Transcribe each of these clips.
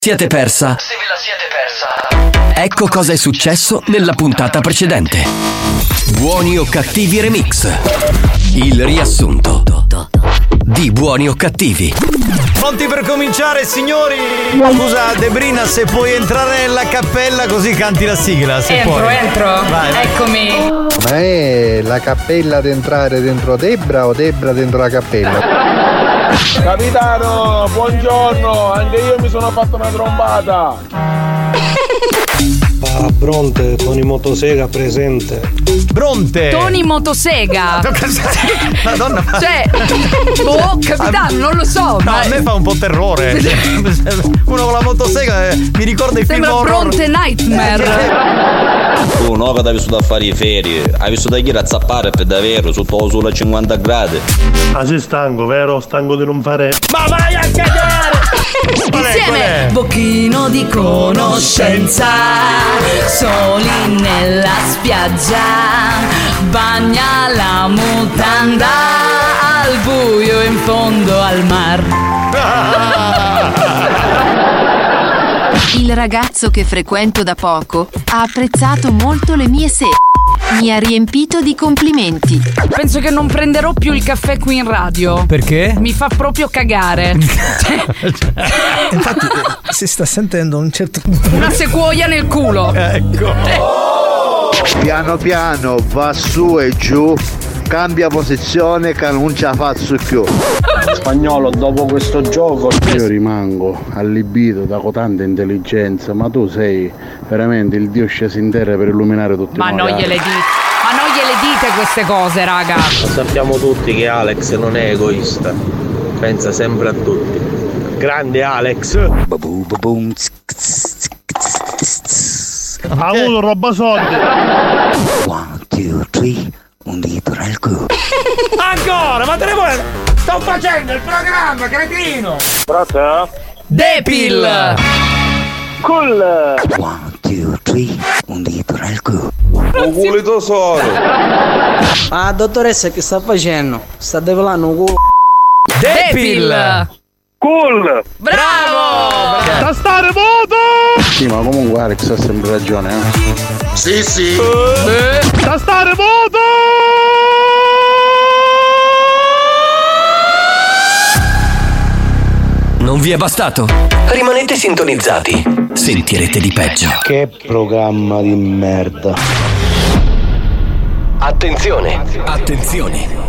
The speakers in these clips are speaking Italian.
siete persa. Se ve la siete persa. Ecco cosa è successo nella puntata precedente. Buoni o cattivi remix. Il riassunto di Buoni o cattivi. Pronti per cominciare, signori? Scusa, Debrina, se puoi entrare nella cappella così canti la sigla, se puoi. Entro. Vai. Eccomi. Ma è la cappella ad entrare dentro Debra o Debra dentro la cappella? Capitano, buongiorno, anche io mi sono fatto una trombata. Bronte, Tony Motosega presente. Bronte! Tony Motosega. Madonna, cioè, capitano, non lo so. No, a me fa un po' terrore. Uno con la motosega mi ricorda i film horror. Bronte Nightmare. Tu no che hai vissuto a fare i ferie, hai visto da chi a zappare per davvero sotto sulla 50 gradi. Ah, sei stanco, vero? Stanco di non fare. Ma vai a cagare! Insieme, bocchino di conoscenza, soli nella spiaggia, bagna la mutanda al buio in fondo al mar. Il ragazzo che frequento da poco ha apprezzato molto le mie mi ha riempito di complimenti. Penso che non prenderò più il caffè qui in radio. Perché? Mi fa proprio cagare. Infatti si sta sentendo un certo una sequoia nel culo. Ecco. Piano piano va su e giù, cambia posizione che non ce la faccio più. Spagnolo, dopo questo gioco Io rimango allibito da cotanta intelligenza, ma tu sei veramente il dio sceso in terra per illuminare tutti Ma noi. non gliele dite queste cose, raga. sappiamo tutti che Alex non è egoista, pensa sempre a tutti. Grande Alex. Ha avuto roba soldi. 1, 2, 3, un dito nel culo. Ancora, ma te ne vuoi? Sto facendo il programma, cretino! Pronto? Depil. Cool. 1, 2, 3, un dito nel culo. Un culito solo. Ma dottoressa che sta facendo? Sta depilando un culo. Depil. Cool. Bravo! Da stare voto! Sì, ma comunque Alex ha sempre ragione, Sì, sì. Da stare voto! Non vi è bastato? Rimanete sintonizzati. Sentirete di peggio. Che programma di merda. Attenzione. Attenzione.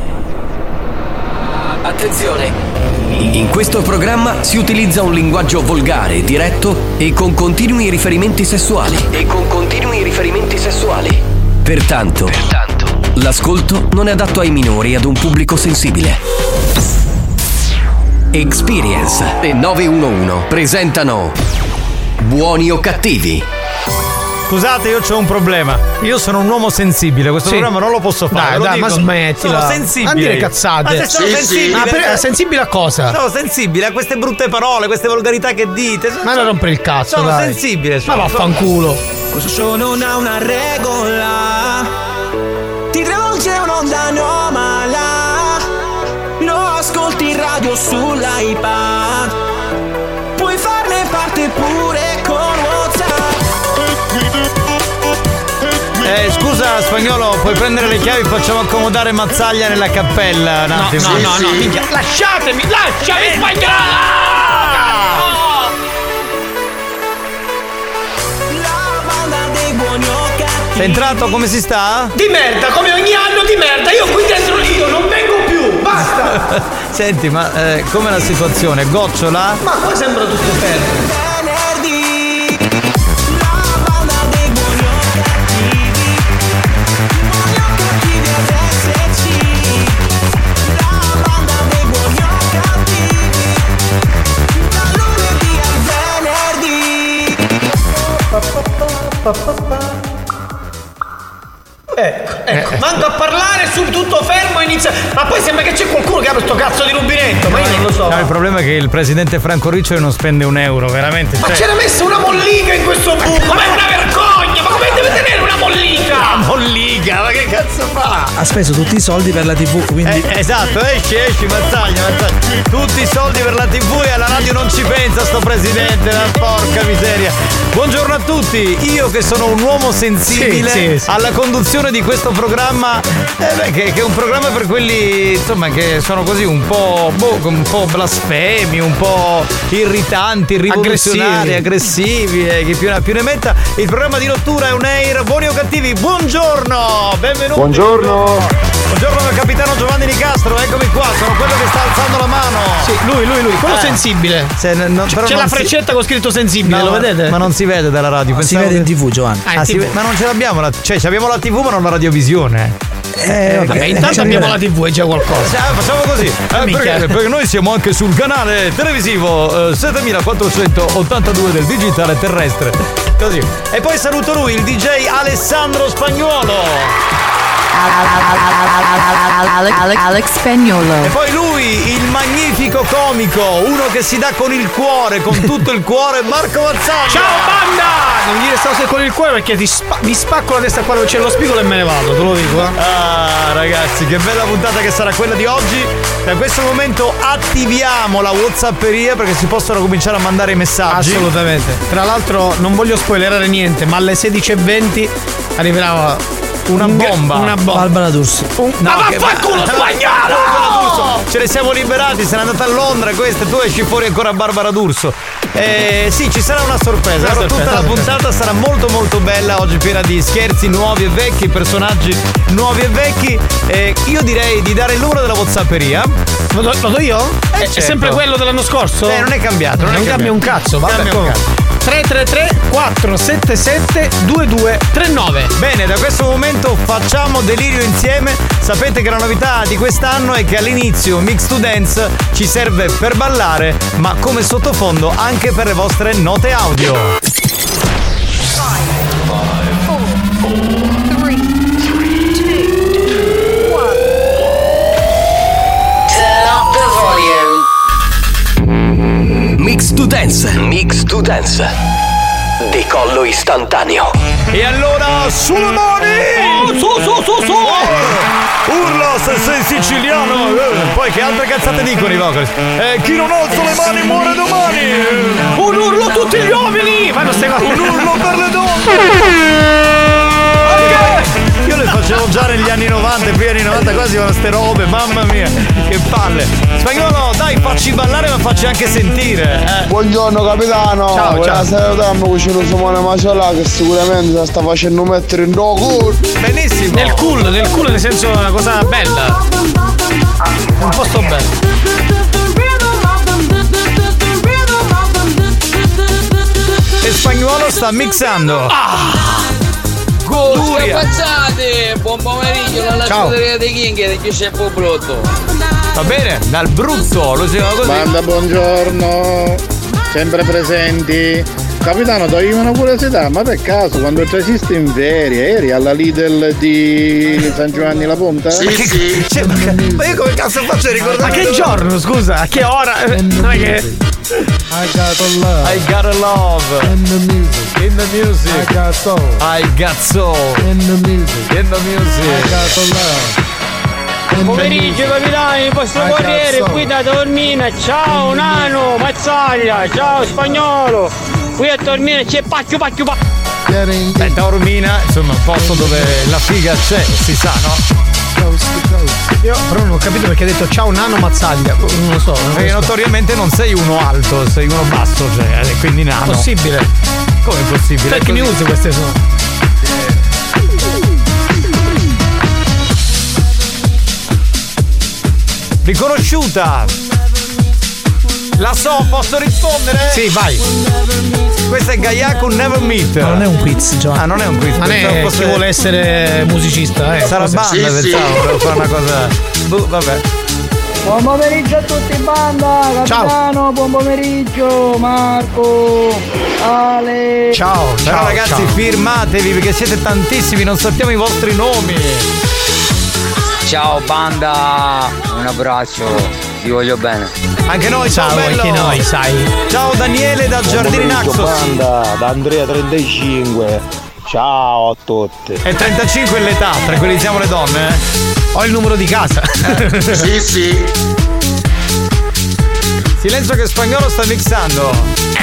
Attenzione. In questo programma si utilizza un linguaggio volgare, diretto e con continui riferimenti sessuali. Pertanto, l'ascolto non è adatto ai minori e ad un pubblico sensibile. Experience e 911 presentano Buoni o cattivi. Scusate, io c'ho un problema. Io sono un uomo sensibile, questo programma non lo posso fare. Dai, ma smettila. Sono sensibile. Non dire io. cazzate. Ma se sono sensibile. Sensibile a cosa? Sono sensibile a queste brutte parole, queste volgarità che dite. Ma non rompere il cazzo, sono dai. sensibile. Ma vaffanculo. Questo show non ha una regola, ti travolge un'onda anomala, lo ascolti in radio sull'iPad, puoi farne parte pure con WhatsApp. Scusa Spagnolo, puoi prendere le chiavi e facciamo accomodare Mazzaglia nella cappella un attimo? No, minchia. Lasciami Spagnolo! Sei entrato, come si sta? Di merda, come ogni anno di merda. Io qui dentro io non vengo più. Basta. Senti, ma com'è la situazione? Gocciola? Ma qua sembra tutto fermo. Ecco, mando a parlare su tutto fermo e inizia. Ma poi sembra che c'è qualcuno che apre sto cazzo di rubinetto, ma io non lo so. No, il problema è che il presidente Franco Riccioli non spende un euro, veramente. Ma c'era messa una mollica in questo buco, ma è una vergogna! Ma come deve tenere una mollica! La mollica, ma che cazzo fa? Ha speso tutti i soldi per la TV, quindi. Esatto, esci, Mazzaglia. Tutti i soldi per la TV e alla radio non ci pensa sto presidente, la porca miseria. Buongiorno a tutti, io che sono un uomo sensibile alla conduzione di questo programma, che è un programma per quelli, insomma, che sono così un po' blasfemi, un po' irritanti, rivoluzionari, aggressivi, chi più ne metta. Il programma di Rottura è un air. Buoni o cattivi, buongiorno, benvenuti. Buongiorno capitano Giovanni Nicastro, eccomi qua, sono quello che sta alzando la mano. Sì, lui, quello sensibile. C'è la freccetta con scritto sensibile, lo vedete? Ma non si vede dalla radio. Si vede in TV, Giovanni. Ma non ce l'abbiamo, abbiamo la TV ma non la radiovisione. Vabbè, intanto abbiamo la TV e già qualcosa. Facciamo così. Perché noi siamo anche sul canale televisivo 7482 del digitale terrestre. Così. E poi saluto lui, il DJ Alessandro Spagnuolo. Alex Spagnuolo. E poi lui, il magnifico comico, uno che si dà con il cuore, con tutto il cuore, Marco Mazzaglia. Ciao banda! Non dire sta cosa con il cuore perché mi spacco la testa qua dove c'è lo spigolo e me ne vado, te lo dico. Ah, ragazzi, che bella puntata che sarà quella di oggi. Da questo momento attiviamo la WhatsApperia perché si possono cominciare a mandare i messaggi. Assolutamente. Tra l'altro non voglio spoilerare niente, ma alle 16:20 arriverà una bomba. Barbara D'Urso. Ma vaffanculo Spagnolo! Ce ne siamo liberati, se n'è andata a Londra questa, tu esci fuori ancora Barbara D'Urso. Sì, ci sarà una sorpresa. Tutta la puntata sarà molto molto bella, oggi piena di scherzi nuovi e vecchi, personaggi nuovi e vecchi. Io direi di dare il numero della WhatsApperia. Lo do io? È sempre quello dell'anno scorso? Non è cambiato. Non cambia un cazzo, vabbè. 333-477-2239. Bene, da questo momento facciamo delirio insieme. Sapete che la novità di quest'anno è che all'inizio Mix to Dance ci serve per ballare, ma come sottofondo anche per le vostre note audio. 5, 4, 3, 2, 1. Turn up the volume. Mix to Dance. Decollo istantaneo. E allora sulle mani! Su! Urla se sei siciliano! Poi che altre cazzate dicono i vocalist? Chi non alza le mani muore domani! Un urlo tutti gli uomini! Un urlo per le donne! Io le facevo già negli anni 90, primi anni 90 quasi con ste robe, mamma mia, che palle. Spagnolo, dai, facci ballare ma facci anche sentire. Buongiorno capitano. Ciao. Salutiamo vicino Simone Maciola che sicuramente sta facendo mettere in culo. Benissimo. Nel culo nel senso una cosa bella. Un posto bello. E Spagnuolo sta mixando. Capazzate, buon pomeriggio dalla scuderia dei King e di Giuseppe Brutto. Va bene, dal brutto, lo si chiama così. Banda, buongiorno, sempre presenti. Capitano, togli una curiosità, ma per caso quando ci esiste in ferie eri alla Lidl di San Giovanni La Ponta? Sì. Ma io come cazzo faccio a ricordare? Ma che giorno, scusa? A che ora? Non è che... I got a love in the music. I got soul in the music. I got a love. Pomeriggio capitani, il vostro corriere qui da Tormina. Ciao Nano, Mazzaglia, ciao Spagnolo. Qui a Tormina c'è pacchio. Beh, Taormina, insomma, un posto dove la figa c'è, si sa, no? Io però non ho capito perché ha detto ciao Nano Mazzaglia. Non lo so. Perché notoriamente non sei uno alto, sei uno basso, cioè, quindi nano. Possibile. Come è possibile? Fake news queste sono. Riconosciuta. La so, posso rispondere? Sì, vai. Questa è Gaia con Never Meet. Ma non è un quiz, Giovanni. Ah, non è un quiz. Non è chi vuole essere musicista, Sarà banda, pensavo, volevo fare una cosa. Vabbè. Buon pomeriggio a tutti in banda, capitano, ciao. Buon pomeriggio Marco, Ale. Ciao ragazzi, firmatevi perché siete tantissimi, non sappiamo i vostri nomi. Ciao banda, un abbraccio, ti voglio bene. Anche noi, ciao bello. Anche noi, sai. Ciao Daniele da Giardini Naxos. Banda, da Andrea 35. Ciao a tutti. E 35 è l'età, tranquillizziamo le donne, eh? Ho il numero di casa. Sì. Silenzio che Spagnolo sta mixando.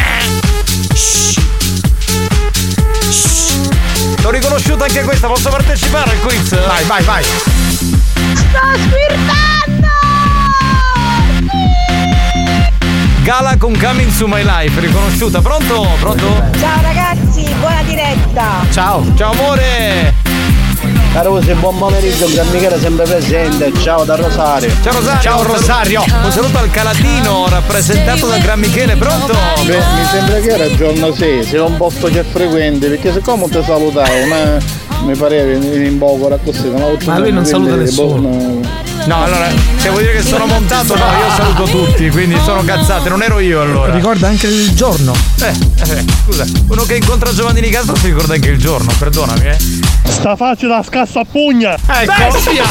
L'ho riconosciuta anche questa, posso partecipare al quiz? Vai. Sto squirtando! Gala con Coming to My Life, riconosciuta. Pronto? Ciao ragazzi, buona diretta! Ciao amore! Carusi, buon pomeriggio, Gian Michele sempre presente. Ciao da Rosario. Ciao Rosario. Un saluto al Calatino rappresentato da Gran Michele, pronto? Beh, mi sembra che era il giorno 6, sei un posto che è frequente, perché siccome ti salutavo, ma mi pareva in bocora così, ma lui non saluta nessuno. No, allora, se vuoi dire che sono montato, no, io saluto tutti, quindi sono cazzate, non ero io allora. Ricorda anche il giorno. Scusa, uno che incontra Giovanni Nicastro si ricorda anche il giorno, perdonami, Sta facile da scassa a pugna. Bestia!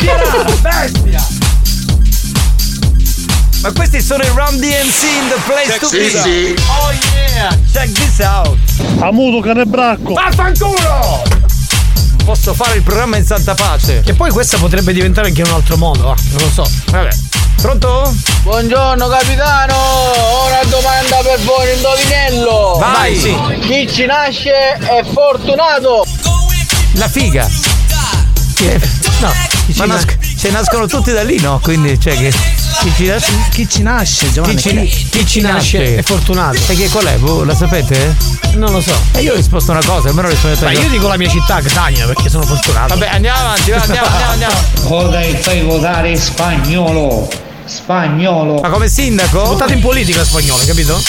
Ma questi sono i Run DMC in the place to be. Sì. Oh yeah, check this out. Amuto canebracco. Vaffanculo! Posso fare il programma in santa pace. Che poi questa potrebbe diventare anche in un altro modo, non lo so. Vabbè. Pronto? Buongiorno capitano, una domanda per voi, indovinello. Vai. Sì. Chi ci nasce è fortunato. La figa. No, se nascono tutti da lì, no? Quindi cioè che chi ci nasce, Giovanni? Chi ci nasce è fortunato. E che qual è? Voi la sapete? Non lo so. E io ho risposto una cosa, almeno rispondete. Ma io dico la mia città, Catania, perché sono fortunato. Vabbè, andiamo avanti, andiamo. Ora fai votare spagnolo. Ma come sindaco? Votate in politica spagnolo, capito?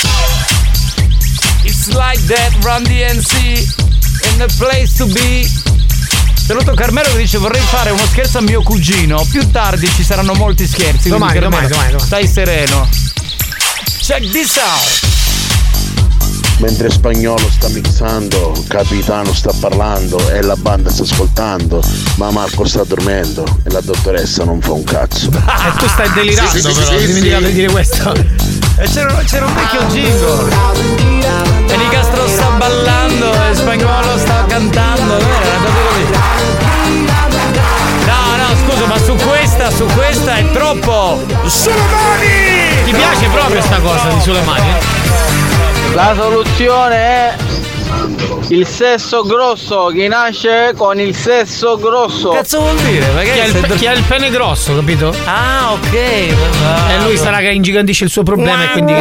It's like that, Run DMC in the place to be. Saluto Carmelo che dice vorrei fare uno scherzo a mio cugino. Più tardi ci saranno molti scherzi. Domani. Stai sereno. Check this out. Mentre Spagnolo sta mixando, Capitano sta parlando e la banda sta ascoltando, ma Marco sta dormendo e la dottoressa non fa un cazzo. E tu stai delirando, però, hai dimenticato di dire questo. E c'era un vecchio jingle. E Nicastro sta ballando e Spagnolo sta cantando. Era una cosa così. No, scusa, ma su questa è troppo. Sulle mani! Ti piace proprio sta cosa di sulle mani? La soluzione è il sesso grosso, chi nasce con il sesso grosso. Che cazzo vuol dire? Chi ha il pene grosso, capito? Ah, ok. E lui sarà che ingigantisce il suo problema e quindi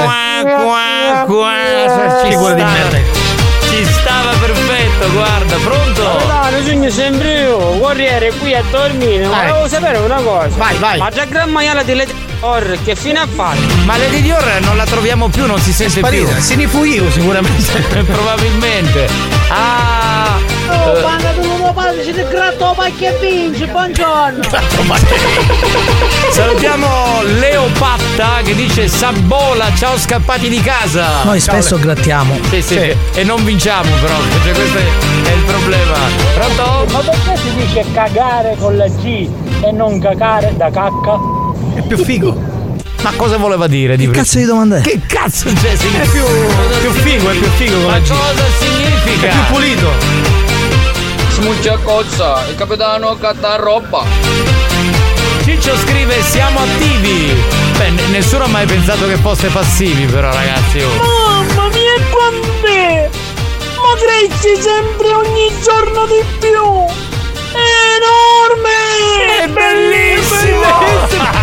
figura di merda. Ci stava perfetto, guarda, pronto? No, sogno sempre io, guerriere qui a dormire, ma devo sapere una cosa. Vai. Ma già gran maiale di Lady Dior, che fine ha fatto? Ma Lady Dior non la troviamo più, non si sente più. Se ne fu io sicuramente. Probabilmente. Quando tu non parli ci ti gratto pacchi e vinci, buongiorno. Salutiamo Leo Patta che dice Sabbola, ciao scappati di casa. Noi spesso grattiamo. Sì. E non vinciamo però, cioè questo è il problema. Pronto? Ma perché si dice cagare con la G e non cacare da cacca? È più figo. Ma cosa voleva dire? Che cazzo di domanda è? Che cazzo c'è? È più figo con la G. Ma cosa significa? È più pulito. Smuccia cozza, il capitano catta roba. Ciccio scrive siamo attivi. Beh, nessuno ha mai pensato che foste passivi però ragazzi. Mamma mia quant'è! Ma cresci sempre ogni giorno di più! È enorme! È bellissimo!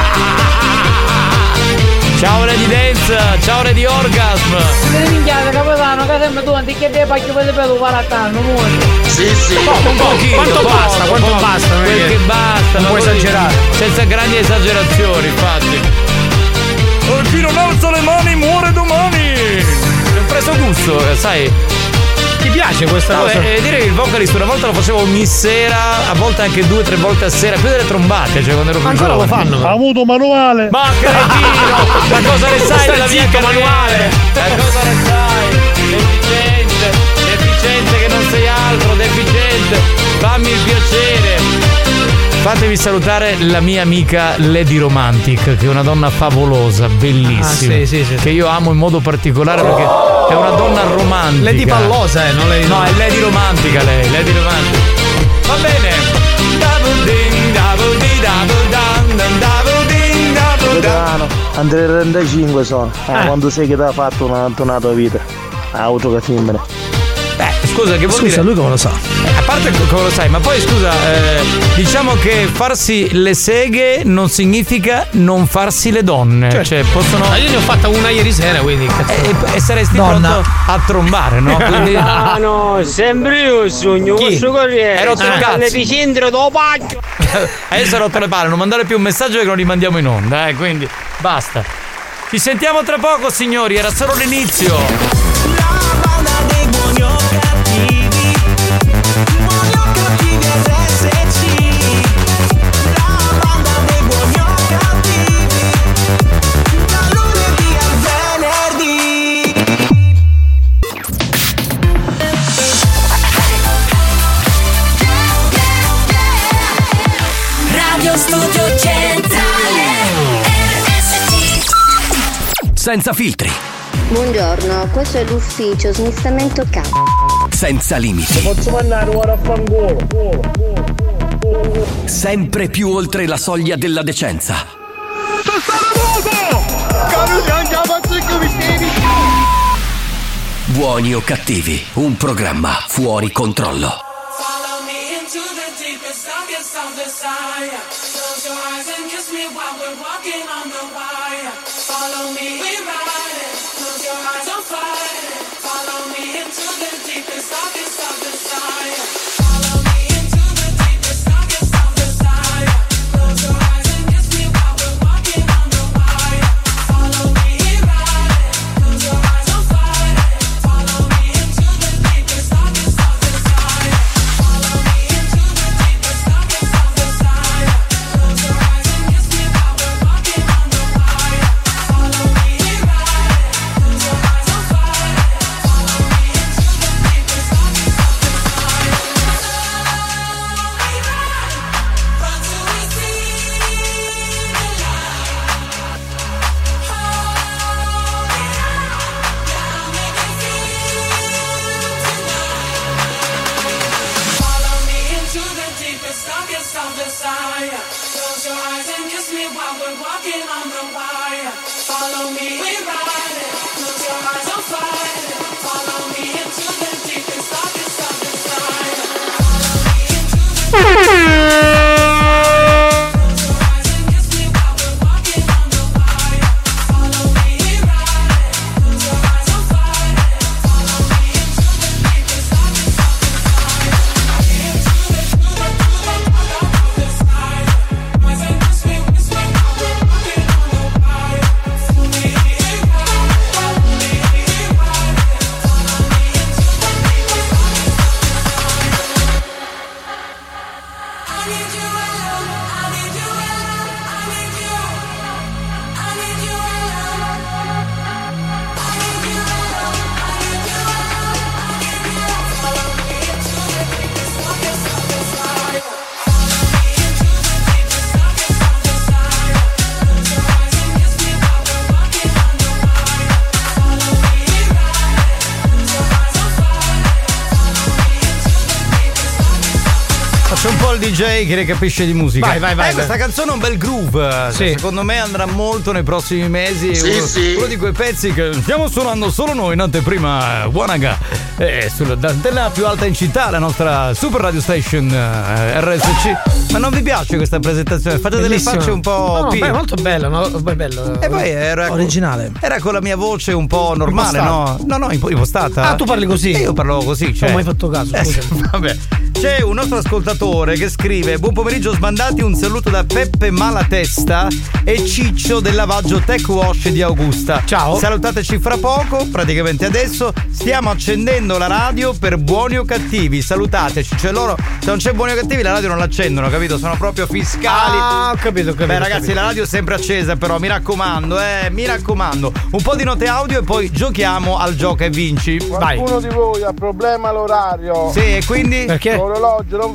Ciao Lady Dance, ciao Lady Orgasm. Minchiate capitano, che sempre tu non ti chiedi pacchio per ripeto 40 anni, Sì. Un pochino. Quanto basta? Quel che basta. Non puoi esagerare. Senza grandi esagerazioni, infatti. Chi non alza le mani muore domani. Ho preso gusto, sai. Ti piace questa cosa? Dire che il vocalist una volta lo facevo ogni sera, a volte anche 2 o 3 volte a sera, più delle trombate, cioè quando ero più ancora giovane. lo fanno? Ha avuto manuale. Ma cretino! Ma cosa ne sai della mia manuale? Ma cosa ne sai? Deficiente che non sei altro, deficiente. Fammi il piacere. Fatemi salutare la mia amica Lady Romantic, che è una donna favolosa, bellissima. Sì. Che io amo in modo particolare perché È una donna romantica. Lady Pallosa, non lei. No, è Lady romantica lei, Lady romantica. Va bene. Double ding, double di, double down, double ding, double down. Andrea 35 sono. Quando sei che ti ha fatto una tua vita? Auto che femmine. Scusa, che vuol dire? Scusa, lui come lo sa? A parte come lo sai, ma poi scusa, diciamo che farsi le seghe non significa non farsi le donne. Cioè possono. Ma io ne ho fatta una ieri sera, quindi. E saresti pronto a trombare, no? Quindi. Ah no, sempre io sogno questo corriere. Hai rotto il cazzo. L'epicentro dopo. Adesso hai rotto le palle, non mandare più un messaggio che non li mandiamo in onda, quindi basta. Ci sentiamo tra poco, signori, era solo l'inizio. Studio Centrale RSC. Senza filtri. Buongiorno, questo è l'ufficio smistamento c***o. Senza limiti. Posso mandare ora a fangolo. Sempre più oltre la soglia della decenza. Buoni o cattivi, un programma fuori controllo. Close your eyes and kiss me while we're walking on the wire. Follow me, we ride it. Close your eyes, I'm fighting. Follow me into the deepest, darkest of desire. Follow me into the deepest, darkest of desire. Close your eyes and kiss me while we're walking on the wire. Follow me, we ride it. Close your eyes, I'm fighting. Follow me into the deepest, darkest of desire. Follow me into the deepest, darkest of desire. Close your eyes and kiss me while we're walking on the wire. Follow me, we ride it. Close your eyes, I'm fighting. Follow me into the deepest, darkest of desire. Follow me into the un po' il DJ che ne capisce di musica. Vai. Questa canzone è un bel groove. Sì. Secondo me andrà molto nei prossimi mesi. Sì. Uno di quei pezzi che stiamo suonando solo noi in anteprima Wanaga. Della più alta in città, la nostra super radio station RSC. Ma non vi piace questa presentazione? Fate Bellissimo. delle facce un po'. No, molto bello, no? Bello. E poi era originale. Era con la mia voce un po' normale, Impostata. no? impostata. Ah, tu parli così? Io parlavo così, cioè. Non ho mai fatto caso, scusa. Vabbè. C'è un nostro ascoltatore che scrive: buon pomeriggio sbandati, un saluto da Peppe Malatesta e Ciccio del lavaggio Tech Wash di Augusta. Ciao. Salutateci fra poco, praticamente adesso stiamo accendendo la radio per buoni o cattivi. Salutateci, cioè loro, se non c'è buoni o cattivi la radio non l'accendono, capito? Sono proprio fiscali. Ah, ho capito. Beh ragazzi, la radio è sempre accesa, però mi raccomando, un po' di note audio e poi giochiamo al gioca e vinci. Qualcuno di voi ha problema all'orario? Sì, e quindi? Perché? L'orologio non va bene.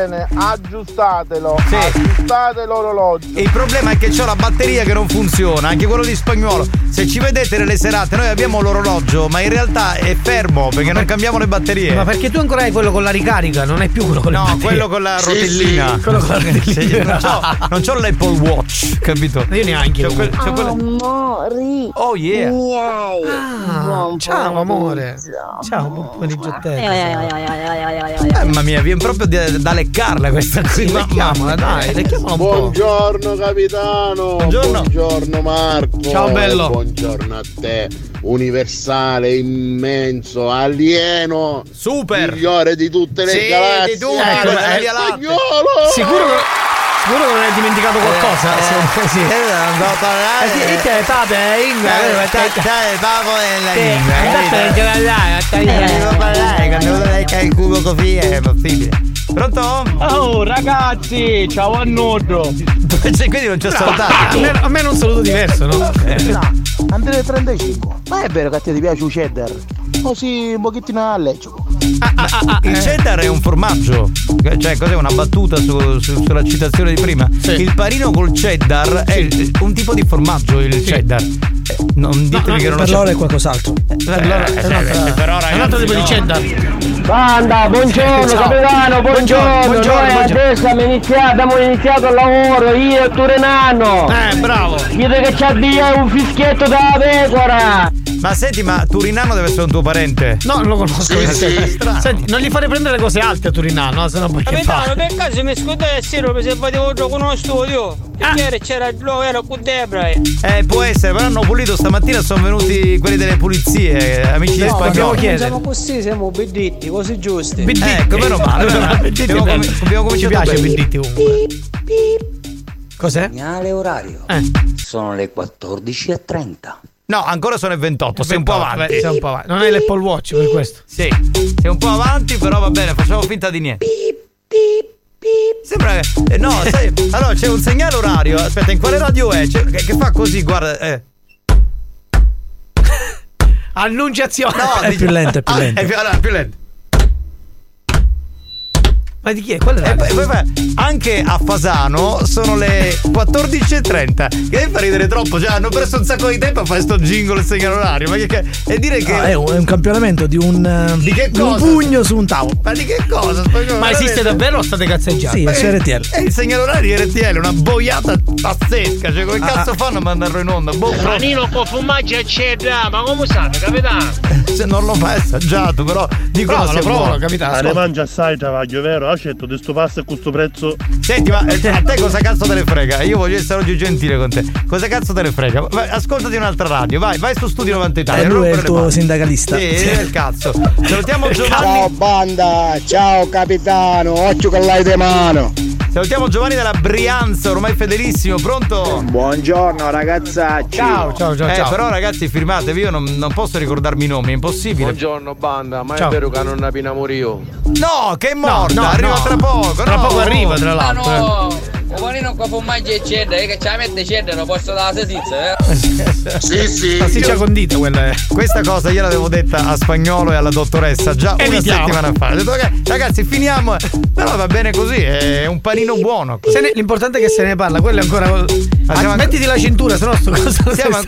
bene, aggiustatelo l'orologio. E il problema è che c'ho la batteria che non funziona, anche quello di Spagnuolo. Se ci vedete nelle serate, noi abbiamo l'orologio, ma in realtà è fermo perché non cambiamo le batterie. Ma perché tu ancora hai quello con la ricarica, non è più quello con le batterie? No, quello con la rotellina. Sì, quello con la rotellina. Non c'ho l'Apple Watch, capito? Io neanche. Amori. Oh yeah. Miei. Ciao amore. Ciao, buon pomeriggio a te. Mamma mia, viene proprio da leccarla questa qui. Sì, lecchiamola, dai, lecchiamola un po'. Buongiorno capitano. Buongiorno Marco. Ciao bello. Buongiorno a te. Universale, immenso, alieno, super, migliore di tutte le galassie. Di tutte, Spagnolo. Sicuro che non hai dimenticato qualcosa? Sì. Non devo parlare. Te pape devo parlare quando lei c'ha il cubo così è possibile. Pronto? Oh ragazzi, ciao a Nodro. Quindi non ci ho salutato. A me non saluto diverso, no? Andrea 35. Ma è vero che a te ti piace il cheddar? Così un pochettino alleggico. Il cheddar è un formaggio. Cioè, cos'è una battuta sulla citazione di prima? Sì. Il panino col cheddar è un tipo di formaggio, il cheddar. Non ditemi che non per loro è qualcos'altro. Per ora è un altro tipo di cheddar. Banda, buongiorno capitano, buongiorno. Noi adesso abbiamo iniziato il lavoro, io e Turinano. Bravo. Vedo che c'ha via un fischietto da pecora. Ma senti, ma Turinano deve essere un tuo parente? No, non lo conosco. Senti, non gli farei prendere cose alte a Turinano, no? Se no poi che fa? Capitano, per caso mi scordai se facevo gioco con uno studio. Ieri c'era ero con Debra. Può essere, però hanno pulito stamattina, sono venuti quelli delle pulizie, amici di Spagnolo. Siamo così, siamo bedditti, così giusti. Ecco, meno male. Abbiamo cominciato. Ci piace bedditti comunque. Cos'è? Segnale orario. Sono le 14:30. No, ancora sono le 28, sei un po' avanti. Sei un po' avanti. Non hai l'Apple Watch per questo. Sì, sei un po' avanti, però va bene, facciamo finta di niente. Sembra che. No, sai. Allora c'è un segnale orario. Aspetta, in quale radio è? Che fa così, guarda. Annunciazione. No, è più lento, è più lento. Allora, più lento. Ma di chi è? Quella anche a Fasano sono le 14:30. Che fa ridere troppo, cioè hanno perso un sacco di tempo a fare sto jingle e segnale orario. Ma e dire che è un campionamento di di che cosa? Un pugno su un tavolo. Ma di che cosa? Ma esiste davvero o state cazzeggiando? Sì, è su RTL. È il segnale orario di RTL, una boiata pazzesca. Cioè, come cazzo fanno a mandarlo in onda? Panino con formaggio e cheddar, ma come state, capitano? Se non l'ho mai assaggiato, però dicono sia buono, capitano. Ne mangia assai travaglio, vero? Accetto di sto pasto a questo prezzo. Senti, ma a te cosa cazzo te ne frega? Io voglio essere oggi gentile con te. Cosa cazzo te ne frega? Vai, ascoltati un'altra radio, vai su Studio 90 Italia. Lui è il tuo sindacalista. Sì, è il cazzo. Salutiamo Giovanni. Ciao banda, ciao capitano, occhio con l'hai di mano. Salutiamo Giovanni dalla Brianza, ormai fedelissimo, pronto? Buongiorno ragazzacci. Ciao. Però ragazzi firmatevi, io non posso ricordarmi i nomi, è impossibile. Buongiorno banda, ma è vero che non appena morio? No, che è morta, arriva tra poco. Tra poco arriva, tra l'altro. No. Un panino con formaggio e cheddar, che ce la mette cheddar, lo posso dare la salsiccia, Sì. Salsiccia condita quella è. Questa cosa io l'avevo detta a Spagnolo e alla dottoressa già una settimana fa. Ho detto ragazzi finiamo. Però va bene così, è un panino buono. L'importante è che se ne parla, quello è ancora. Mettiti la cintura, sennò sto cosa non siamo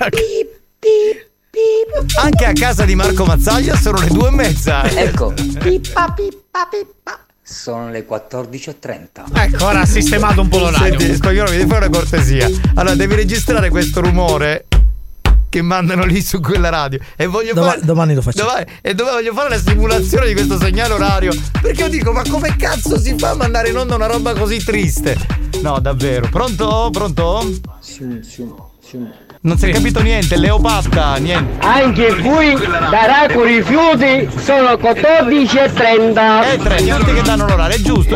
anche a casa di Marco Mazzaglia sono le 2:30. Ecco. Pippa. Sono le 14:30. Ecco, ora ha sistemato un po' l'orario. Senti, Spagnolo, mi devi fare una cortesia. Allora, devi registrare questo rumore che mandano lì su quella radio. E voglio domani lo facciamo. Dove voglio fare la simulazione di questo segnale orario. Perché io dico, ma come cazzo si fa a mandare in onda una roba così triste? No, davvero. Pronto? Sì. Non si è capito niente, Leopatta, niente. Anche qui da Raco Rifiuti sono 14:30. Tutti che danno l'orario, è giusto.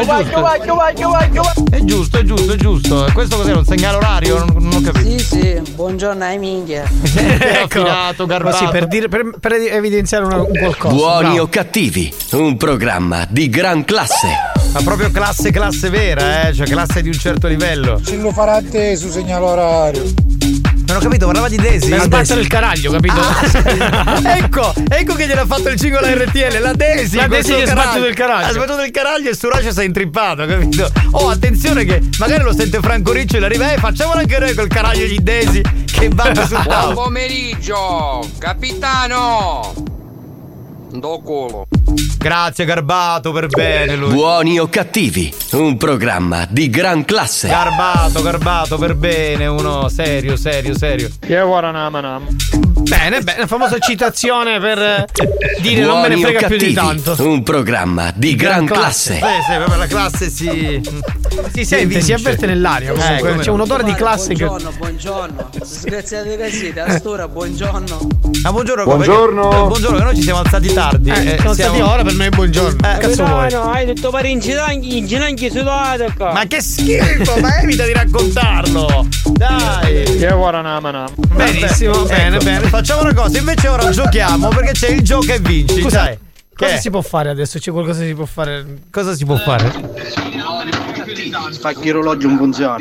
È giusto. Questo cos'era, un segnale orario? Non ho capito. Sì, buongiorno ai minchia. Affidato, garbato. Per evidenziare un qualcosa. Buoni o cattivi, un programma di gran classe. Ma proprio classe vera, cioè classe di un certo livello. Ce lo farà a te su segnale orario. Non ho capito, parlava di Daisy. Per sbattere il caraglio, capito? Ecco che gliel'ha fatto il cingolo RTL, la Daisy. La Daisy gli ha sbattuto il caraglio. Ha sbattuto il caraglio e Surace si è intrippato, capito? Oh, attenzione che magari lo sente Franco Ricci e la arriva, facciamolo anche noi col caraglio di Daisy che batte sul tavolo. Buon pomeriggio, capitano! Do culo. Grazie Garbato, per bene lui. Buoni o cattivi, un programma di gran classe. Garbato, per bene, uno serio. Che ora namanam. Bene, la famosa citazione per dire Buoni non me ne frega o cattivi, più di tanto. un programma di gran classe. Sì, proprio la classe si sente, si avverte nell'aria comunque. C'è un odore di classe che. Buongiorno. Sgraziate casite, a stora, buongiorno. Ah, buongiorno. Buongiorno. Buongiorno, che noi ci siamo alzati tardi. Siamo stati ora, per noi buongiorno. Cazzo vuoi? No, hai detto pare in ginocchio sudato qua. Ma che schifo, ma evita di raccontarlo. Dai. Che ora namanam. Benissimo, bene. Facciamo una cosa, invece ora giochiamo perché c'è il gioco e vinci. Scusa, dai. cosa si può fare adesso? C'è qualcosa che si può fare? Cosa si può fare? Spacchi orologio un funziona.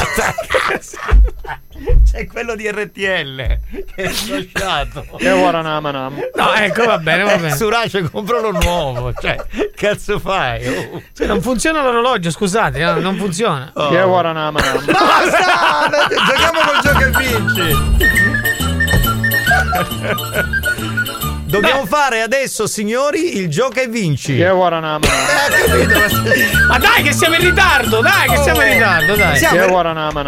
C'è quello di RTL che è scosciato. Che ora namanam. No, ecco, va bene. Surace, compralo nuovo. Cioè, cazzo fai? Oh. Cioè, non funziona l'orologio, scusate, non funziona. Che ora namanam. Basta! Giochiamo col gioco e vinci. Dobbiamo fare adesso, signori, il gioco e vinci. Che ora namanam. Ma dai che siamo in ritardo, dai. Che ora namanam.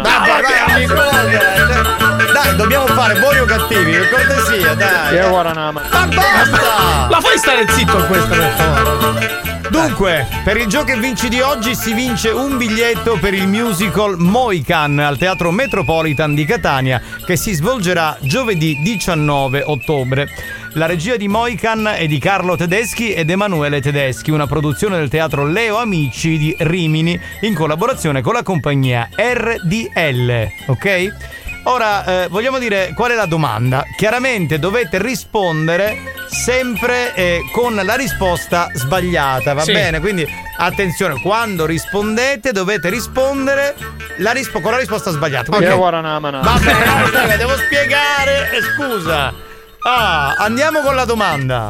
Dai, dobbiamo fare buoni o cattivi, per cortesia, dai. Che ora namanam. Ma basta! Ma fai stare zitto questo, per favore. Dunque, per il gioco e vinci di oggi si vince un biglietto per il musical Mohican al Teatro Metropolitan di Catania, che si svolgerà giovedì 19 ottobre. La regia di Mohican è di Carlo Tedeschi ed Emanuele Tedeschi, una produzione del teatro Leo Amici di Rimini in collaborazione con la compagnia RDL, ok? Ora vogliamo dire qual è la domanda. Chiaramente dovete rispondere sempre con la risposta sbagliata, va bene? Quindi attenzione, quando rispondete dovete rispondere con la risposta sbagliata. Che ora namanam. Va bene, devo spiegare, scusa. Andiamo con la domanda.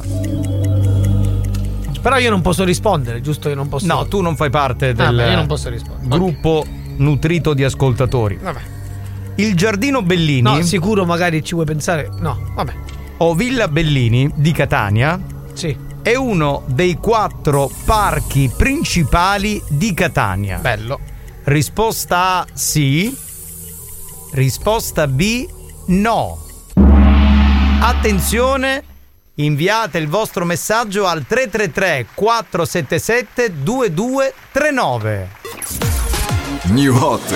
Però io non posso rispondere, giusto? Io non posso. No, tu non fai parte del io non posso rispondere. gruppo nutrito di ascoltatori. Vabbè. Il Giardino Bellini. No, sicuro magari ci vuoi pensare. No, vabbè. O Villa Bellini di Catania. Sì. È uno dei 4 parchi principali di Catania. Bello. Risposta A sì. Risposta B no. Attenzione, inviate il vostro messaggio al 333 477 2239. New Hot.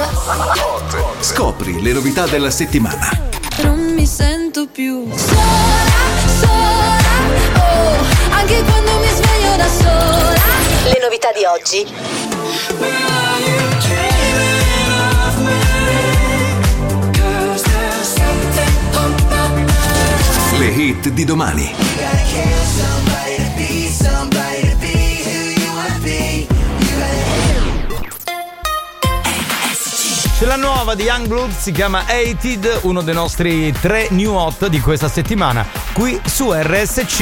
Scopri le novità della settimana. Non mi sento più sola, oh, anche quando mi sveglio da sola. Le novità di oggi. Le hit di domani. C'è la nuova di Youngblood, si chiama Hated, uno dei nostri 3 new hot di questa settimana, qui su RSC.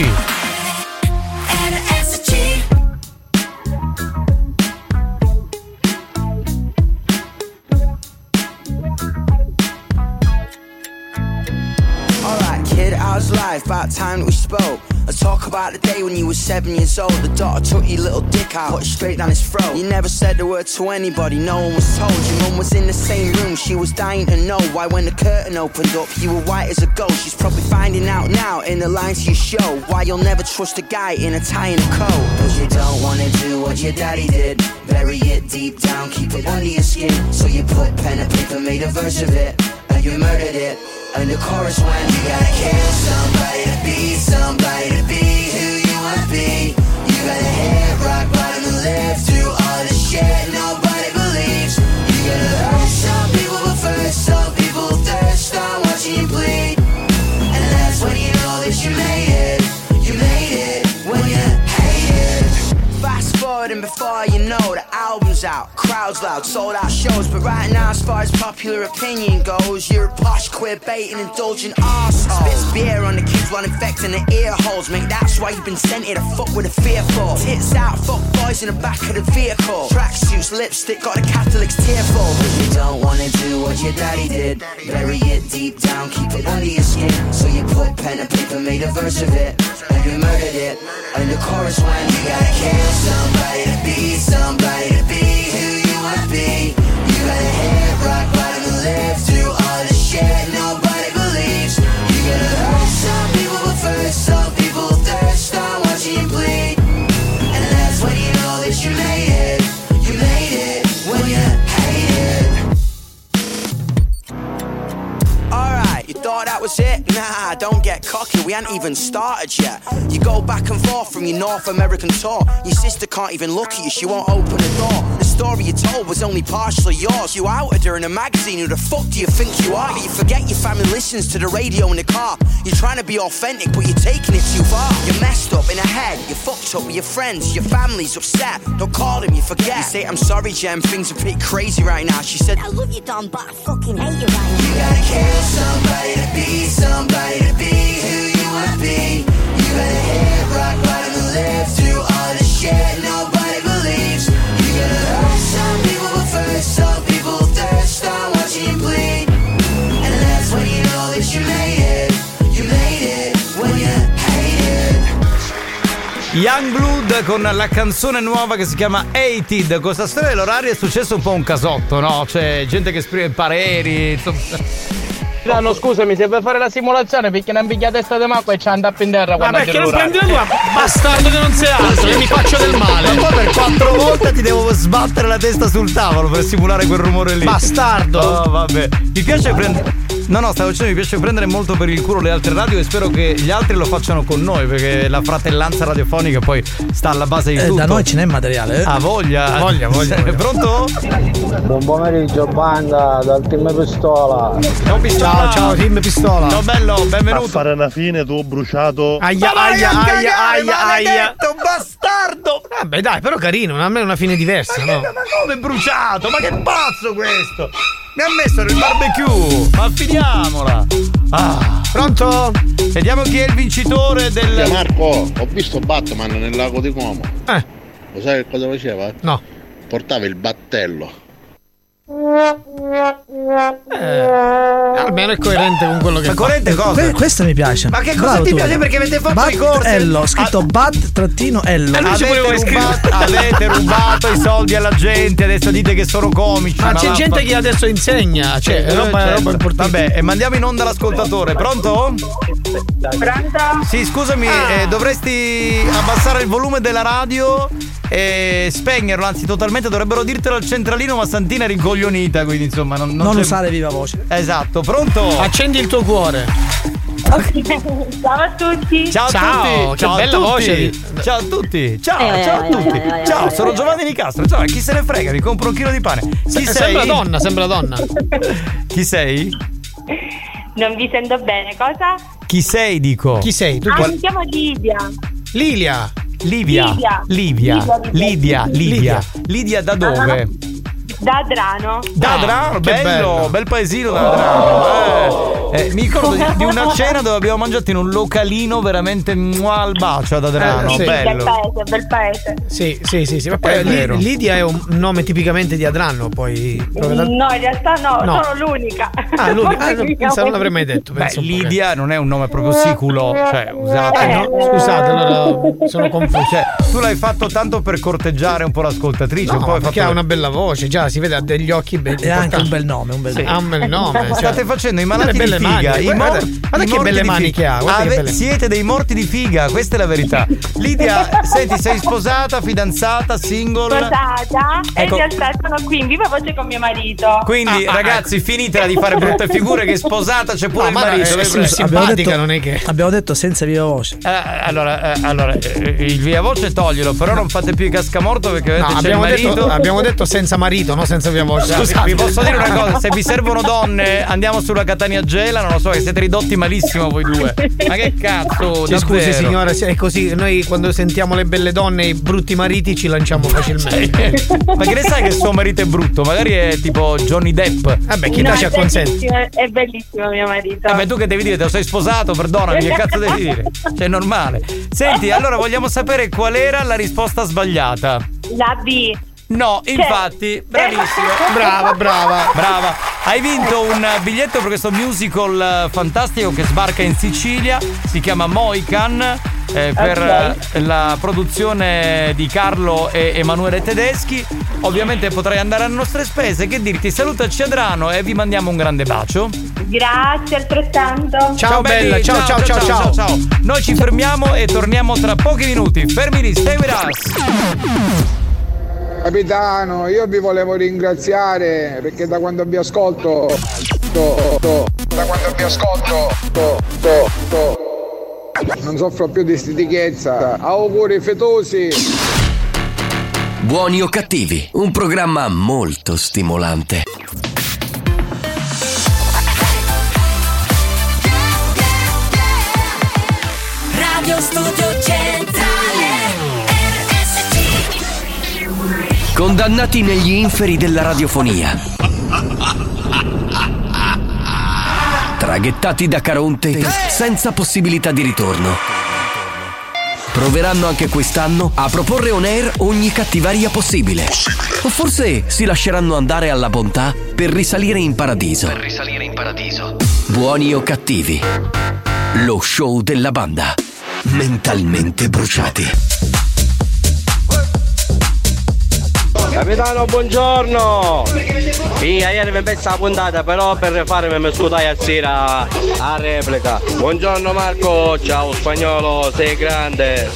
How's life? About time that we spoke. Let's talk about the day when you were 7 years old. The daughter took your little dick out, put it straight down his throat. You never said a word to anybody, no one was told. Your mum was in the same room, she was dying to know why when the curtain opened up, you were white as a ghost. She's probably finding out now in the lines to your show why you'll never trust a guy in a tie and a coat. Cause you don't wanna do what your daddy did. Bury it deep down, keep it under your skin. So you put pen and paper, made a verse of it, and you murdered it. And the chorus went, you gotta kill somebody to be somebody to be who you wanna be. You gotta hit rock bottom and live through all the shit nobody believes. You gotta hurt some people but first some people thirst on watching you bleed. And that's when you know that you made it when you hate it. Fast forward and before you know, the album's out, crowds loud, sold out shows. But right now, as far as popular opinion goes, you're a posh, queer baiting, indulgent arsehole. Spits beer on the kids while infecting the ear holes. Mate, that's why you've been sent here to fuck with a fearful. Tits out, fuck boys in the back of the vehicle. Tracksuits, lipstick, got the Catholics tearful. You don't wanna do what your daddy did. Bury it deep down, keep it under your skin. So you put pen and paper, made a verse of it, and you murdered it. And the chorus went, you gotta kill somebody to be somebody to be who you wanna be. You gotta hit rock bottom and live through all the shit nobody believes. You gotta hurt some people, but first some people thirst on watching you bleed. And that's when you know that you made it. You made it when you hate it. Alright, you thought that was it? Nah, don't get cocky, we ain't even started yet. You go back and forth from your North American tour. Your sister can't even look at you, she won't open the door. The story you told was only partially yours. You outed her in a magazine, who the fuck do you think you are? But you forget your family listens to the radio in the car. You're trying to be authentic, but you're taking it too far. You're messed up in the head, you're fucked up with your friends. Your family's upset, don't call them, you forget. You say, I'm sorry Jem, things are a bit crazy right now. She said, I love you Don, but I fucking hate you right now. You gotta kill somebody to be somebody to be who you wanna be. You gotta hit rock bottom and live through all the shit nobody believes. You gotta hurt some people, but first some people thirst on watching you bleed. And that's when you know that you made it. You made it when you hate it. Youngblood con la canzone nuova che si chiama Hated. Con questa storia dell'orario è successo un po' un casotto, no? C'è gente che esprime pareri, insomma. No, scusami, se vuoi fare la simulazione perché non piglia testa di macqua e c'è andato in terra. Ma perché non prendi la tua? Bastardo che non sei altro, che mi faccio del male. Ma poi per 4 volte ti devo sbattere la testa sul tavolo per simulare quel rumore lì. Bastardo. Oh, vabbè. Mi piace prendere. No, stavo dicendo, mi piace prendere molto per il culo le altre radio e spero che gli altri lo facciano con noi, perché la fratellanza radiofonica poi sta alla base di tutto. Da noi ce n'è materiale. Ah, voglia. Pronto? Buon pomeriggio banda dal team Pistola. Ciao team Pistola. Ciao bello, benvenuto. A fare una fine tu ho bruciato. Aia. Bastardo. Vabbè dai, però carino, almeno una fine diversa, no? Ma come bruciato? Ma che pazzo questo? Mi ha messo nel barbecue. Ma finiamola. Pronto? Vediamo chi è il vincitore del. Marco, ho visto Batman nel lago di Como. Lo sai che cosa faceva? No. Portava il battello. Almeno è coerente con quello che fa. Coerente cosa? Questo mi piace. Ma che cosa ti piace? Perché avete fatto i corsi? Ello, scritto Bat-Ello. Avete rubato i soldi alla gente, adesso dite che sono comici. Ma c'è gente che adesso insegna, cioè è roba importante. Vabbè, e mandiamo in onda l'ascoltatore. Pronto? Pronto? Sì, scusami, dovresti abbassare il volume della radio e spegnerlo, anzi totalmente, dovrebbero dirtelo al centralino, ma Santina è rincoglionita, quindi insomma non usare viva voce. Esatto, pronto? Accendi il tuo cuore. Ciao a tutti. Ciao a tutti. Che bella voce. Ciao a tutti. Ciao a tutti. Ciao, sono Giovanni Nicastro. Ciao, chi se ne frega, mi compro un chilo di pane. Chi sei? Sembra donna. Chi sei? Non vi sento bene, cosa? Chi sei, dico? Chi sei? Tu mi chiamo Lidia. Lidia da dove? Da Adrano. Da Adrano, bello, bel paesino da Adrano. Mi ricordo di una cena dove abbiamo mangiato in un localino veramente al bacio ad Adrano. Sì. Bello. Bel paese. Sì. Ma poi Lidia è un nome tipicamente di Adrano, poi. No, in realtà no. Sono l'unica. L'unica. Non l'avrei mai detto. Lidia non è un nome proprio siculo, cioè usato. No? Scusate, allora sono confuso. Cioè, tu l'hai fatto tanto per corteggiare un po' l'ascoltatrice, no, poi perché ha una bella voce, già si vede, ha degli occhi belli. E anche un bel nome, Ha un bel nome. State facendo i malati di figa. Guarda che belle mani che ha. Siete dei morti di figa, questa è la verità. Lidia, senti, sei sposata, fidanzata, single? Sposata, e in realtà sono qui in viva voce con mio marito. Quindi ragazzi, finitela di fare brutte figure, che sposata c'è pure il marito. Simpatica, non è che. Abbiamo detto senza viva voce. Allora, il via voce toglielo, però non fate più i cascamorto perché c'è il marito. Abbiamo detto senza marito, no senza via voce. Scusate, vi posso dire una cosa, se vi servono donne andiamo sulla Catania Jazz Angela, non lo so, che siete ridotti malissimo voi due. Ma che cazzo, Ci scusi signora, è così, noi quando sentiamo le belle donne e i brutti mariti ci lanciamo facilmente. Ma che ne sai che suo marito è brutto? Magari è tipo Johnny Depp. Vabbè, chi ci acconsente? È bellissimo mio marito. Vabbè, tu che devi dire? Te lo sei sposato, perdonami, che cazzo devi dire? Cioè, è normale. Senti, allora vogliamo sapere qual era la risposta sbagliata. La B. No, infatti, bravissimo. Brava. Hai vinto un biglietto per questo musical fantastico che sbarca in Sicilia. Si chiama Moican. Per la produzione di Carlo e Emanuele Tedeschi. Ovviamente potrai andare a nostre spese. Che dirti, salutaci Adrano e vi mandiamo un grande bacio. Grazie altrettanto. Ciao bella, ciao. Noi ci fermiamo e torniamo tra pochi minuti. Fermi lì, stay with us. Capitano, io vi volevo ringraziare perché da quando vi ascolto non soffro più di stitichezza. Auguri fetosi. Buoni o cattivi, un programma molto stimolante. Radio Studio Centrale RSC. Condannati negli inferi della radiofonia. Traghettati da Caronte senza possibilità di ritorno. Proveranno anche quest'anno a proporre on air ogni cattiveria possibile. O forse si lasceranno andare alla bontà per risalire in paradiso. Buoni o cattivi, lo show della banda. Mentalmente bruciati. Capitano, buongiorno! Ieri mi pensa la puntata, però per farmi mi su dai a sera a replica. Buongiorno Marco, ciao spagnolo, sei grande!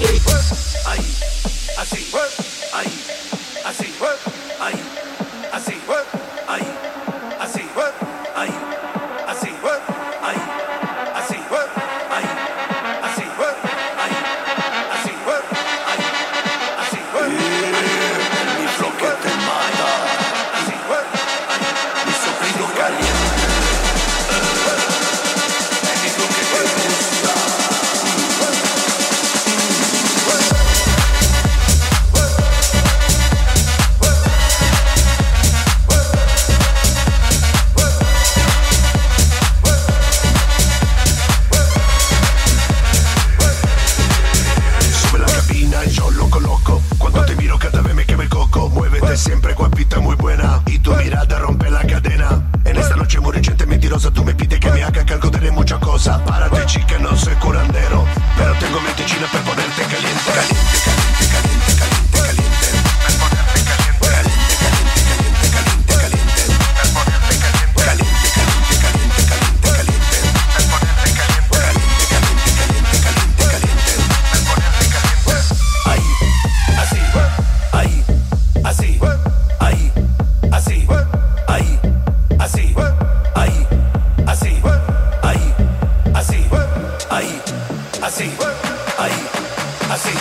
Siempre guapita, muy buena. Y tu mirada rompe la cadena. En esta noche muy reciente, mentirosa, tú me pides que me haga que algo de mucha cosa. Párate, chica, no soy curandero, pero tengo medicina para ponerte caliente, caliente, caliente, caliente, caliente, caliente. Per ponerte caliente, caliente, caliente, caliente, caliente, caliente. Per ponerte caliente, caliente, caliente, caliente, caliente, caliente. Per ponerte caliente, caliente, caliente, caliente, caliente, caliente. Per ponerte caliente. Ahí, así, ahí. Así, ahí, así, ahí, así, ahí, así, ahí, así, ahí, así, ahí, así.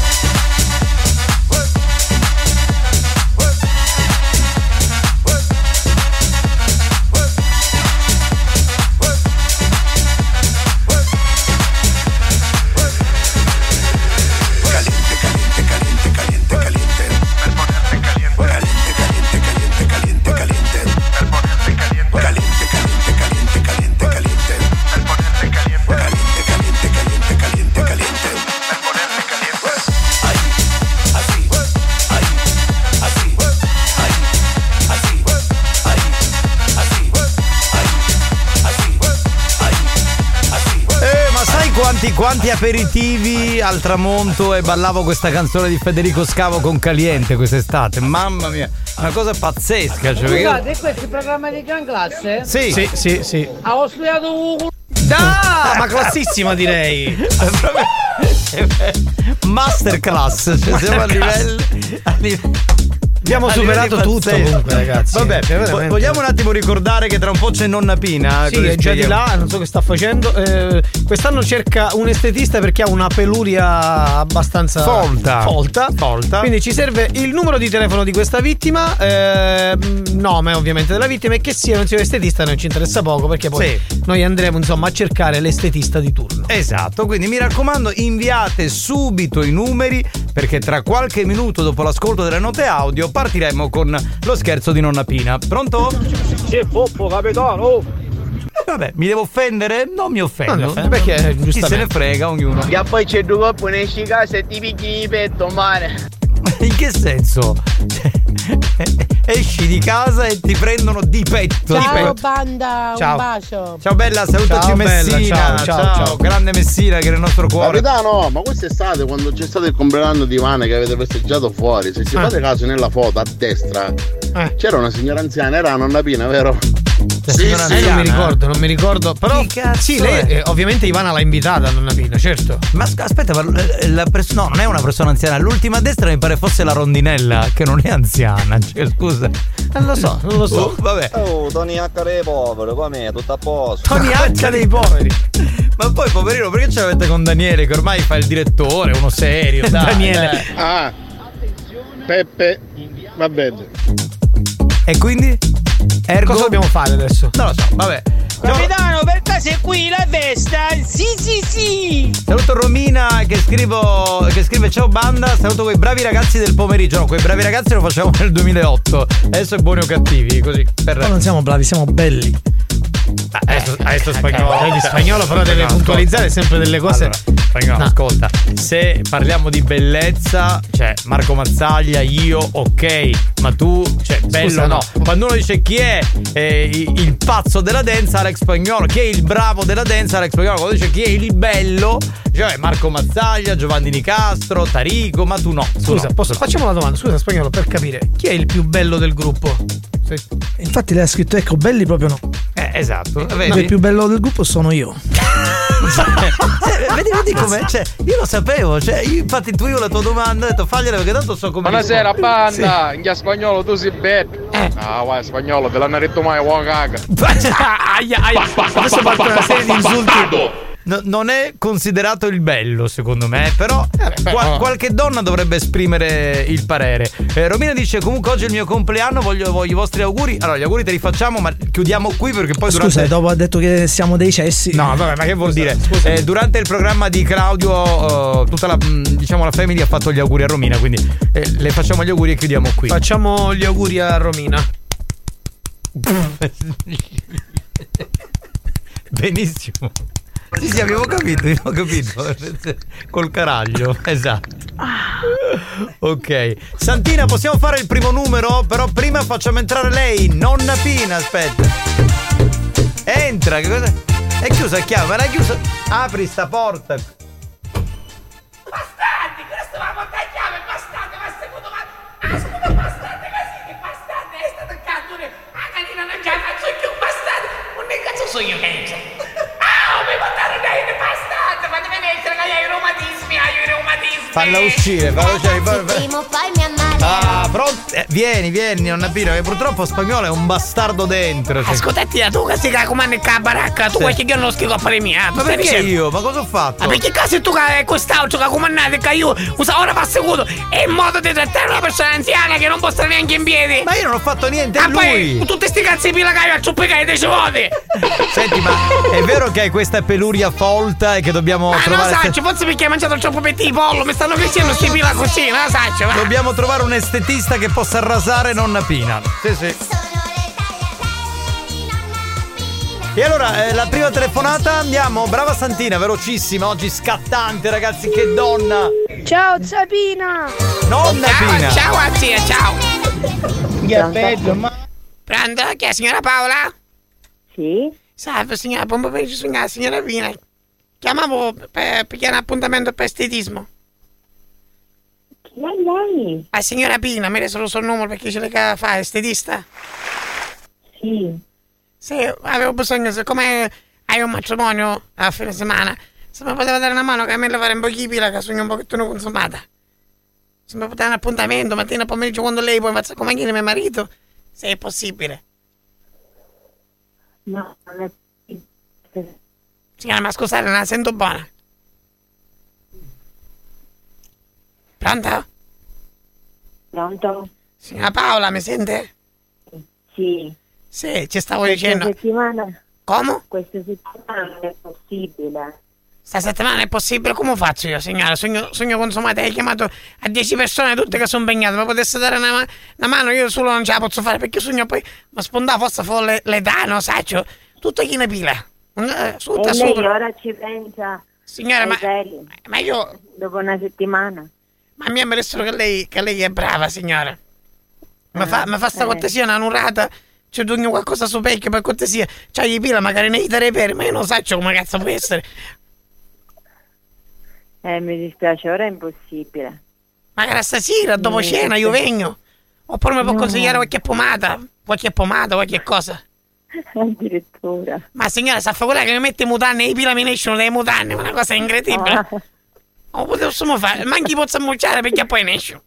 Quanti aperitivi al tramonto e ballavo questa canzone di Federico Scavo con Caliente quest'estate, mamma mia, una cosa pazzesca. Scusate, questo è il programma di Gran Classe? Sì. Ho studiato ma classissima direi. Masterclass, cioè siamo a livello Abbiamo superato tutto comunque, ragazzi. Vabbè, vogliamo un attimo ricordare che tra un po' c'è nonna Pina. Sì, è già di là, non so che sta facendo. Quest'anno cerca un estetista perché ha una peluria abbastanza folta. Quindi ci serve il numero di telefono di questa vittima, nome ovviamente della vittima, e che sia un estetista non ci interessa poco, perché poi noi andremo insomma a cercare l'estetista di turno. Esatto, quindi mi raccomando, inviate subito i numeri, perché tra qualche minuto dopo l'ascolto delle note audio partiremo con lo scherzo di nonna Pina. Pronto? Sì, Poppo, capitano. Vabbè, mi devo offendere? Non mi offendo. Non mi offendo, perché giustamente. Chi se ne frega, ognuno. E poi c'è due Poppo, ne esci casa e ti picchi di petto, mare. In che senso? Esci di casa e ti prendono di petto. Ciao banda, Ciao. un bacio. Ciao bella, salutaci Ciao, Messina. bella, ciao. Grande Messina che è nel nostro cuore. Capitano, ma quest'estate quando c'è stato il compleanno di Ivana che avete festeggiato fuori, se ci fate caso nella foto a destra c'era una signora anziana, era nonna Pina, vero? Sì, non mi ricordo. Però sì, lei ovviamente Ivana l'ha invitata a nonna Pina, certo. Ma aspetta, no, non è una persona anziana. L'ultima a destra mi pare fosse la rondinella, che non è anziana. Cioè, scusa. Non lo so. Vabbè. Oh, Tony H dei poveri, com'è? Tutto a posto. Tony H dei poveri. Ma poi, poverino, perché ce l'avete con Daniele, che ormai fa il direttore, uno serio? Dai, Daniele. Peppe, va bene. E quindi? Cosa dobbiamo fare adesso? Non lo so, vabbè. Capitano, per caso è qui la festa? Sì. Saluto Romina che scrive ciao banda, saluto quei bravi ragazzi del pomeriggio. No, quei bravi ragazzi lo facciamo nel 2008. Adesso è buoni o cattivi, così. Ma non siamo bravi, siamo belli. Adesso spagnolo. Di spagnolo però deve puntualizzare sempre delle cose. Allora, spagnolo, ascolta, se parliamo di bellezza, cioè Marco Mazzaglia, io, ok, ma tu, cioè, bello no. Quando uno dice chi è il pazzo della dance, Alex Spagnolo, chi è il bravo della dance, Alex Spagnolo. Quando dice chi è il bello, cioè Marco Mazzaglia, Giovanni Nicastro, Tarico, ma tu no. Scusa, facciamo una domanda, scusa Spagnolo, per capire, chi è il più bello del gruppo? Infatti lei ha scritto ecco, belli proprio no. Esatto. Il più bello del gruppo sono io. Vedi com'è? Cioè, io lo sapevo, cioè, infatti intuivo la tua domanda, ho detto fagliela perché tanto so come. Buonasera banda, in spagnolo tu sei bello. Ah, vai spagnolo, te l'hanno detto mai, uomo caga. Adesso parte una serie di insulti. Non è considerato il bello, secondo me, però qualche donna dovrebbe esprimere il parere. Romina dice comunque oggi è il mio compleanno, voglio i vostri auguri. Allora, gli auguri te li facciamo, ma chiudiamo qui perché poi Scusa, dopo ha detto che siamo dei cessi. No, vabbè, ma che vuol dire? Durante il programma di Claudio, tutta la family ha fatto gli auguri a Romina, quindi le facciamo gli auguri e chiudiamo qui. Facciamo gli auguri a Romina. Benissimo. Sì, abbiamo capito. Col caraglio, esatto. Ok. Santina, possiamo fare il primo numero? Però prima facciamo entrare lei, nonna Pina, aspetta. Entra, che cosa? È chiusa a chiave, ma l'hai chiusa? Apri sta porta. Bastardi, questo va a portare chiave, bastardi, ma secondo me. Secondo bastardi così, che bastardi, è stato il cazzo. Canina non ce la faccio più, bastardi. Non ne cazzo so io che dice. Mi portare dai, bastardi, fatemi vedere che hai i reumatismi, Falla uscire, pronto? Vieni, nonna Pina, che purtroppo spagnolo è un bastardo dentro. Cioè. Ascoltati, tu che sei comando in baracca, tu qualche giorno non scrivo a fare mia. Ma perché io? Ma cosa ho fatto? Ma perché caso tu che quest'altro che comandate che io usa ora passa secondo è il modo di trattare una persona anziana che non può stare neanche in piedi. Ma io non ho fatto niente, è lui. Poi tutti sti cazzi pila che a ciuppicare 10 volte. Senti, ma è vero che hai questa peluria folta e che dobbiamo trovare. Ma non so, forse perché hai mangiato il cioppo di pollo, mi stanno crescendo sti pila così, non lo so. Dobbiamo trovare un estetista che possa rasare nonna Pina. Sì. E allora, la prima telefonata andiamo. Brava Santina, velocissima, oggi scattante, ragazzi, che donna. Ciao Sabina. Nonna Pina. Ciao zia, ciao. Che peggio, ma. Pronto? Chi è, signora Paola? Sì. Salve signora, buon pomeriggio signora Pina. Chiamavo per chiedere un appuntamento per estetismo. Chi è lei? Signora Pina, mi ha reso il suo numero perché ce l'ha fa estetista? Sì. Sì, avevo bisogno, siccome hai un matrimonio a fine settimana, se mi poteva dare una mano che a me le fare un po' di pila che sono un pochettino consumata. Se mi può dare un appuntamento mattina pomeriggio quando lei può fare come mio marito, se è possibile. No, non è possibile. Signora, ma scusate, non la sento buona. Pronto? Pronto? Signora Paola, mi sente? Sì. Sì, ci stavo Questa dicendo. settimana? Come? Questa settimana non è possibile. Sta settimana è possibile? Come faccio io, signora? Sogno consumato, hai chiamato a 10 persone tutte che sono impegnate. Mi potesse dare una mano? Io solo non ce la posso fare perché sogno poi mi sponda forse fuori l'età, no, saccio? Tutto chi ne pila. E lei ora ci pensa? Signora, ma io... Dopo una settimana? Ma mi ha messo che lei è brava, signora. Mi fa sta cortesia, una nurata. C'è dunque qualcosa su pecchio per cortesia. C'hai i pila, magari ne dare per, ma io non so come cazzo può essere. Mi dispiace, ora è impossibile. Magari stasera, dopo cena, io vengo. Oppure mi può consigliare qualche pomata, qualche cosa. Addirittura. Ma signora, sa fare che mi mette mutande e i pila mi ne escono dai mutande, una cosa incredibile. Non possiamo fare, manchi posso ammucciare perché poi ne esco.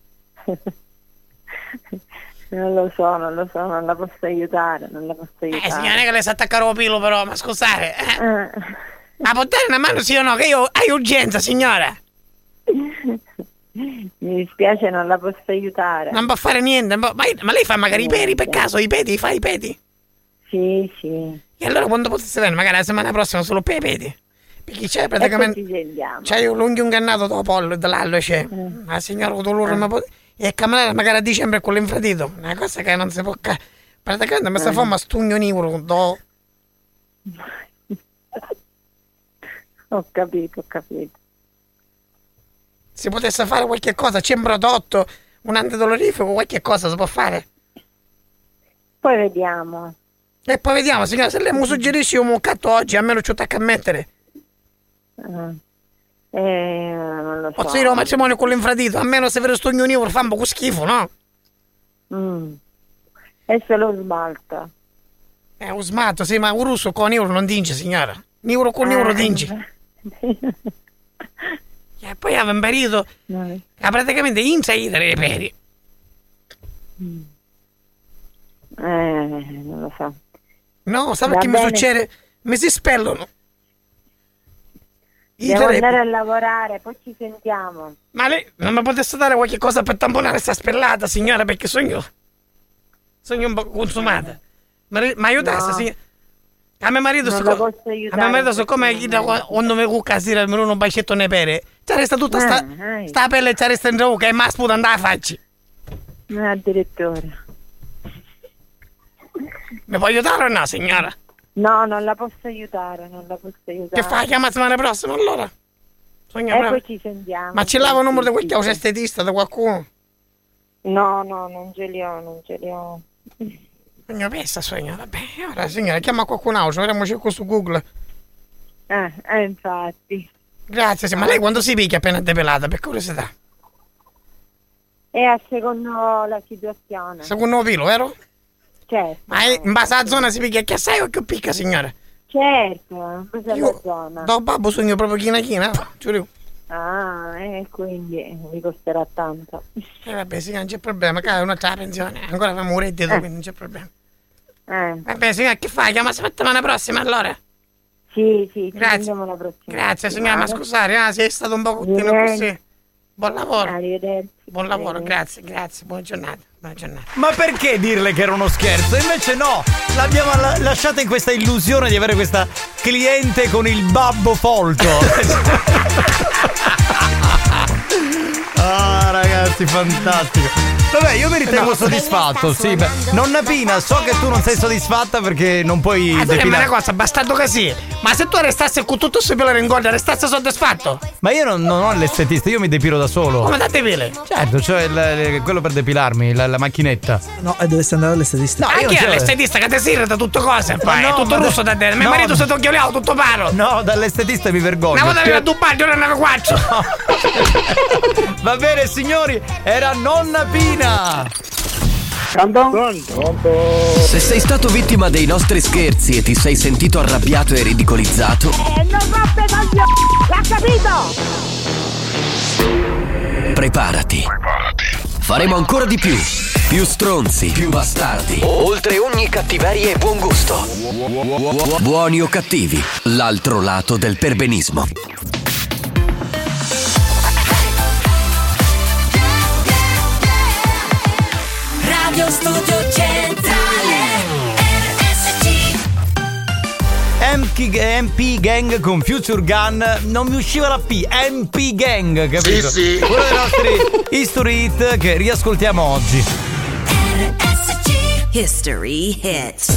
Non lo so, non la posso aiutare, signora, che lei sa attaccare il pilo però, ma scusate. Ma può dare una mano sì o no, che io hai urgenza, signora? Mi dispiace, non la posso aiutare. Non può fare niente, ma lei fa magari i peri per caso, i peti, fa i peti? Sì, sì. E allora quando potesse venire, magari la settimana prossima solo per i peti? Perché c'è praticamente... C'è l'unghio ingannato dopo pollo, dall'allo c'è. La signora con dolore ma e camminare magari a dicembre con l'infradito. Una cosa che non si può... Praticamente mi sta forma stugno nivolo do... Ho capito. Si potesse fare qualche cosa, c'è un prodotto, un antidolorifico, qualche cosa si può fare? Poi vediamo. E poi vediamo, signora, se lei mi suggerisce un muccatto oggi, a me lo ci attacca a mettere. Non lo so. Posso dire un matrimonio con l'infradito, a meno se vedo sto gnonivoro fa un po' schifo, no? E se lo smalta. Ho smalto, sì, ma un russo con euro non dinge, signora. Euro con euro dinge. E poi aveva un periodo che praticamente insaida i peri. Non lo so. No, sa perché mi succede? Mi si spellano. Devo andare a lavorare, poi ci sentiamo. Ma lei non mi potesse dare qualche cosa per tamponare sta spellata, signora, perché sogno un po' consumata. Ma aiutasse, signora. A mio marito siccome quando mi cucca a sera mi un bacetto nei pere, c'è resta tutta sta pelle, c'è resta in ruca e ma sputa andare a facci. Addirittura. Mi può aiutare o no, signora? No, non la posso aiutare, Che fa? Chiama la settimana prossima allora? Poi ci sentiamo. Ma ce l'ha un numero di qualche estetista, da qualcuno? No, non ce li ho. Sogno pessa, vabbè, ora signora, chiama qualcun altro, vediamo cerco su Google. Infatti. Grazie, ma lei quando si picchia appena depelata, per curiosità? È a secondo la situazione. Secondo il pilo, vero? Certo. Ma in base alla zona si picchia che assai o che picca, signora? Certo, in base alla zona. Da babbo sogno proprio china, giuro. Quindi mi costerà tanto. Vabbè, signora, non c'è problema, cade una la pensione, ancora fa un reddito, quindi non c'è problema. Vabbè, signora, che fai? Chiama la settimana prossima allora? Sì, grazie. La prossima. Grazie, signora, ma scusate, sei stato un po' cuttino così. Buon lavoro. Arrivederci. Buon lavoro, grazie, buona giornata. Ma perché dirle che era uno scherzo? Invece no, l'abbiamo lasciata in questa illusione di avere questa cliente con il babbo folto. Ragazzi, fantastico. Vabbè, io mi ritengo soddisfatto, sì. Nonna Pina, so che tu non sei soddisfatta perché non puoi depilare. Ma una cosa, bastardo così. Ma se tu restassi con tutto questo pelo in gola, restassi soddisfatto? Ma io non ho l'estetista, io mi depilo da solo. Come da depile? Certo, cioè quello per depilarmi, la macchinetta. No, dovresti andare all'estetista. No, chi è l'estetista che ti si irrita tutto cose? Poi è tutto russo da te. Mio marito si tocchioliato tutto paro. No, dall'estetista mi vergogno. Una volta aveva Dubaggio, ora ne quattro. Va bene, signori, era Nonna Pina. Se sei stato vittima dei nostri scherzi e ti sei sentito arrabbiato e ridicolizzato, non rompe coglioni, l'ha capito? Preparati. Faremo ancora di più. Più stronzi, più bastardi. Oltre ogni cattiveria e buon gusto. Buoni o cattivi, l'altro lato del perbenismo. Radio Studio Centrale MP Gang con Future Gun. Non mi usciva la P. MP Gang, capito? Sì. Uno dei nostri History Hit che riascoltiamo oggi. History Hit.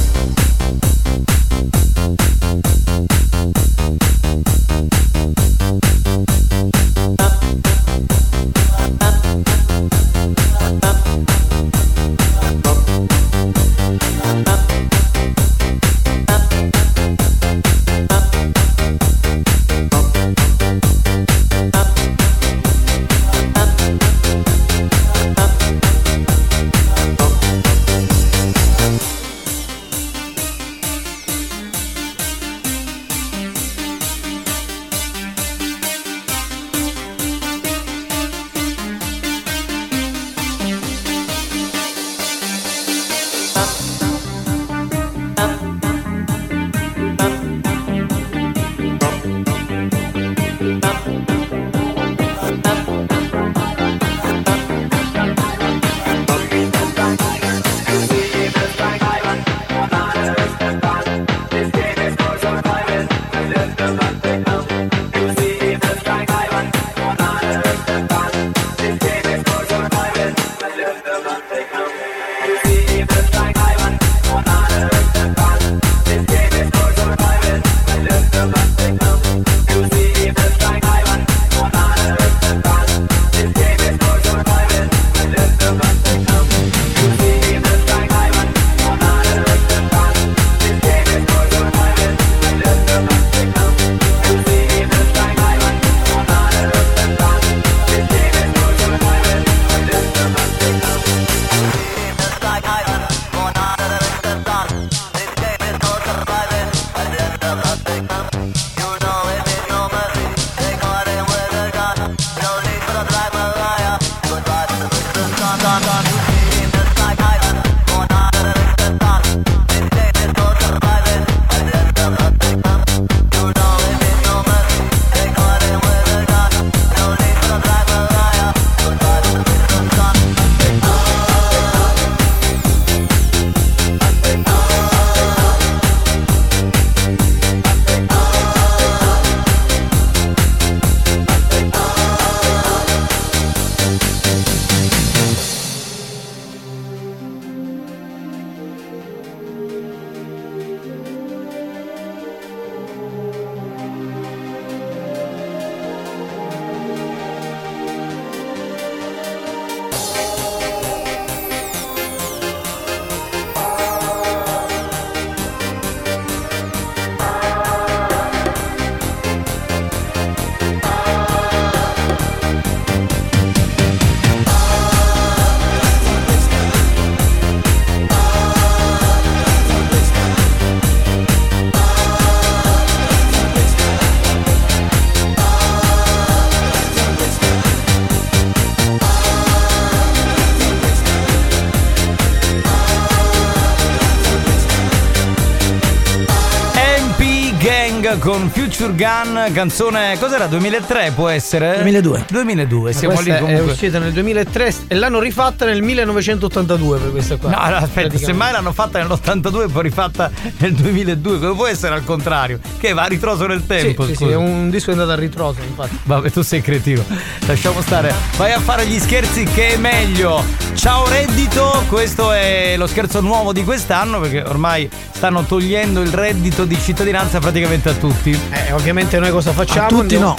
Con Future Gun, canzone, cos'era? 2003 può essere? 2002, siamo lì comunque. È uscita nel 2003 e l'hanno rifatta nel 1982 per questa qua. No, aspetta, semmai l'hanno fatta nell'82 e poi rifatta nel 2002, come può essere al contrario? Che va a ritroso nel tempo? Sì, è un disco andato a ritroso, infatti. Vabbè, tu sei cretino. Lasciamo stare. Vai a fare gli scherzi che è meglio. Ciao reddito, questo è lo scherzo nuovo di quest'anno perché ormai stanno togliendo il reddito di cittadinanza praticamente a tutti. Ovviamente noi cosa facciamo? A tutti no.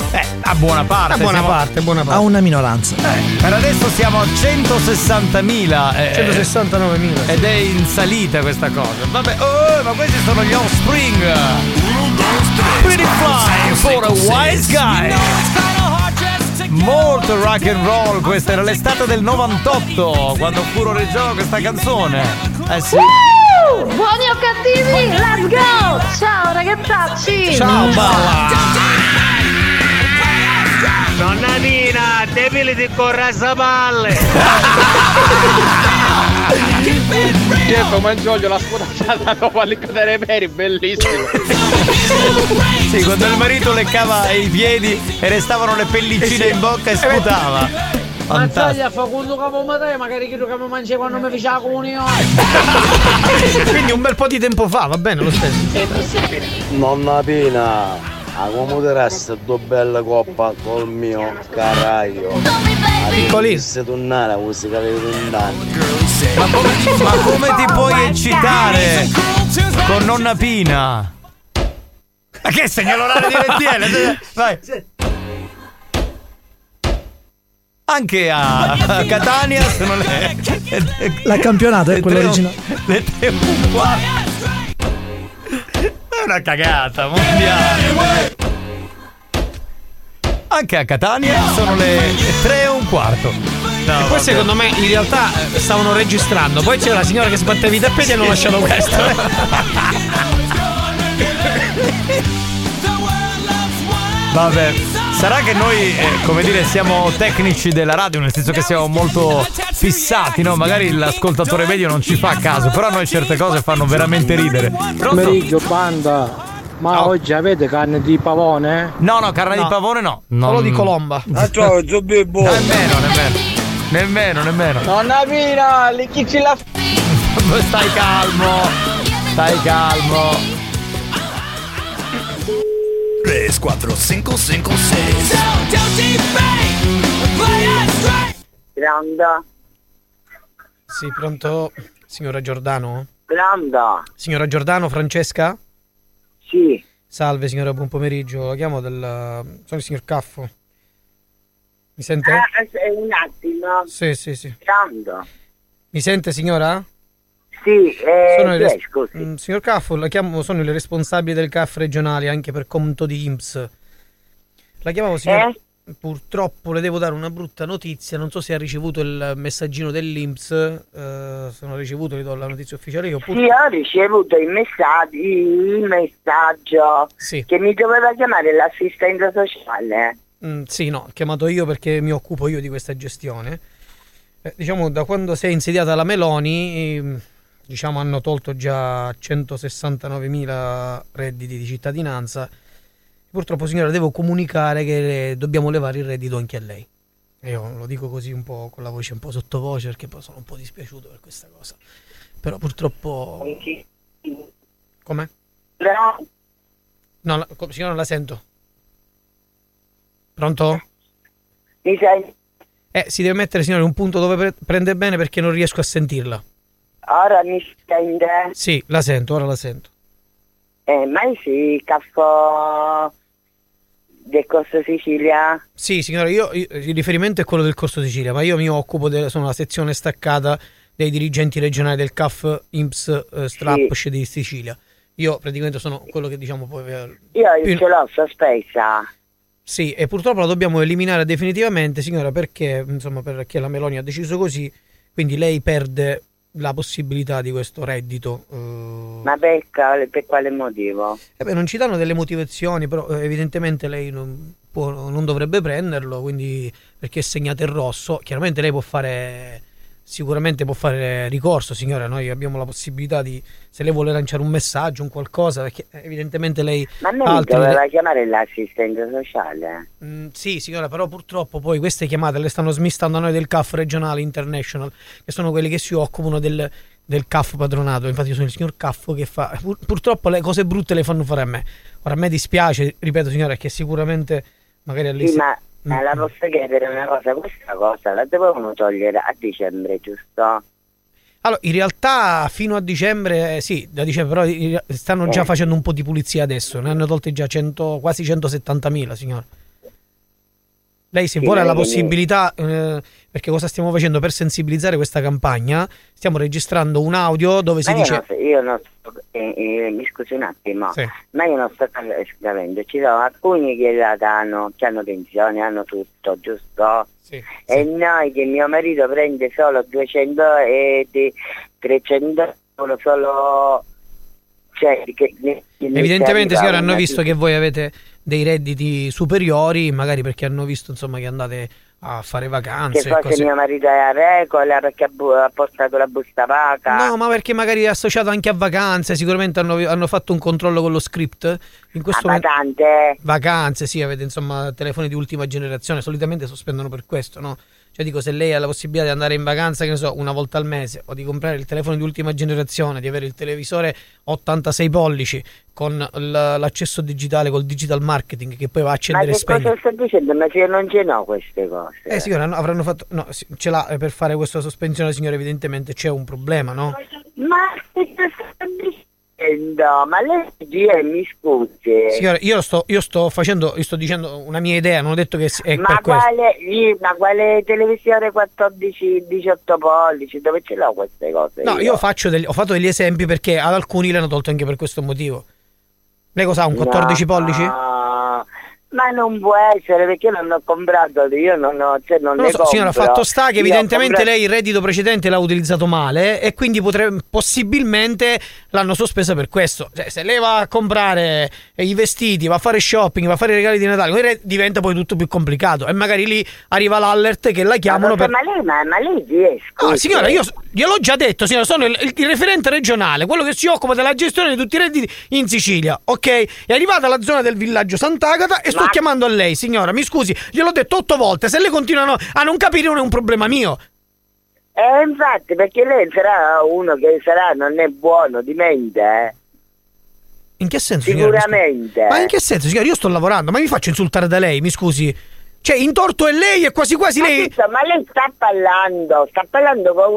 A buona parte. A buona parte. A una minoranza. Per adesso siamo a 160.000. 169.000. Ed è in salita questa cosa. Vabbè, ma questi sono gli Offspring. Pretty fly for a wise guy. Molto rock and roll, questa era l'estate del 98 quando furoreggiò questa canzone. Sì. Buoni o cattivi, let's go! Ciao ragazzacci! Ciao balla! Nonna Pina, debili di corrassa palle. Chiedo Mangioglio la sputacciata dopo all'incadere peri, bellissimo. Sì, quando il marito leccava i piedi e restavano le pellicine in bocca e sputava. Mazzaglia fa quando capo te, magari credo che mi mangi quando mi faceva la comunione. Quindi un bel po' di tempo fa, va bene lo stesso. Nonna Pina, a come ti resta due belle coppa col mio caraio. Piccoli. Se tornare a musica dei 20 anni. Ma come ti puoi eccitare con Nonna Pina? Ma che segnalo l'ora di RTL? Vai. Anche a Catania sono la campionato è quella originale. Le 3:15. È una cagata mondiale. Anche a Catania sono le 3:15. No, e poi secondo me in realtà stavano registrando. Poi c'era la signora che sbatteva i tappeti e hanno lasciato questo. Vabbè, sarà che noi, come dire, siamo tecnici della radio, nel senso che siamo molto fissati, no? Magari l'ascoltatore medio non ci fa caso, però a noi certe cose fanno veramente ridere. Pomeriggio, banda, ma oggi avete carne di pavone? No, carne di pavone no. Solo di colomba. Ciao, Zobibbo. Nemmeno. Nonna Pina, lì chi ci la Stai calmo. 3, 4, 5, 5, 6. Granda. Sì, pronto? Signora Giordano? Granda. Signora Giordano, Francesca? Sì. Salve signora, buon pomeriggio. La chiamo sono il signor Caffo. Mi sente? Un attimo. Sì. Granda. Mi sente signora? Sì, sono scusi. Signor Caffo, la chiamo, sono il responsabile del CAF regionale anche per conto di INPS. La chiamavo signora. Purtroppo le devo dare una brutta notizia, non so se ha ricevuto il messaggino dell'INPS, se non ha ricevuto le do la notizia ufficiale io. Sì, ho ricevuto il messaggio sì, che mi doveva chiamare l'assistente sociale. Sì, no, ho chiamato io perché mi occupo io di questa gestione. Diciamo da quando si è insediata la Meloni, diciamo hanno tolto già 169.000 redditi di cittadinanza. Purtroppo signora devo comunicare che dobbiamo levare il reddito anche a lei. Io lo dico così un po' con la voce un po' sottovoce perché poi sono un po' dispiaciuto per questa cosa. Però purtroppo... Com'è? No, signora non la sento. Pronto? Mi sei? Si deve mettere signora un punto dove prende bene perché non riesco a sentirla. Ora mi sente? Sì, la sento, ora la sento. Ma sì, caffè del Corso Sicilia? Sì, signora, io il riferimento è quello del Corso Sicilia, ma io mi occupo sono la sezione staccata dei dirigenti regionali del CAF INPS Strapsc di Sicilia. Io praticamente sono quello che diciamo poi... Io ce l'ho sospesa. Sì, e purtroppo la dobbiamo eliminare definitivamente, signora, perché insomma perché la Meloni ha deciso così, quindi lei perde la possibilità di questo reddito. Ma per quale motivo? Non ci danno delle motivazioni, però evidentemente lei non dovrebbe prenderlo, quindi perché è segnato in rosso. Chiaramente lei sicuramente può fare ricorso, signora, noi abbiamo la possibilità di, se lei vuole lanciare un messaggio, un qualcosa, perché evidentemente lei... Ma non doveva chiamare l'assistente sociale? Sì, signora, però purtroppo poi queste chiamate le stanno smistando a noi del CAF regionale international, che sono quelli che si occupano del CAF padronato. Infatti io sono il signor Caffo che fa... Purtroppo le cose brutte le fanno fare a me. Ora a me dispiace, ripeto signora, che sicuramente magari all'inizio... Ma la posso chiedere una cosa, questa cosa la dovevano togliere a dicembre, giusto? Allora, in realtà fino a dicembre, sì, da dicembre, però stanno già facendo un po' di pulizia adesso, ne hanno tolte già quasi 170.000, signora. Lei se vuole ha la possibilità, perché cosa stiamo facendo per sensibilizzare questa campagna? Stiamo registrando un audio dove si dice... mi scusi un attimo, sì. Ma io non sto capendo, ci sono alcuni che hanno pensione, hanno tutto, giusto? Sì, e noi che mio marito prende solo 200 e 300 solo cioè, evidentemente signora hanno visto che voi avete dei redditi superiori, magari perché hanno visto insomma che andate a fare vacanze. Che forse mio marito è a regola perché ha portato la busta paga. No, ma perché magari è associato anche a vacanze. Sicuramente hanno fatto un controllo con lo script. In questo vacanze? Vacanze, sì, avete insomma telefoni di ultima generazione. Solitamente sospendono per questo, no? Cioè dico, se lei ha la possibilità di andare in vacanza, che ne so, una volta al mese, o di comprare il telefono di ultima generazione, di avere il televisore 86 pollici con l'accesso digitale, col digital marketing, che poi va a accendere e spegnere. Ma che cosa sta dicendo? Ma se non ce n'ho queste cose. Signora, avranno fatto... No, ce l'ha per fare questa sospensione, signora, evidentemente c'è un problema, no? Ma che cosa sta dicendo? Ma lei mi scusi. Signora, io sto dicendo una mia idea, non ho detto che è ma per questo. Ma quale televisione 14-18 pollici? Dove ce l'ho queste cose? No, io ho fatto degli esempi perché ad alcuni l'hanno tolto anche per questo motivo. Lei cosa ha, un 14 pollici? Ma non può essere, perché io non ho comprato, io non ho, cioè non ne so, signora, fatto sta che io evidentemente lei il reddito precedente l'ha utilizzato male e quindi possibilmente l'hanno sospesa per questo. Cioè, se lei va a comprare i vestiti, va a fare shopping, va a fare i regali di Natale, diventa poi tutto più complicato e magari lì arriva l'alert che la chiamano ma lei riesce. No, signora, io gliel'ho già detto, signora, sono il referente regionale, quello che si occupa della gestione di tutti i redditi in Sicilia, ok? È arrivata alla zona del villaggio Sant'Agata e sto chiamando a lei, signora, mi scusi, gliel'ho detto 8 volte, se lei continuano a non capire non è un problema mio. Infatti, perché lei sarà uno che non è buono di mente, In che senso? Sicuramente. Signora, ma in che senso, signora? Io sto lavorando, ma mi faccio insultare da lei, mi scusi? Cioè, in torto è lei e quasi lei... Ma lei sta parlando con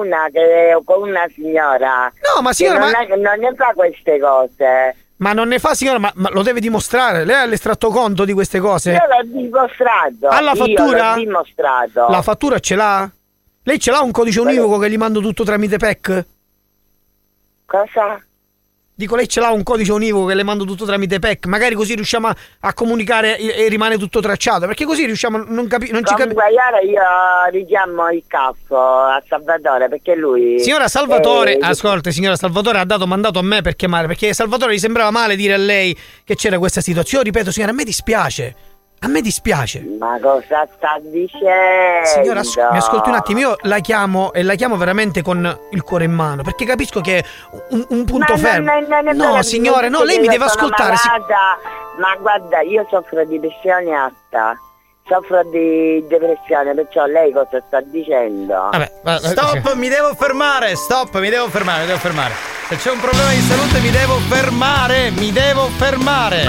una signora. No, ma signora, non ne fa queste cose. Ma non ne fa, signora, ma lo deve dimostrare. Lei ha l'estratto conto di queste cose? Io l'ho dimostrato. Ha la fattura? Io l'ho dimostrato. La fattura ce l'ha? Lei ce l'ha un codice univoco che gli mando tutto tramite PEC? Cosa? Dico, lei ce l'ha un codice univoco che le mando tutto tramite PEC? Magari così riusciamo a comunicare e rimane tutto tracciato. Perché così riusciamo a non ci capiamo. Io richiamo il capo a Salvatore perché lui... Signora Salvatore, ascolti, signora Salvatore ha mandato a me per chiamare, perché Salvatore gli sembrava male dire a lei che c'era questa situazione. Io ripeto, signora, a me dispiace. A me dispiace. Ma cosa sta dicendo? Signora, mi ascolti un attimo, io la chiamo e la chiamo veramente con il cuore in mano, perché capisco che è un punto fermo. No, signore, no, lei mi deve ascoltare. Ma guarda, io soffro di pressione alta. Soffro di depressione, perciò lei cosa sta dicendo? Vabbè, stop, mi devo fermare. Se c'è un problema di salute mi devo fermare.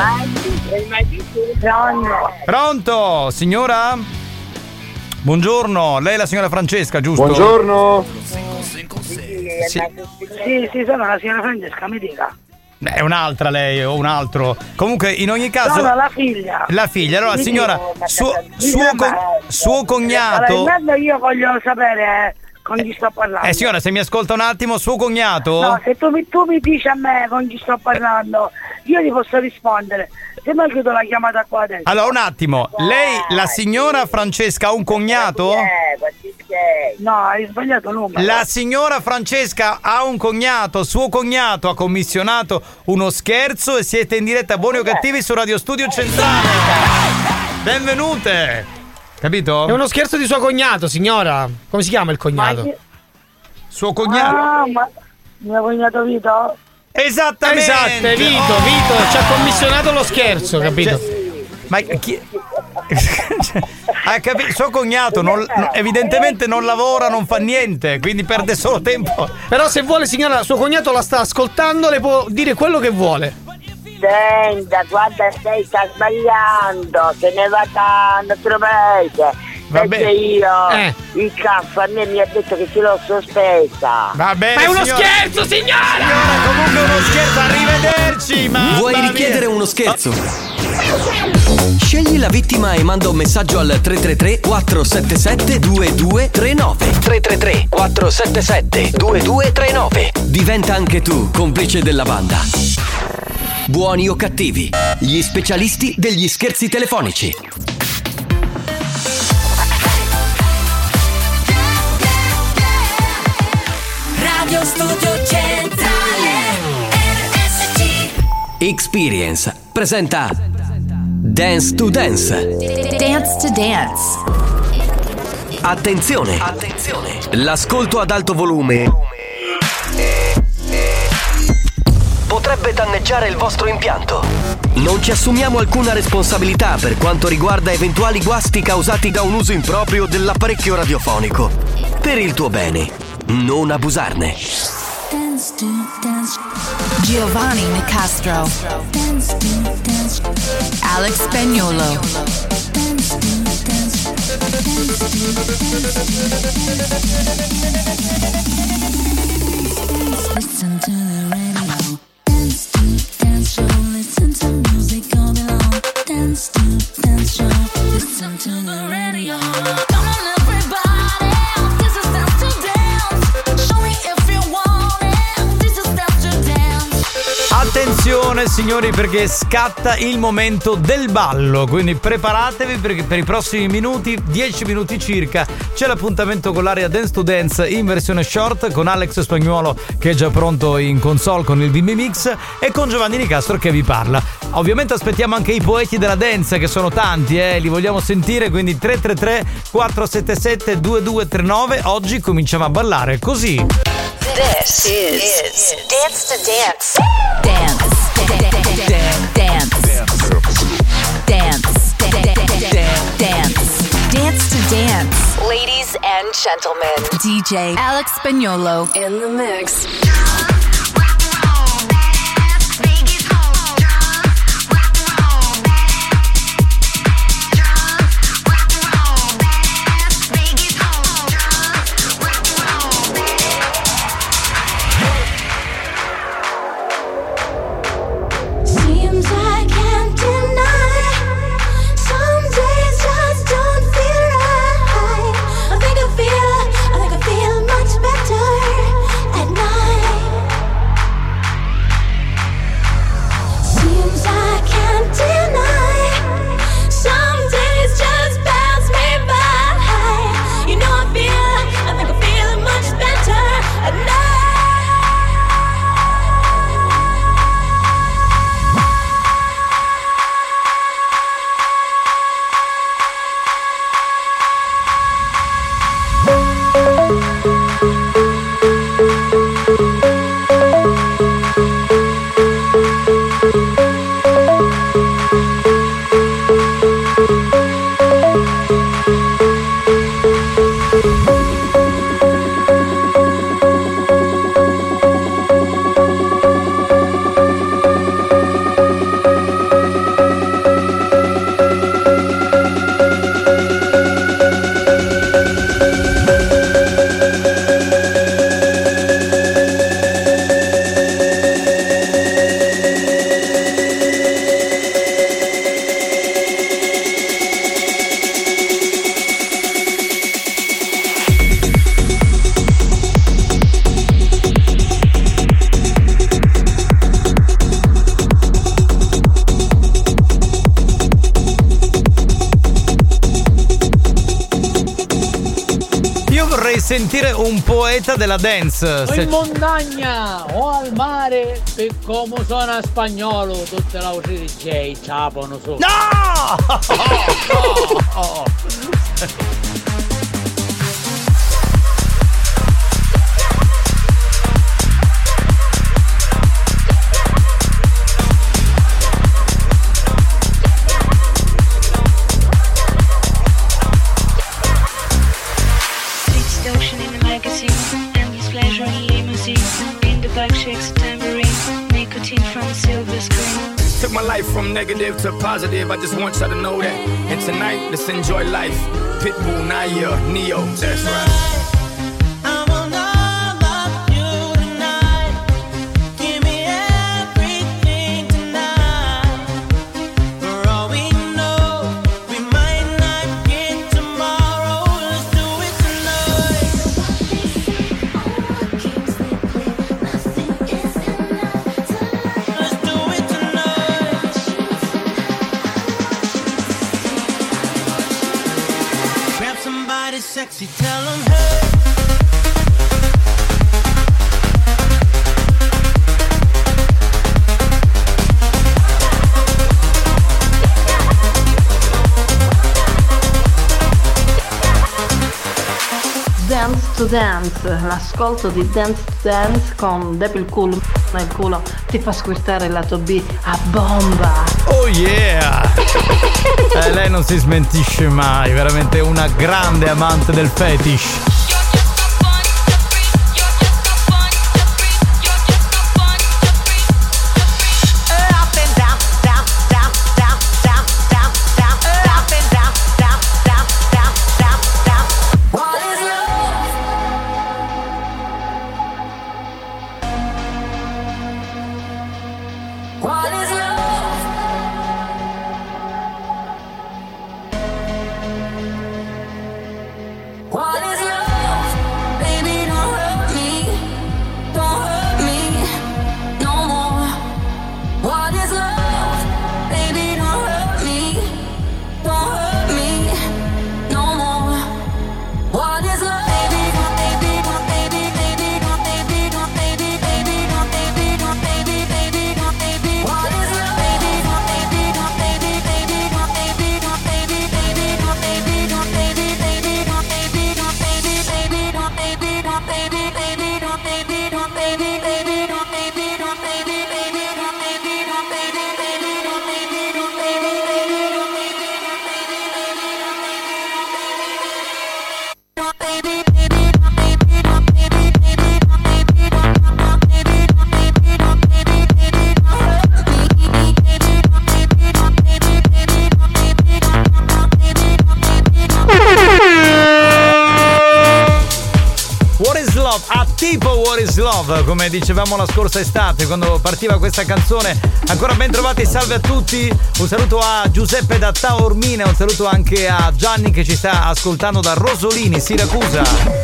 Pronto, signora? Buongiorno, lei è la signora Francesca, giusto? Buongiorno. Sì, sono la signora Francesca, mi dica. È un'altra lei o un altro. Comunque, in ogni caso. No, la figlia. La figlia, allora, signora, suo cognato. Allora, io voglio sapere con chi sto parlando. Signora, se mi ascolta un attimo, suo cognato. No, se tu mi dici a me con chi sto parlando, io ti posso rispondere. Se no chiudo la chiamata qua adesso. Allora, un attimo, lei, la signora Francesca, ha un cognato? No, hai sbagliato il numero. La signora Francesca ha un cognato, suo cognato ha commissionato uno scherzo e siete in diretta Buoni o Cattivi su Radio Studio Centrale. Benvenute. Capito? È uno scherzo di suo cognato, signora. Come si chiama il cognato? Suo cognato? Ma mio cognato Vito? Esattamente. Esatto, Vito ci ha commissionato lo scherzo, capito? Ma chi... suo cognato evidentemente non lavora, non fa niente, quindi perde solo tempo. Però se vuole, signora, suo cognato la sta ascoltando, le può dire quello che vuole. Senta, guarda, lei sta sbagliando, se ne va dal nostro paese. Perché io il caffè a me mi ha detto che ce l'ho sospesa. Va bene, ma è uno scherzo, signora! Signora, comunque uno scherzo, arrivederci. Vuoi richiedere uno scherzo? Scegli la vittima e manda un messaggio al 333 477 2239. 333 477 2239. Diventa anche tu complice della banda. Buoni o cattivi, gli specialisti degli scherzi telefonici. Radio Studio Centrale RSC. Experience presenta Dance to Dance. Dance to Dance. Attenzione! L'ascolto ad alto volume potrebbe danneggiare il vostro impianto. Non ci assumiamo alcuna responsabilità per quanto riguarda eventuali guasti causati da un uso improprio dell'apparecchio radiofonico. Per il tuo bene, non abusarne. Dance to Dance. Giovanni Nicastro. Dance to Dance. Alex Spagnolo. Dance to Dance. Listen to the radio. Dance to Dance show. Listen to music all day long. Dance to Dance show. Listen to the radio. Come on everybody, this is Dance to Dance. Show me if you want it. This is Dance to Dance. Attenzione signori, perché scatta il momento del ballo, quindi preparatevi perché per i prossimi minuti, 10 minuti circa, c'è l'appuntamento con l'area Dance to Dance in versione short con Alex Spagnuolo che è già pronto in console con il Bimbi Mix e con Giovanni Nicastro che vi parla. Ovviamente aspettiamo anche i poeti della dance, che sono tanti, li vogliamo sentire, quindi 333 477 2239. Oggi cominciamo a ballare così. This is Dance to Dance. Dance. Dance. Dance. Dance. Dance to Dance. Ladies and gentlemen, DJ Alex Spagnolo in the mix. Sentire un poeta della dance. O in montagna o al mare, per come suona Spagnolo, tutte le voci di DJ ciapano su. No! Oh. Took my life from negative to positive, I just want y'all to know that. And tonight, let's enjoy life. Pitbull, Naya, Neo, that's right. Sexy, tell them hey. Dance to Dance, l'ascolto di Dance to Dance con Devil Cool nel culo ti fa squirtare il lato B a bomba. Oh yeah! Lei non si smentisce mai, veramente una grande amante del fetish. Come dicevamo la scorsa estate quando partiva questa canzone. Ancora ben trovati, salve a tutti, un saluto a Giuseppe da Taormina, un saluto anche a Gianni che ci sta ascoltando da Rosolini, Siracusa.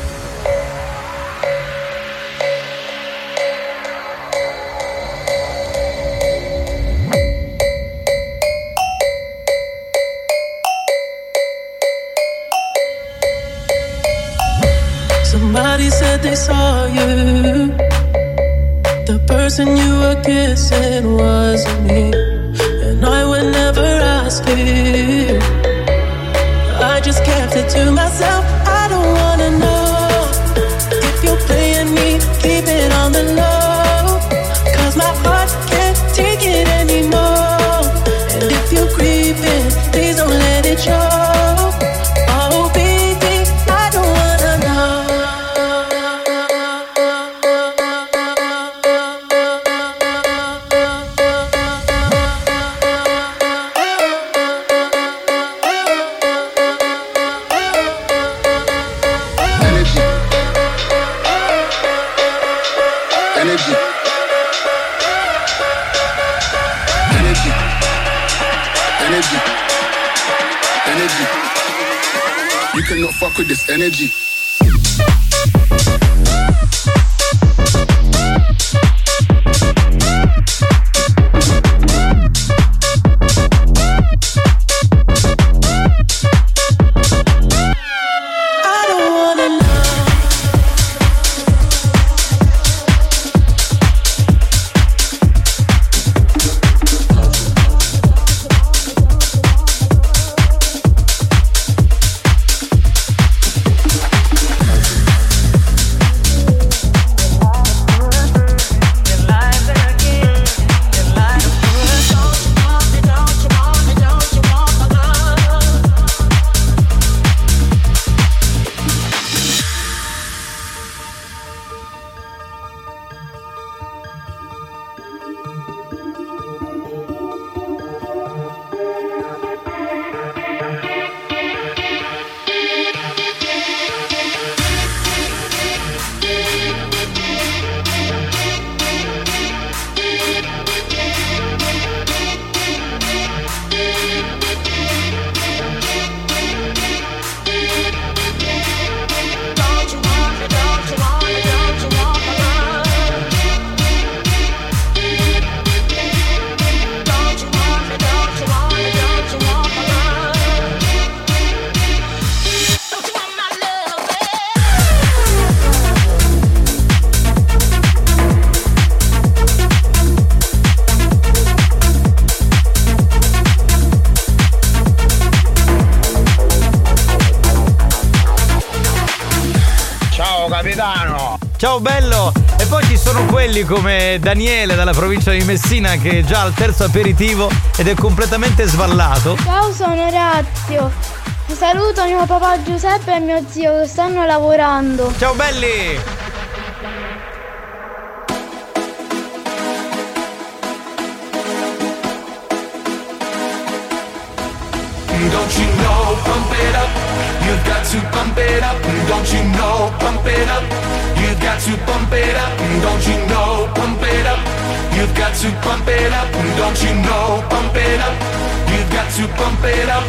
Somebody said they saw you. The person you were kissing wasn't me, and I would never ask you. I just kept it to myself. I don't wanna know if you're playing me. Keep it on the low, 'cause my heart can't take it anymore. And if you're creeping, please don't let it show. Oh baby, I don't wanna know. You cannot fuck with this energy. Ciao capitano. Ciao bello. E poi ci sono quelli come Daniele dalla provincia di Messina che è già al terzo aperitivo ed è completamente sballato. Ciao, sono Orazio. Saluto mio papà Giuseppe e mio zio che stanno lavorando. Ciao belli. Don't you know, pump it up, you've got to pump it up. Don't you know, pump it up, you've got to pump it up. Don't you know, pump it up, you've got to pump it up. Don't you know, pump it up, you've got to pump it up.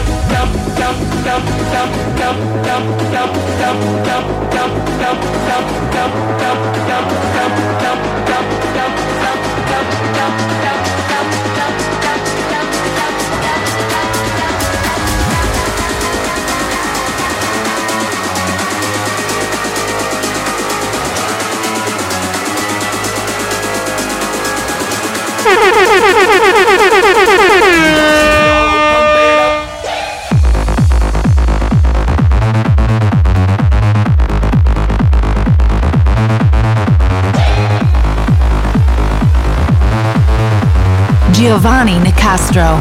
Giovanni Nicastro,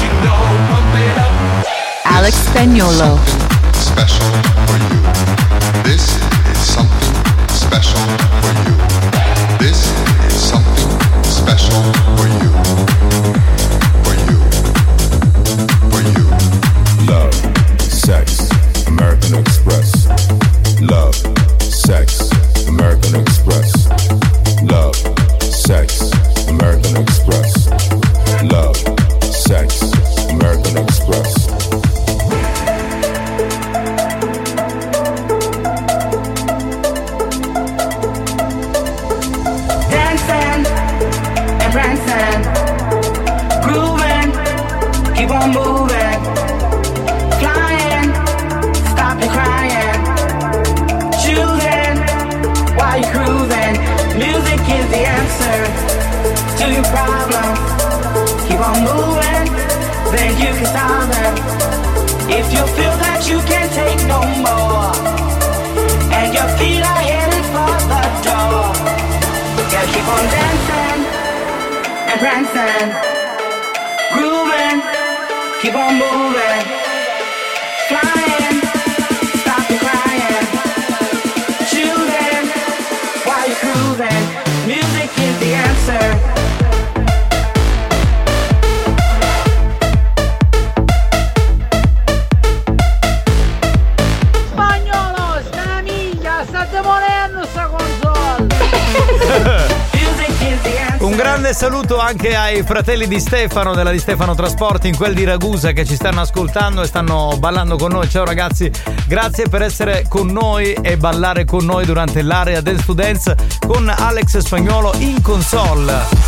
Alex Spagnolo. Special for you. This is something special for you. This is something special for you. For you. For you. Love, sex, American Express. Love, sex, American Express. Love, sex, American Express. Love, sex, American Express. Dancing and prancing, grooving, keep on moving, flying, stop your crying, choosing while you're cruising. Music is the answer to your problems. Keep on moving, then you can solve them. If you feel that you can't take no more, and your feet are headed for the door, gotta keep on dancing and prancing, grooving, keep on moving, flying, stop your crying, choosing while you're cruising. Music is the answer. Un grande saluto anche ai fratelli di Stefano della Di Stefano Trasporti in quel di Ragusa che ci stanno ascoltando e stanno ballando con noi. Ciao ragazzi, grazie per essere con noi e ballare con noi durante l'area Dance to Dance con Alex Spagnolo in console.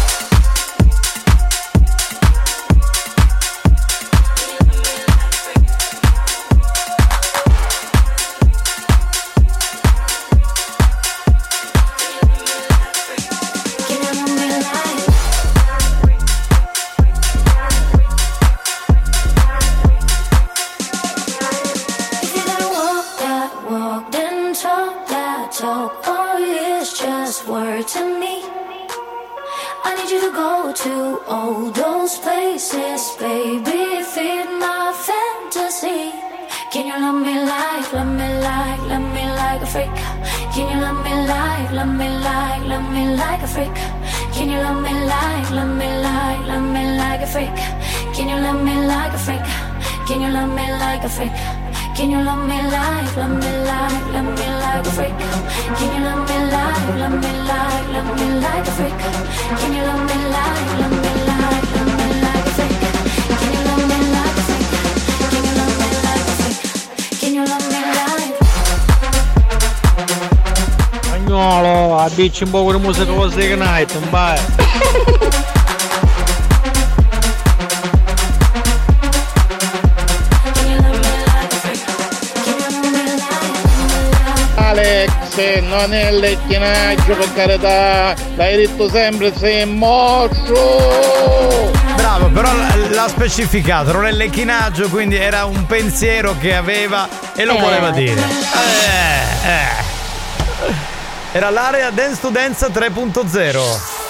Can you love me like, love me like, love me like a freak? Can you love me like, love me like, love me like a freak? Can you love me like, love me like, love me like a freak? Can you love me like a freak? Can you love me like a freak? Can you love me like? Spagnolo, abbicci un po' di musica così che night, un bye. Alex, non è il lecchinaggio per carità, l'hai detto sempre, sei mosso! Bravo, però l'ha specificato, non è il lecchinaggio, quindi era un pensiero che aveva e lo voleva dire. Era l'area Dance to Dance 3.0.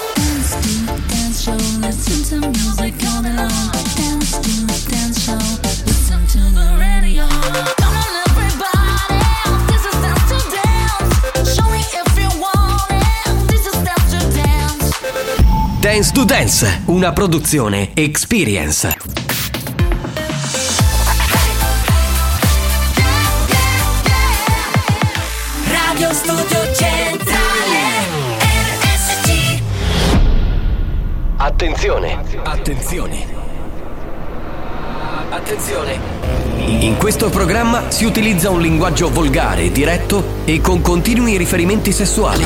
Dance to Dance, una produzione Experience. Radio Studio Centrale RSC. Attenzione, attenzione. Attenzione. In questo programma si utilizza un linguaggio volgare, diretto e con continui riferimenti sessuali.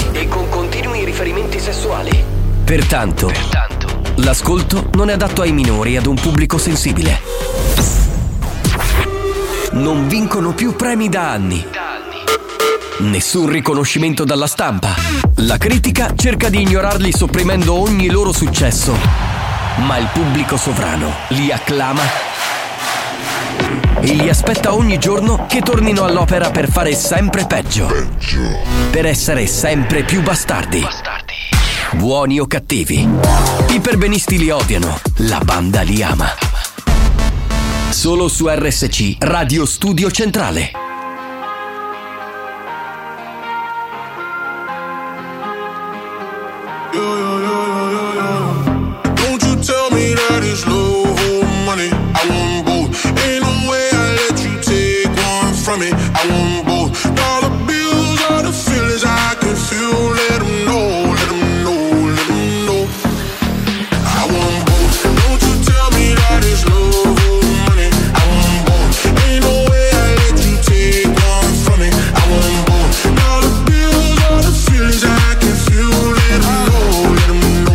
Pertanto, l'ascolto non è adatto ai minori e ad un pubblico sensibile. Non vincono più premi da anni. Nessun riconoscimento dalla stampa. La critica cerca di ignorarli sopprimendo ogni loro successo. Ma il pubblico sovrano li acclama e li aspetta ogni giorno che tornino all'opera per fare sempre peggio. Per essere sempre più bastardi. Buoni o cattivi, i perbenisti li odiano, la banda li ama. Solo su RSC Radio Studio Centrale. Don't you tell me that it's love or money. I want both. Ain't no way I let you take one from me. I want both. Dollar bills are the feelings I can feel. Let them know, let them know, let them know. I want both. Don't you tell me that it's love or money. I want both. Ain't no way I let you take one from me. I want both. Dollar bills are the feelings I can feel. Let them know, let them know.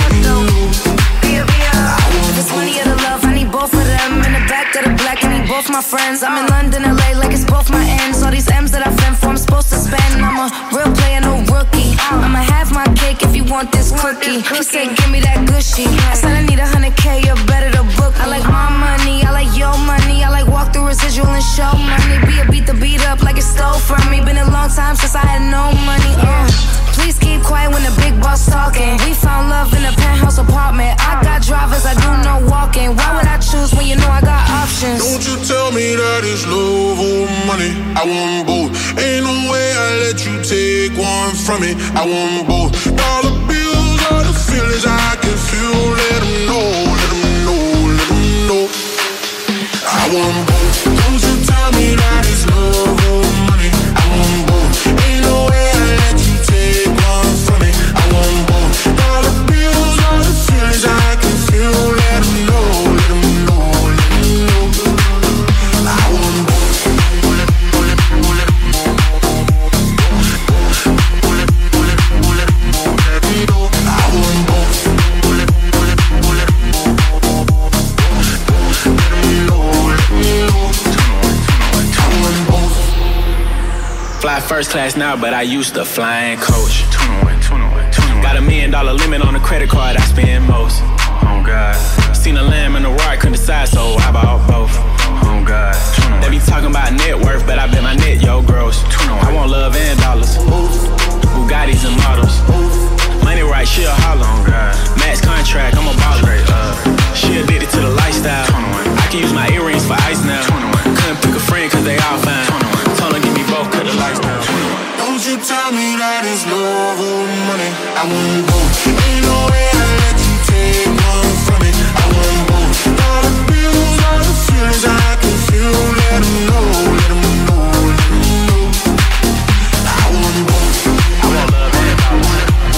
Both my friends, I'm in London, LA, like it's both my ends. All these M's that I've been for, I'm supposed to spend. I'm a real player, no rookie. I'ma have my cake if you want this cookie. He said, give me that gushy. I said, I need 100K, you're better to book. I like my money, I like your money. I like walk through residual and show money. Be a beat the beat up like it stole from me. Been a long time since I had no money. Please keep quiet when the big boss talking. We found love in a penthouse apartment. I got drivers, I do no walking. Why would I choose when you know I got options? Don't you tell me that it's love or money. I want both. Ain't no way I let you take one from me. I want both. Dollar bills are the feelings I can feel. Let them know, let them know, let them know. I want both. Don't you tell me that it's love or money. I want both. Ain't no way I let you take one from me. I want both. Dollar bills are the feelings I can feel. Let them know, let them know, let them know. I want both. Fly first class now, but I used to fly in coach. Got $1 million limit on the credit card I spend most. Oh God. Seen a lamb and a rock, couldn't decide, so I bought both. Oh God. They be talking about net worth, but I bet my net, yo, gross. I want love and dollars. Bugattis and models. Money right, she a holler. Oh God. Max contract, I'm a baller. She addicted to the lifestyle. I can use my earrings for ice now. Couldn't pick a friend cause they all fine. Told her give me both, cut the lights down. Don't you tell me that it's love or money. I want both. Ain't no way I let you take one from me. I want both. Dollar bills are the feelings I can feel. Let them know, let them know, let them know. I want both. I want love and power.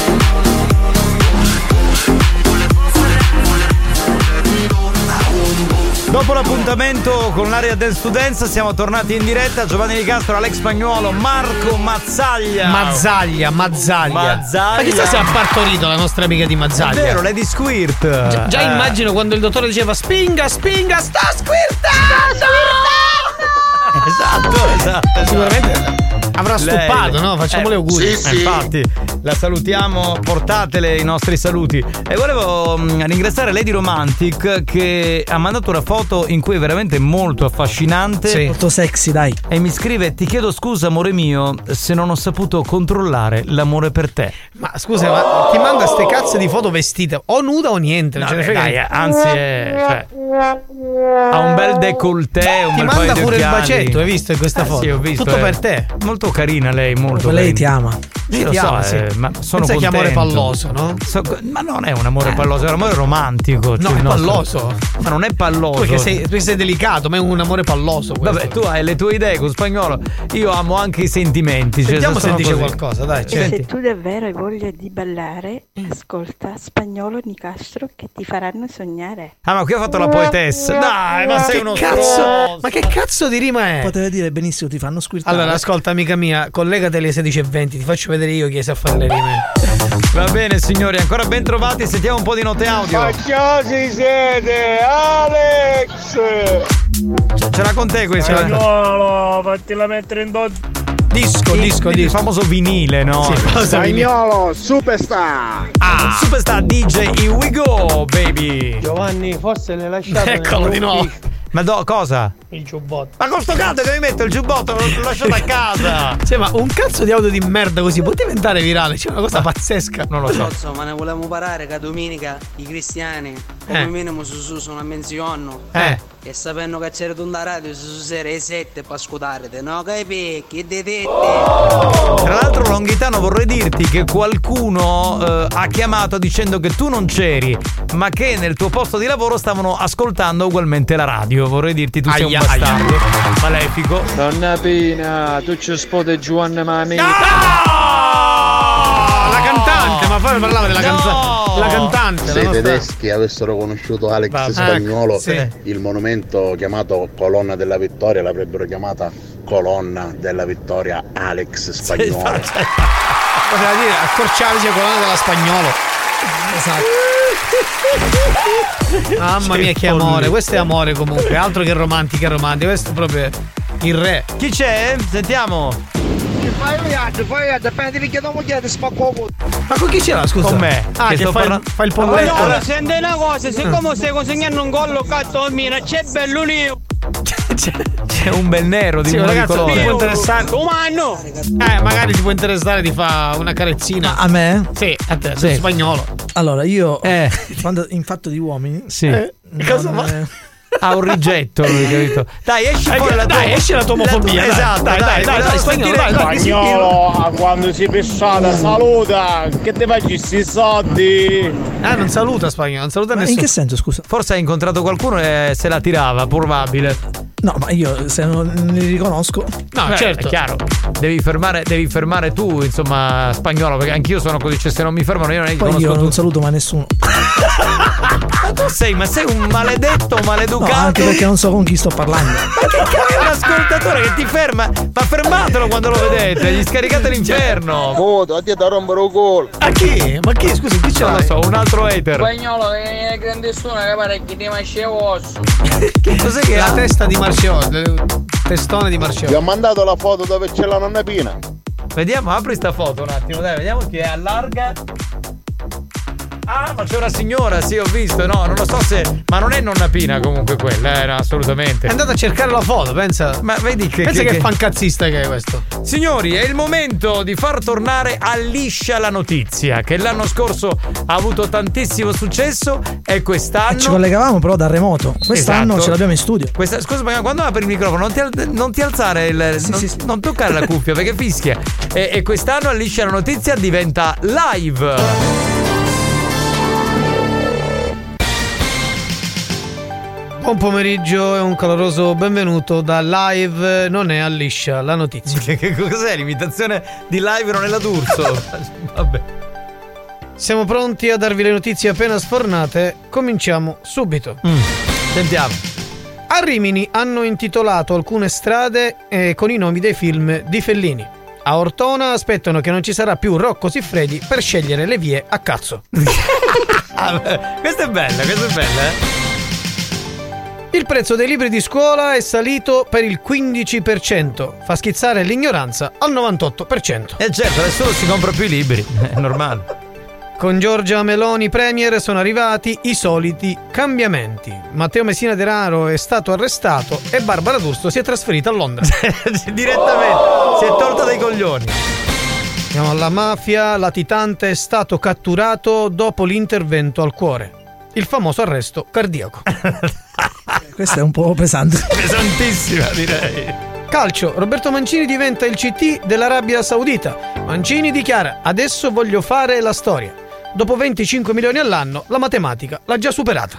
Dopo l'appuntamento con l'area Dance to Dance siamo tornati in diretta. Giovanni Di Castro, Alex Spagnuolo, Marco Mazzaglia. Mazzaglia. Ma chissà se ha partorito la nostra amica di Mazzaglia. È vero, Lady Squirt. Già immagino quando il dottore diceva spinga, sta squirtando. Esatto. Sicuramente Avrà stoppato, no? Facciamole auguri. Sì. Infatti, la salutiamo, portatele i nostri saluti. E volevo ringraziare Lady Romantic che ha mandato una foto in cui è veramente molto affascinante. Sì. Molto sexy, dai. E mi scrive: ti chiedo scusa, amore mio, se non ho saputo controllare l'amore per te. Ma scusa, ma ti manda ste cazzo di foto vestite o nuda o niente? Non ce ne frega. Dai, anzi, ha un bel décolleté, un ti bel manda paio di pure occhiali. il bacetto, hai visto in questa foto? Sì, ho visto. Tutto per te. Molto carina lei, molto. Lei ti ama. Sì, lo so, ma sono pensa contento. che amore palloso, no? Ma non è un amore palloso, è un amore romantico. No, cioè è palloso. Ma non è palloso. Perché tu sei delicato, ma è un amore palloso questo. Vabbè, tu hai le tue idee con Spagnolo. Io amo anche i sentimenti. Sentiamo se dice qualcosa, dai. Se tu davvero hai voglia di ballare, ascolta Spagnolo Nicastro che ti faranno sognare. Ah, ma qui ho fatto la poetessa. Dai, ma sei uno cazzo. Ma che cazzo di rima è? Poteva dire benissimo, ti fanno squirtare. Allora, ascolta, amica mia, collegate alle 16:20, ti faccio vedere io chi sa fare le rime. Va bene, signori, ancora ben trovati. Sentiamo un po' di note audio. Ma chi siete? Alex! Ce l'ha con te questa? Spagnolo, fattila mettere in disco. Il famoso vinile, no? Sì, Spagnolo, superstar! Ah, superstar DJ, here we go, baby! Giovanni, forse l'hai lasciato. Eccolo di nuovo. Ma cosa? Il giubbotto. Ma con sto cazzo che mi metto il giubbotto, l'ho lasciato a casa. Sì, ma un cazzo di audio di merda così può diventare virale? C'è una cosa pazzesca. Non lo so. Ma ne volevamo parare che domenica i cristiani come minimo su sono a menzionno. E sapendo che c'era tutta la radio su serie 7 per ascoltare, no? Che pecchi, detette. Tra l'altro, Longhitano, vorrei dirti che qualcuno ha chiamato dicendo che tu non c'eri, ma che nel tuo posto di lavoro stavano ascoltando ugualmente la radio. Vorrei dirti tu sei un bastardo malefico. Donna Pina, tu ci spoti Giovanna Mami. La cantante, ma poi parlava della la cantante. Se i tedeschi avessero conosciuto Alex Spagnolo, sì. il monumento chiamato Colonna della Vittoria l'avrebbero chiamata Colonna della Vittoria Alex Spagnolo. Poteva dire accorciarsi a Colonna della Spagnolo. Esatto. Mamma mia, che amore, questo è amore comunque, altro che romantica, questo è proprio il re. Chi c'è? Sentiamo. Ma con chi c'era, scusa? Con me. Che fa il polletto. Allora, senti una cosa, siccome stai consegnando un collo cazzo mia, c'è bello lì. C'è un bel nero di un ragazzo, ti può interessare. Umano! Magari ti può interessare di fare una carezzina. A me? Sì, a te, sei spagnolo. Allora, io quando in fatto di uomini. Sì. Cosa fa? Ha un rigetto, lui, capito? Dai, esci fuori esci la tua omofobia. Esatto, dai, Spagnolo, quando si pesciata, saluta. Che te fai questi soldi? Non saluta Spagnolo, non saluta nessuno. In che senso, scusa? Forse ha incontrato qualcuno e se la tirava, probabile. No, ma io se non li riconosco. No, certo. È chiaro. Devi fermare tu, insomma, Spagnolo, perché anch'io sono così, cioè se non mi fermano io non è che poi conosco io non tutti. saluto mai nessuno. Ma tu sei un maledetto, maleducato. No, anche perché non so con chi sto parlando. Ma che cazzo è un ascoltatore che ti ferma? Ma fermatelo quando lo vedete, gli scaricate l'inferno. Foto, a te da rompere un gol. A chi? Ma chi? Scusi, chi c'è? Non lo so, un altro hater. Spagnolo è grandissimo che pare che ti mascevo. Cos'è che la testa di Marciò, testone di Marciò. Ti ho mandato la foto dove c'è la nonna Pina. Vediamo, apri sta foto un attimo, dai, vediamo chi è, allarga. Ah, ma c'è una signora, sì, ho visto, no, non lo so se. Ma non è nonna Pina comunque quella, no, assolutamente. È andata a cercare la foto, pensa. Ma vedi che. Pensa che fancazzista che è questo. Signori, è il momento di far tornare a liscia la notizia, che l'anno scorso ha avuto tantissimo successo e quest'anno. Ci collegavamo però da remoto. Quest'anno ce l'abbiamo in studio. Scusa, ma quando apri il microfono non ti alzare non toccare la cuffia perché fischia. E quest'anno a liscia la notizia diventa live. Buon pomeriggio e un caloroso benvenuto da Live non è a liscia la notizia. Che cos'è? L'imitazione di Live non è la D'Urso? Vabbè. Siamo pronti a darvi le notizie appena sfornate. Cominciamo subito. Sentiamo. A Rimini hanno intitolato alcune strade con i nomi dei film di Fellini. A Ortona aspettano che non ci sarà più Rocco Siffredi per scegliere le vie a cazzo. Questa è bella, eh? Il prezzo dei libri di scuola è salito per il 15%, fa schizzare l'ignoranza al 98%. Certo, adesso non si compra più i libri, è normale. Con Giorgia Meloni Premier sono arrivati i soliti cambiamenti. Matteo Messina Denaro è stato arrestato e Barbara D'Urso si è trasferita a Londra. Direttamente, si è tolta dai coglioni. Andiamo alla mafia, latitante è stato catturato dopo l'intervento al cuore. Il famoso arresto cardiaco. Questa è un po' pesante. Pesantissima, direi. Calcio, Roberto Mancini diventa il CT dell'Arabia Saudita. Mancini dichiara: adesso voglio fare la storia. Dopo 25 milioni all'anno, la matematica l'ha già superata.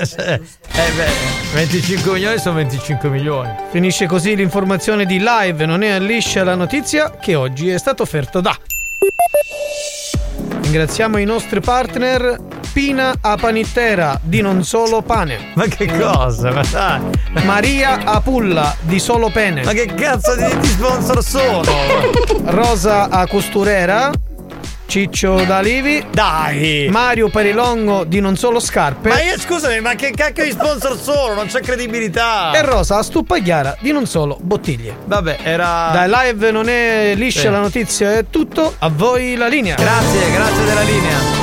25 milioni sono 25 milioni. Finisce così l'informazione di Live, non è liscia la notizia, che oggi è stato offerto da... Ringraziamo i nostri partner Pina a Panittera di Non Solo Pane. Ma che cosa? Ma dai. Maria a Pulla di Solo Pene. Ma che cazzo di sponsor sono? Rosa a Costurera. Ciccio D'Alivi. Dai. Mario Perilongo di Non Solo Scarpe. Ma io scusami, ma che cacchio di sponsor sono? Non c'è credibilità. E Rosa a Stuppagliara di Non Solo Bottiglie. Vabbè, era... Dai, Live non è liscia la notizia, è tutto. A voi la linea. Grazie della linea.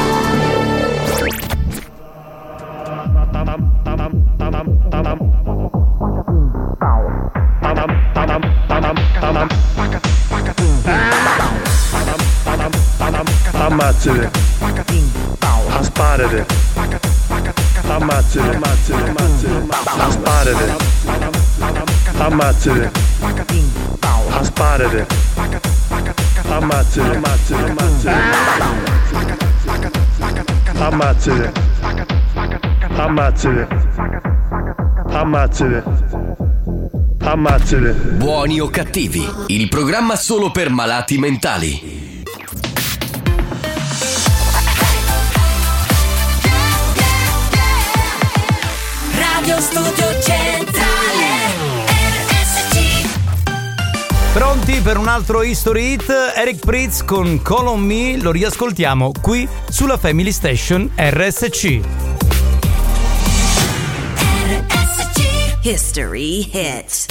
Ammazzate, sparate, ammazzate, sparate, ammazzate, sparate, ammazzate, ammazzate, ammazzate, ammazzate, ammazzate. Buoni o cattivi, il programma solo per malati mentali. Radio Studio Centrale RSC. Pronti per un altro History Hit? Eric Prydz con Call on Me, lo riascoltiamo qui sulla Family Station RSC. RSC History Hit.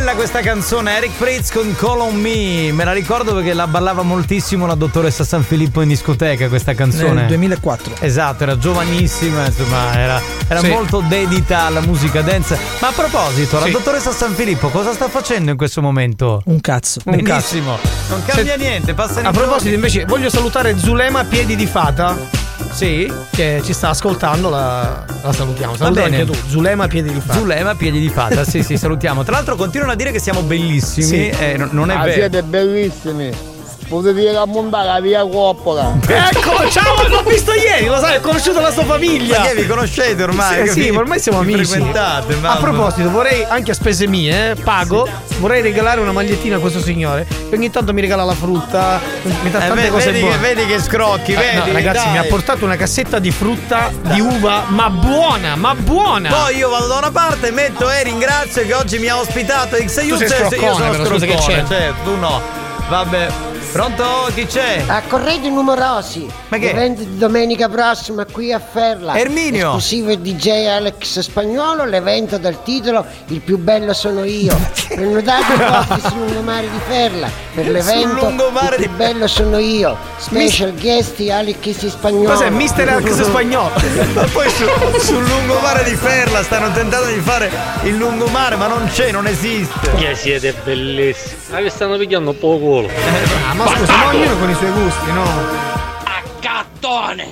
bella questa canzone, Eric Prydz con Call on Me. Me la ricordo perché la ballava moltissimo la dottoressa San Filippo in discoteca, questa canzone. Nel 2004. Esatto, era giovanissima, insomma, era Sì. molto dedita alla musica dance. Ma a proposito, la dottoressa San Filippo cosa sta facendo in questo momento? Un cazzo. Benissimo. Non cambia niente, passano A i proposito, giorni. invece, voglio salutare Zulema Piedi di Fata. Sì, che ci sta ascoltando, la salutiamo. Saluta bene. anche tu, Zulema Piedi di Fata. Zulema Piedi di Fata, sì, salutiamo. Tra l'altro continuano a dire che siamo bellissimi, Sì. Non è vero. Siete bellissimi. Potete dire a montare la via Coppola. Ecco, ciao, l'ho visto ieri, lo sai, ho conosciuto la sua famiglia. Ma che vi conoscete ormai? Sì, ormai siamo Vi amici. frequentate, mamma. A proposito, vorrei, anche a spese mie, pago, vorrei regalare una magliettina a questo signore. Che ogni tanto mi regala la frutta, mi dà tante cose buone. Vedi che scrocchi, vedi? No, ragazzi, dai. mi ha portato una cassetta di frutta di uva, ma buona, ma buona. Poi io vado da una parte, metto e ringrazio che oggi mi ha ospitato X sei Youth. scroccone, Io sono però, scusa, che scroccone, c'è? certo, tu no. Vabbè. Pronto? Chi c'è? Accorredi numerosi. Ma che? L'evento di domenica prossima qui a Ferla. Erminio. Esclusivo DJ Alex Spagnuolo. L'evento dal titolo Il più bello sono io. Prenotate i posti sul lungomare di Ferla. Per l'evento lungomare Il più bello sono io. Special guest Alex Spagnuolo. Cos'è, Mister Alex Spagnolo? Ma poi sul lungomare di Ferla stanno tentando di fare il lungomare, ma non c'è, non esiste. Che siete bellissimi. Ma vi stanno pigliando un po' culo. Ma scusa, ma ognuno con i suoi gusti, no? A cattone!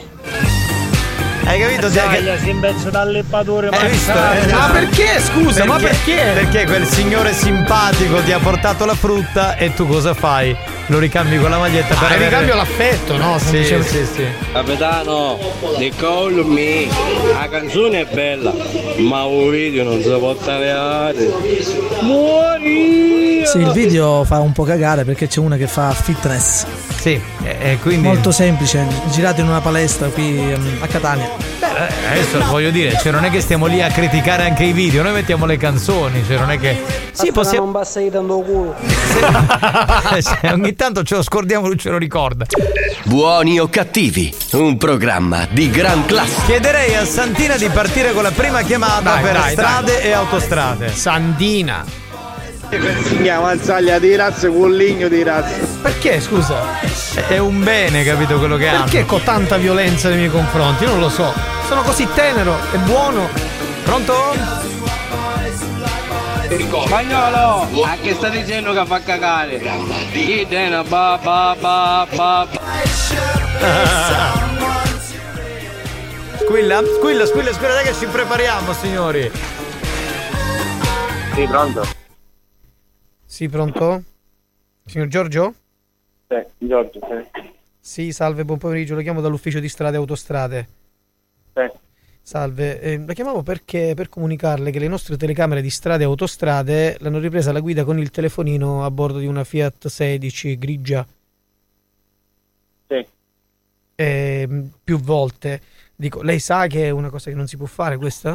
Hai capito? Si invece dall'eppatore, Hai visto? Ma perché, scusa, ma perché? Perché quel signore simpatico ti ha portato la frutta e tu cosa fai? Lo ricambi con la maglietta per avere... ricambio l'affetto, no? Sì, Semplicemente. sì. Capitano, di Call Me, la canzone è bella, ma un video non si può tagliare. Muori! Sì, il video fa un po' cagare perché c'è una che fa fitness. Sì, e quindi... Molto semplice, girato in una palestra qui a Catania. Adesso voglio dire, cioè non è che stiamo lì a criticare anche i video, noi mettiamo le canzoni, cioè non è che... Sì, possiamo... Non basta gli dando culo. Ogni tanto ce lo scordiamo, lui ce lo ricorda. Buoni o cattivi, un programma di gran classe. Chiederei a Santina di partire con la prima chiamata per strade e autostrade. Sandina. Si chiama Zaglia di razze con legno di razze. Perché, scusa? È un bene, capito quello che ha? Perché con tanta violenza nei miei confronti? Io non lo so. Sono così tenero e buono. Pronto? Spagnolo, a che sta dicendo che fa cagare? Idena ba ba ba ba. Squilla, dai che ci prepariamo, signori. Sì, pronto? Sì, pronto? Signor Giorgio? Sì, Giorgio, sì. Sì, salve, buon pomeriggio, lo chiamo dall'ufficio di strade e autostrade. Sì. Salve, la chiamavo perché per comunicarle che le nostre telecamere di strade e autostrade l'hanno ripresa la guida con il telefonino a bordo di una Fiat 16 grigia. Sì. Più volte. Dico, lei sa che è una cosa che non si può fare questa?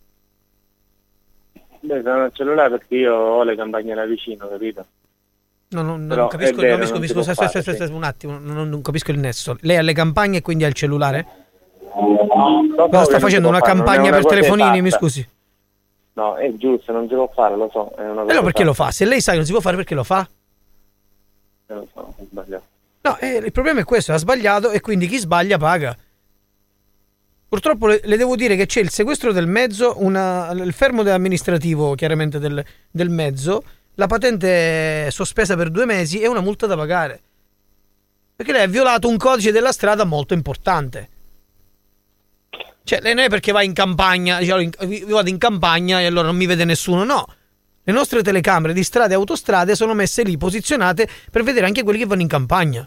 Beh, sono al cellulare perché io ho le campagne là vicino, capito? No, non Però capisco, è vero, non non capisco, si può fare, aspetta, un attimo, non capisco il nesso. Lei ha le campagne e quindi ha il cellulare? No, Cosa sta facendo? Una campagna per telefonini, mi scusi? No, è giusto, non si può fare, lo so. È una cosa Allora perché fatta. lo fa? Se lei sa che non si può fare, perché lo fa? Lo so, ho sbagliato. No, il problema è questo, ha sbagliato e quindi chi sbaglia paga. Purtroppo le devo dire che c'è il sequestro del mezzo, il fermo amministrativo chiaramente del mezzo, la patente è sospesa per 2 mesi e una multa da pagare. Perché lei ha violato un codice della strada molto importante. Cioè, lei non è perché va in campagna, diciamo, io vado in campagna e allora non mi vede nessuno, no. Le nostre telecamere di strade e autostrade sono messe lì, posizionate, per vedere anche quelli che vanno in campagna.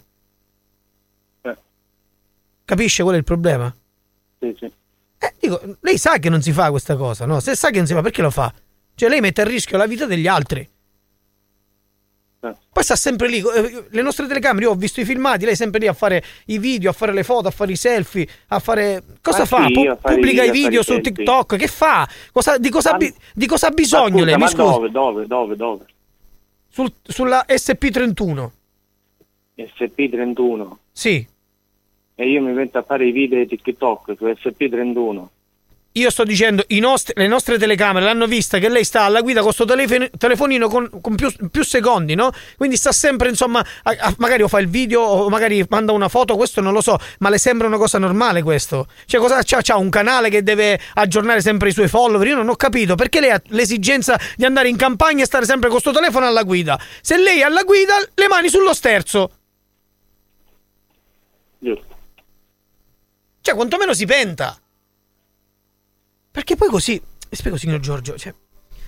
Capisce qual è il problema? Sì. Dico, lei sa che non si fa questa cosa, no? Se sa che non si fa, perché lo fa? Cioè, lei mette a rischio la vita degli altri. Poi sta sempre lì, le nostre telecamere, io ho visto i filmati, lei è sempre lì a fare i video, a fare le foto, a fare i selfie, a fare... Cosa fa? Sì, Pubblica i a fare video i su selfie. TikTok, che fa? Di cosa ha bisogno lei? Mi scusi. Dove? Sulla SP31. SP31. Sì. E io mi metto a fare i video di TikTok su SP31. io sto dicendo, le nostre telecamere l'hanno vista che lei sta alla guida con sto telefonino con più secondi, no? Quindi sta sempre, insomma, magari o fa il video o magari manda una foto, questo non lo so, ma le sembra una cosa normale questo? Cioè, cosa c'ha un canale che deve aggiornare sempre i suoi follower? Io non ho capito perché lei ha l'esigenza di andare in campagna e stare sempre con sto telefono alla guida. Se lei è alla guida, le mani sullo sterzo. Giusto. Cioè, quantomeno si penta. Perché poi così, spiego signor Giorgio, cioè,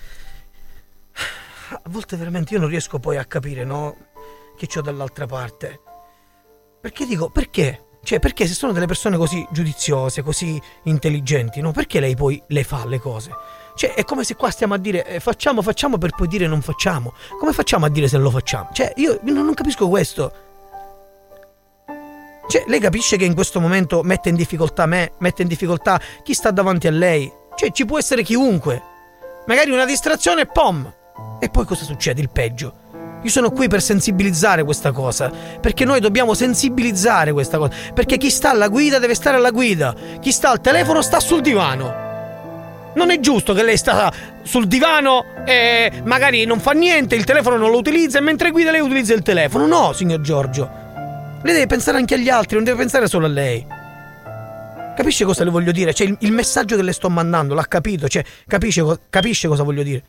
a volte veramente io non riesco poi a capire, no, che c'ho dall'altra parte. Perché dico, perché? Cioè, perché se sono delle persone così giudiziose, così intelligenti, no, perché lei poi le fa le cose? Cioè, è come se qua stiamo a dire facciamo per poi dire non facciamo. Come facciamo a dire se lo facciamo? Cioè, io non capisco questo. Cioè, lei capisce che in questo momento mette in difficoltà me, mette in difficoltà chi sta davanti a lei. Cioè, ci può essere chiunque. Magari una distrazione e pom. E poi cosa succede? Il peggio. Io sono qui per sensibilizzare questa cosa. Perché noi dobbiamo sensibilizzare questa cosa. Perché chi sta alla guida deve stare alla guida. Chi sta al telefono sta sul divano. Non è giusto che lei sta sul divano e magari non fa niente, il telefono non lo utilizza e mentre guida lei utilizza il telefono. No, signor Giorgio. Lei deve pensare anche agli altri, non deve pensare solo a lei. Capisce cosa le voglio dire? Cioè, il messaggio che le sto mandando, l'ha capito? Cioè, capisce cosa voglio dire?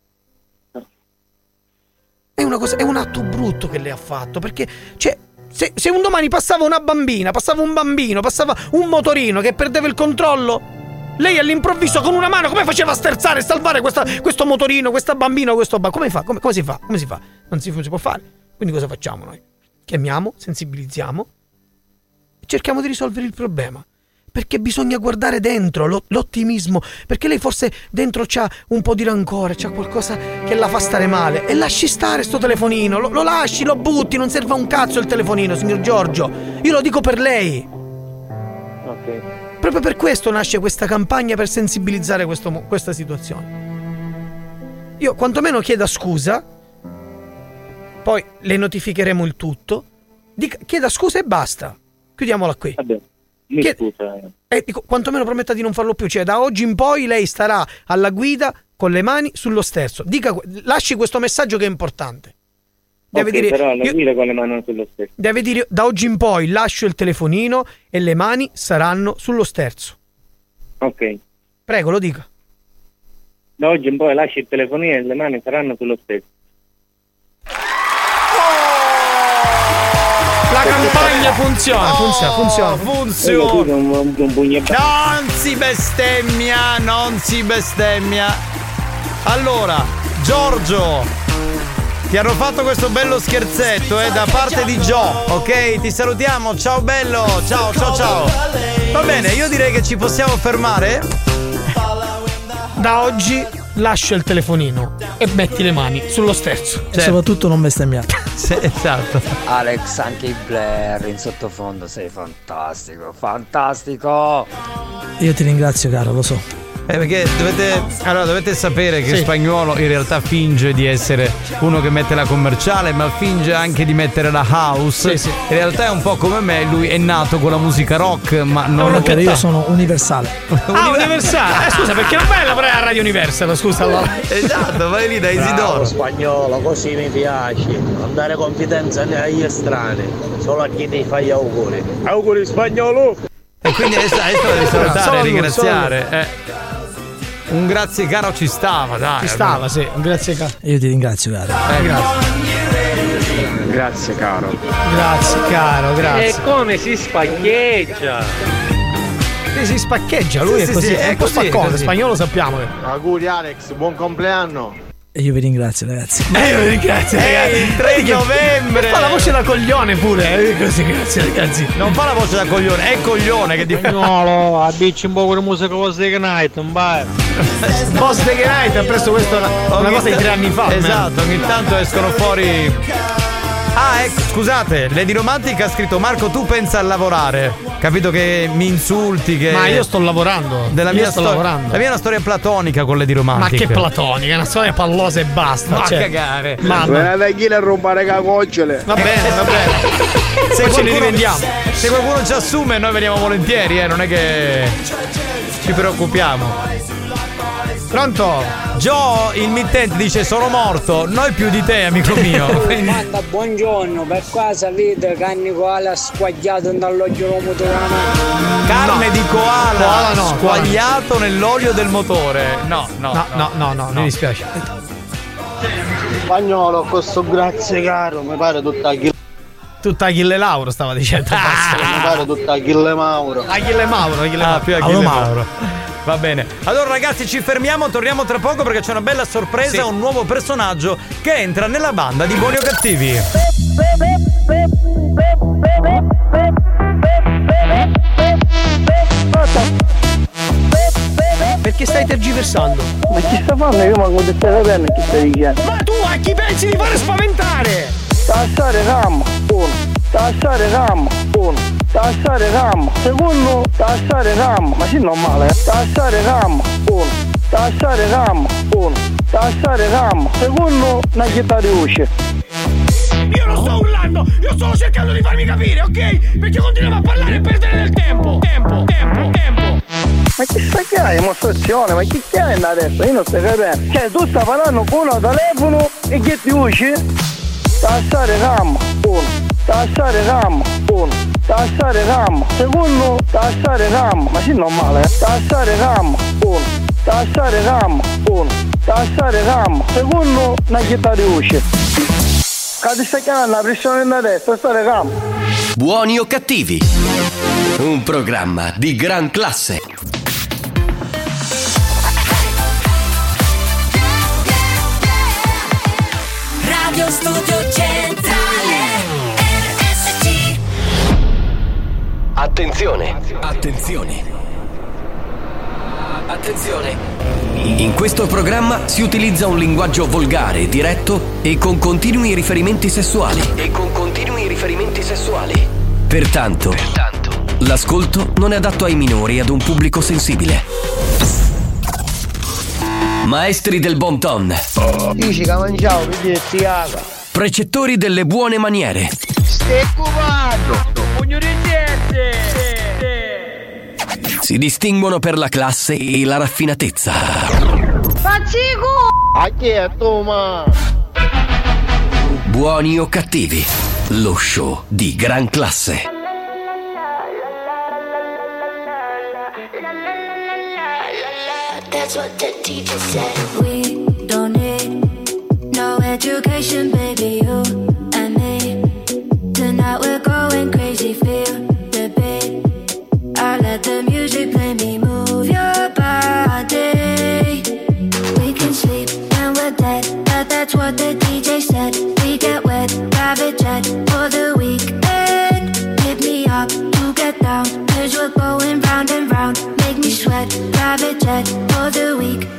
È un atto brutto che lei ha fatto, perché, cioè, se un domani passava una bambina, passava un bambino, passava un motorino che perdeva il controllo, lei all'improvviso con una mano come faceva a sterzare e salvare questo motorino, questa bambina, come fa? Come si fa? Non si può fare. Quindi cosa facciamo noi? Chiamiamo, sensibilizziamo e cerchiamo di risolvere il problema. Perché bisogna guardare dentro l'ottimismo. Perché lei forse dentro c'ha un po' di rancore, c'ha qualcosa che la fa stare male. E lasci stare sto telefonino, lo lasci, lo butti, non serve a un cazzo il telefonino, signor Giorgio. Io lo dico per lei. Ok. Proprio per questo nasce questa campagna per sensibilizzare questa situazione. Io quantomeno chieda scusa. Poi le notificheremo il tutto. Chieda scusa e basta. Chiudiamola qui. Vabbè, scusa. Quantomeno prometta di non farlo più. Cioè, da oggi in poi lei starà alla guida con le mani sullo sterzo. Lasci questo messaggio che è importante. Deve dire, però alla guida con le mani sullo sterzo. Deve dire, da oggi in poi lascio il telefonino e le mani saranno sullo sterzo. Ok. Prego, lo dica. Da oggi in poi lasci il telefonino e le mani saranno sullo sterzo. La campagna funziona. Non si bestemmia. Allora, Giorgio, ti hanno fatto questo bello scherzetto, da parte di Gio, ok? Ti salutiamo, ciao bello, ciao. Va bene, io direi che ci possiamo fermare. Da oggi lascia il telefonino e metti le mani sullo sterzo. E soprattutto non bestemmiare. Sì, esatto. Alex, anche il Blair in sottofondo, sei fantastico. Io ti ringrazio, caro, lo so. Perché dovete sapere che Spagnuolo in realtà finge di essere uno che mette la commerciale, ma finge anche di mettere la house. Sì. In realtà è un po' come me, lui è nato con la musica rock, ma non lo io sono universale. Universale? Scusa, perché non vai a lavorare a Radio Universal, scusa allora. Esatto, vai lì da Isidoro. Spagnolo, così mi piace. Non dare confidenza agli estranei, solo a chi ti fa gli auguri. Auguri Spagnolo! E quindi adesso devi salutare e ringraziare. Un grazie caro ci stava, dai. Ci stava, sì, un grazie caro. Io ti ringrazio, caro. Grazie caro. Grazie caro, grazie. E come si spaccheggia? Si spaccheggia, lui è così, è un po' spaccone, spagnolo sappiamo. Auguri Alex, buon compleanno. E io vi ringrazio, ragazzi. Il 3 novembre. Fa la voce da coglione pure. Così, grazie ragazzi. Non fa la voce da coglione, è coglione che ti fa. No, abbicci un po' con musica Boss the Night, un bar. Boss the Night ha preso questa una cosa di 3 anni fa. Esatto, ogni tanto escono fuori. Scusate, Lady Romantic ha scritto: Marco, tu pensa a lavorare. Capito che mi insulti che... Ma io sto lavorando. La mia è una storia platonica con Lady Romantic. Ma che platonica? È una storia pallosa e basta. Ma cagare. Guarda chi le rompare cagocciole. Va bene. Se ce li rivendiamo. Se qualcuno ci assume noi veniamo volentieri, non è che... ci preoccupiamo. Pronto? Joe, il mittente, dice sono morto, noi più di te, amico mio. Manda, buongiorno, per qua sapete carne koala squagliato dall'olio del motore. Carne di koala squagliato nell'olio del motore. No, mi dispiace. Spagnolo, questo grazie caro, mi pare tutta Achille Lauro stava dicendo. Mi pare tutta Achille Mauro. Achille Mauro. Più Achille Mauro. Va bene. Allora ragazzi, ci fermiamo, torniamo tra poco perché c'è una bella sorpresa, un nuovo personaggio che entra nella banda di Buoni o Cattivi. Perché stai tergiversando? Ma chi sta facendo? Io ma come stai capendo chi stai dicendo? Ma tu a chi pensi di fare spaventare? Tassare RAM, 1. Tassare RAM, 1. Tassare RAM, secondo. Tassare RAM, ma sì normale. Tassare RAM, 1. Tassare RAM, 1. Tassare RAM, secondo. Una chitarra di voce. Io non sto urlando, io sto cercando di farmi capire, ok? Perché continuiamo a parlare e perdere del tempo. Tempo. Ma che sta che hai dimostrazione? Ma chi chiama adesso? Io non sto capendo. Cioè tu stai parlando con un telefono e che ti dici? Tassare RAM, 1. Tassare RAM, 1. Tassare RAM, secondo. Tassare RAM, ma sì normale. Tassare RAM, 1. Tassare RAM, 1. Tassare RAM, secondo. Una chitarra di voce. Cade sta chiamando la pressione da destra, tassare RAM. Buoni o Cattivi, un programma di gran classe. Radio Studio Centrale RSC. Attenzione. In questo programma si utilizza un linguaggio volgare, diretto e con continui riferimenti sessuali. Pertanto, l'ascolto non è adatto ai minori e ad un pubblico sensibile. Maestri del bon ton. Dici che mangiavo, mi dirti acqua. Precettori delle buone maniere. Stai cubando. Pugno di gente. Si distinguono per la classe e la raffinatezza. Pazzico! A chi è tu, ma? Buoni o Cattivi, lo show di gran classe. That's what the teacher said. We don't need no education, baby, you and me. Tonight we're going crazy, feel the beat. I let the music play me, move your body. We can sleep when we're dead, but that's what the DJ said. We get wet, private jet for the weekend. Hit me up to get down, 'cause we're going round and round. Make me sweat, private jet for the weekend.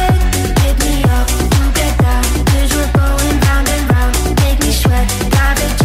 Private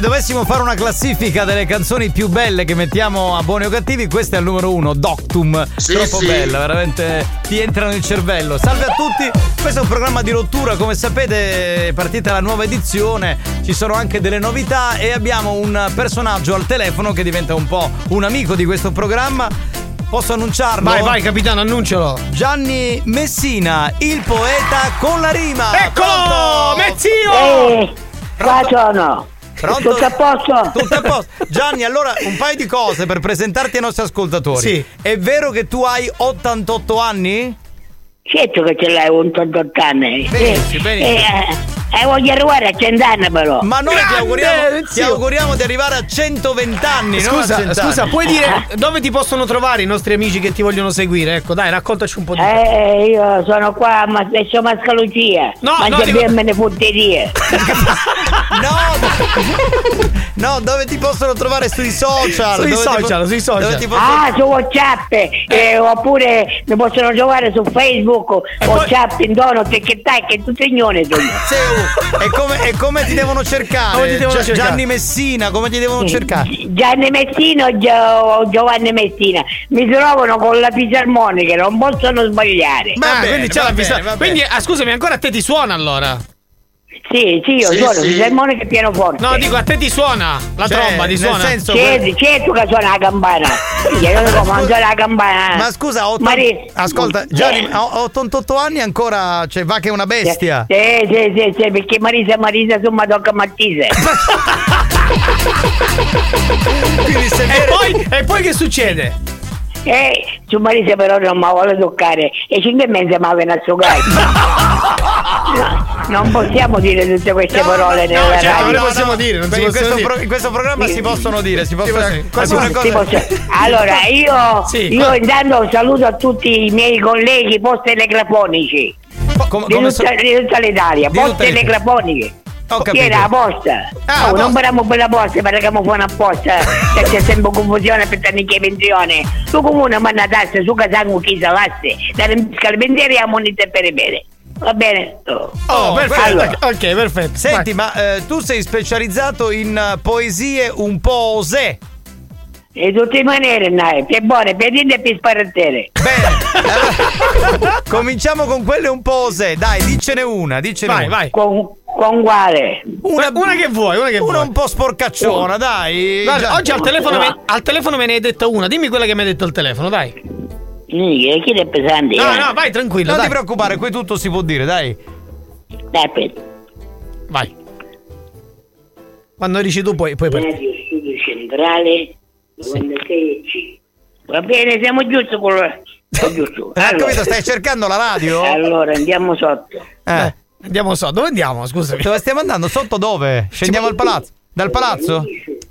dovessimo fare una classifica delle canzoni più belle che mettiamo a Buoni o Cattivi, questa è il numero 1, Doctum. Troppo bella, veramente ti entra nel cervello. Salve a tutti, questo è un programma di rottura, come sapete è partita la nuova edizione, ci sono anche delle novità e abbiamo un personaggio al telefono che diventa un po' un amico di questo programma. Posso annunciarlo? Vai capitano, annuncialo. Gianni Messina, il poeta con la rima. Eccolo, Mezzio! Qua sono. Pronto? Tutto a posto? Tutto a posto. Gianni, allora un paio di cose per presentarti ai nostri ascoltatori. Sì. È vero che tu hai 88 anni? Certo che ce l'hai 88 anni. Benissimo. Voglio arrivare a 100 anni però. Ma noi ti auguriamo di arrivare a 120 anni. Scusa, puoi dire dove ti possono trovare i nostri amici che ti vogliono seguire? Ecco, dai, raccontaci un po' di io sono qua a Mascalucia. Mangiare putterie. No, dove ti possono trovare sui social? Sui social. Su WhatsApp, oppure mi possono trovare su Facebook, WhatsApp, Indono, TikTok, e tutte ignore sono. E come ti devono cercare? Gianni Messina, come ti devono cercare? Gianni Messina o Giovanni Messina. Mi trovano con la fisarmonica, non possono sbagliare. Quindi c'è la fisarmonica. Quindi, scusami, ancora a te ti suona allora? Sì, io suono fisarmonica e pianoforte. No, dico, a te ti suona la tromba, ti suona? Certo che suona la campana. Io non so la campana. Ma scusa, ascolta, Gianni, a 88 anni ancora va che è una bestia. Sì, perché Marisa insomma tocca Mattise. E poi che succede? Su Marisa però non mi vuole toccare e 5 mesi mi viene a giocare. Non possiamo dire tutte queste parole nella radio. Non le possiamo dire, non si possono dire. In questo programma si possono dire, Allora, io intanto saluto a tutti i miei colleghi post telegrafonici di tutta l'Italia, post telegrafoniche. Chi era la posta? Non parliamo per la posta, parliamo fuori apposta. C'è sempre confusione per tenere che pensione. Su comune manna tasse, su casango chi salasse, dare scalpendiere e a monete per bene. Va bene? Perfetto. Allora. Ok, perfetto. Senti, ma tu sei specializzato in poesie un po' osè. In tutte le maniere, più buone, più dinte e più sparattere. Bene. Cominciamo con quelle un po' osè. Dai, dicene una. Vai. Con quale? Una che vuoi, una un po' sporcacciona, dai. Guarda, oggi al telefono me ne hai detto una. Dimmi quella che mi hai detto al telefono, dai. Chi è pesante? No, vai tranquillo. Non ti preoccupare, qui tutto si può dire, dai. Dai, aspetta. Vai. Quando dici tu puoi partire. Radio Studio Centrale 96 Va bene, siamo giusti con giusto. Capito, stai cercando la radio? Allora andiamo sotto. Andiamo sotto. Dove andiamo? Scusami. Dove stiamo andando? Sotto dove? Scendiamo al palazzo? Dal palazzo?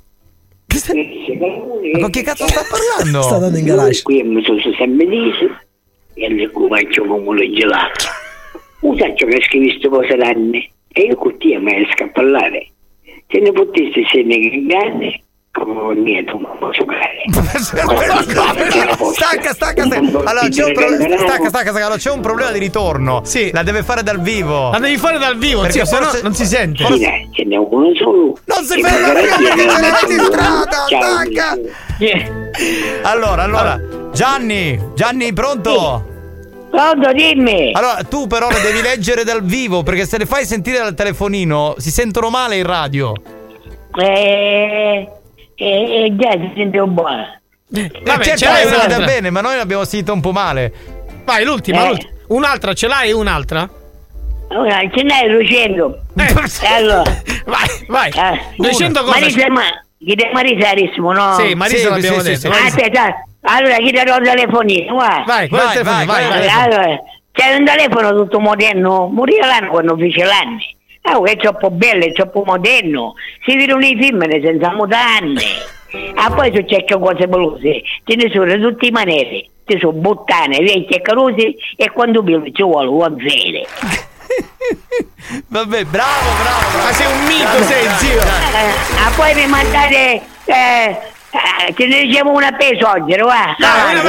Ma con chi cazzo sta parlando? Sta andando in garage. Qui mi sono sempre diso e alle faccio come lo gelato. Un sacco che ha scritto cose d'anni e io con te mi scappallare. Se ne potessi se ne grande come niente, ma posso fare. Stacca. Allora c'è un problema di ritorno. Sì. La deve fare dal vivo. La devi fare dal vivo, perché se no non si sente. Sì, dai, ce n'è uno solo. Non si ferma perché c'è la registrata. Stacca. Allora, Gianni, pronto? Pronto, dimmi. Allora, tu però le devi leggere dal vivo, perché se le fai sentire dal telefonino si sentono male in radio. Già si sente un buono. Vabbè, ce l'hai sentita bene, ma noi l'abbiamo sentita un po' male. Vai, l'ultima. Un'altra, ce l'hai un'altra? Ce n'hai 200. Allora. Vai. 200 cose. Marisa Arissimo, no? Sì, Marisa l'abbiamo detto. Aspetta, allora chi ti do il telefonino? Vai. Allora, c'è un telefono tutto moderno, morire l'anno quando fece l'anni. È troppo bello, è troppo moderno. Si vedono i film senza mutanne. Poi succedono cose pelose. Ce ne sono di tutte le maniere. Ci sono bottane, vecchie e carose e quando bevi ci vuole un vere. Vabbè, bravo. Ma sei un mito, sei zio. Poi mi mandate... ce ne diciamo una peso oggi, va?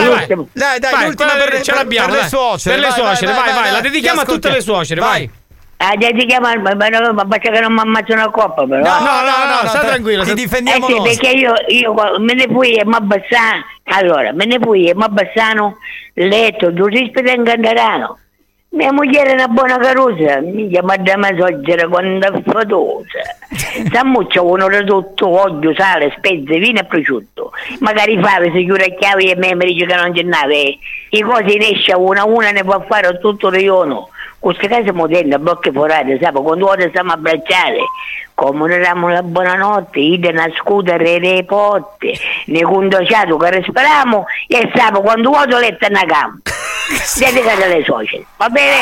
Dai, l'ultima ce l'abbiamo. Per le suocere. Vai, la dedichiamo a tutte le suocere, vai. Ti chiamare, ma basta che non mi ammazzo una coppa però. No, stai tranquillo. Ti difendiamo noi. Perché io me ne fui e mi abbassano. Allora, me ne fui e mi abbassano letto, tu rispetto in Candarano. Mia moglie era una buona carusa, minchia, ma da me soggera quando è fatosa. S'ammuccia uno tutto, olio, sale, spezie, vino e prosciutto. Magari fave, si chiude a chiave e me dice che non c'è nave. I cose ne esce una a una, ne può fare tutto il rione. Queste case moderne, a bocche forate, sai, quando ora stiamo a abbracciare, come noi diamo la buonanotte, ide una scudere le potte, ne condociato che respiriamo e sappiamo quando vuoto letta una cama. Dedicate alle suocere, va bene?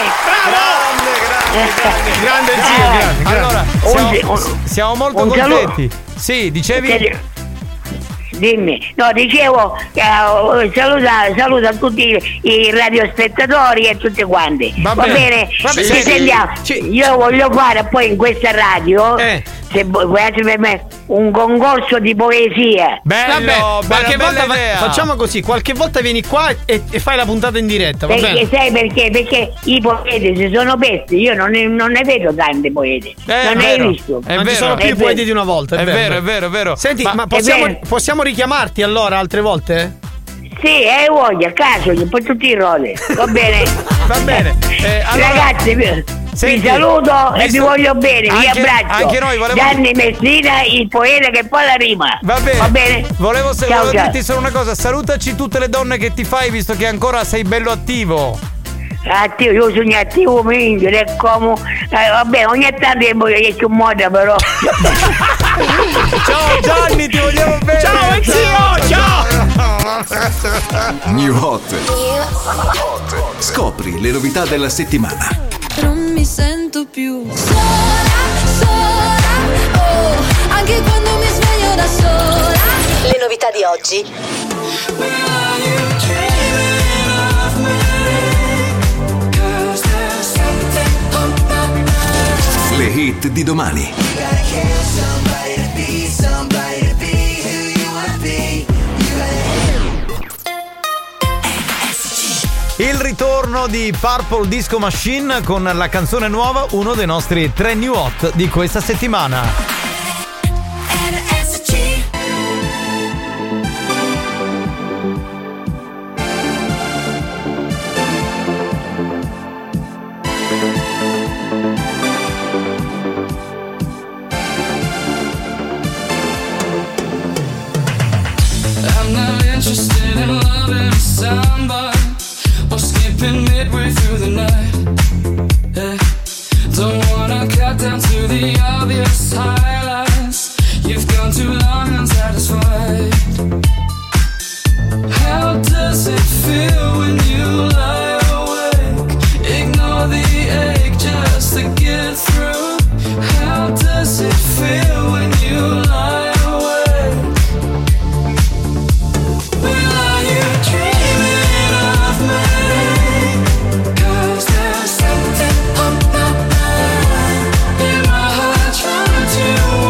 Grande zio, grande. Allora, siamo molto contenti. Sì, dicevi? Dimmi, no, dicevo, saluta tutti i radiospettatori e tutti quanti. Va bene? Ci sentiamo. Io voglio fare poi in questa radio, se vuoi per me, un concorso di poesia. Bello, qualche volta facciamo così, qualche volta vieni qua e fai la puntata in diretta, va bene? Sai perché? Perché i poeti si sono persi, io non ne vedo tanti poeti. Non ne hai visto? Non ci sono più i poeti di una volta, è vero. Senti, ma possiamo richiamarti allora altre volte? Sì, voglio, a caso, poi tutti i rode. Va bene. Va bene. Allora, ragazzi, vi saluto e vi voglio bene, vi abbraccio. Anche noi Gianni Messina, il poeta che poi la rima. Va bene. Volevo ciao. dirti solo una cosa, salutaci tutte le donne che ti fai, visto che ancora sei bello attivo. Attivo, io sono attivo minchia, è come vabbè, ogni tanto esce un moda però. Ciao Gianni, ti vogliamo bene. Ciao zio, ciao. New Hot. Scopri le novità della settimana. Non mi sento più sola, oh, anche quando mi sveglio da sola. Le novità di oggi. Le hit di domani. Il ritorno di Purple Disco Machine con la canzone nuova, uno dei nostri 3 new hot di questa settimana. I'm not interested in loving somebody or skipping midway through the night. Yeah. Don't wanna cut down to the obvious highlights. You've gone too long unsatisfied. How does it feel when you lie awake? Ignore the ache just to get through. How does it feel when you lie awake? Trying to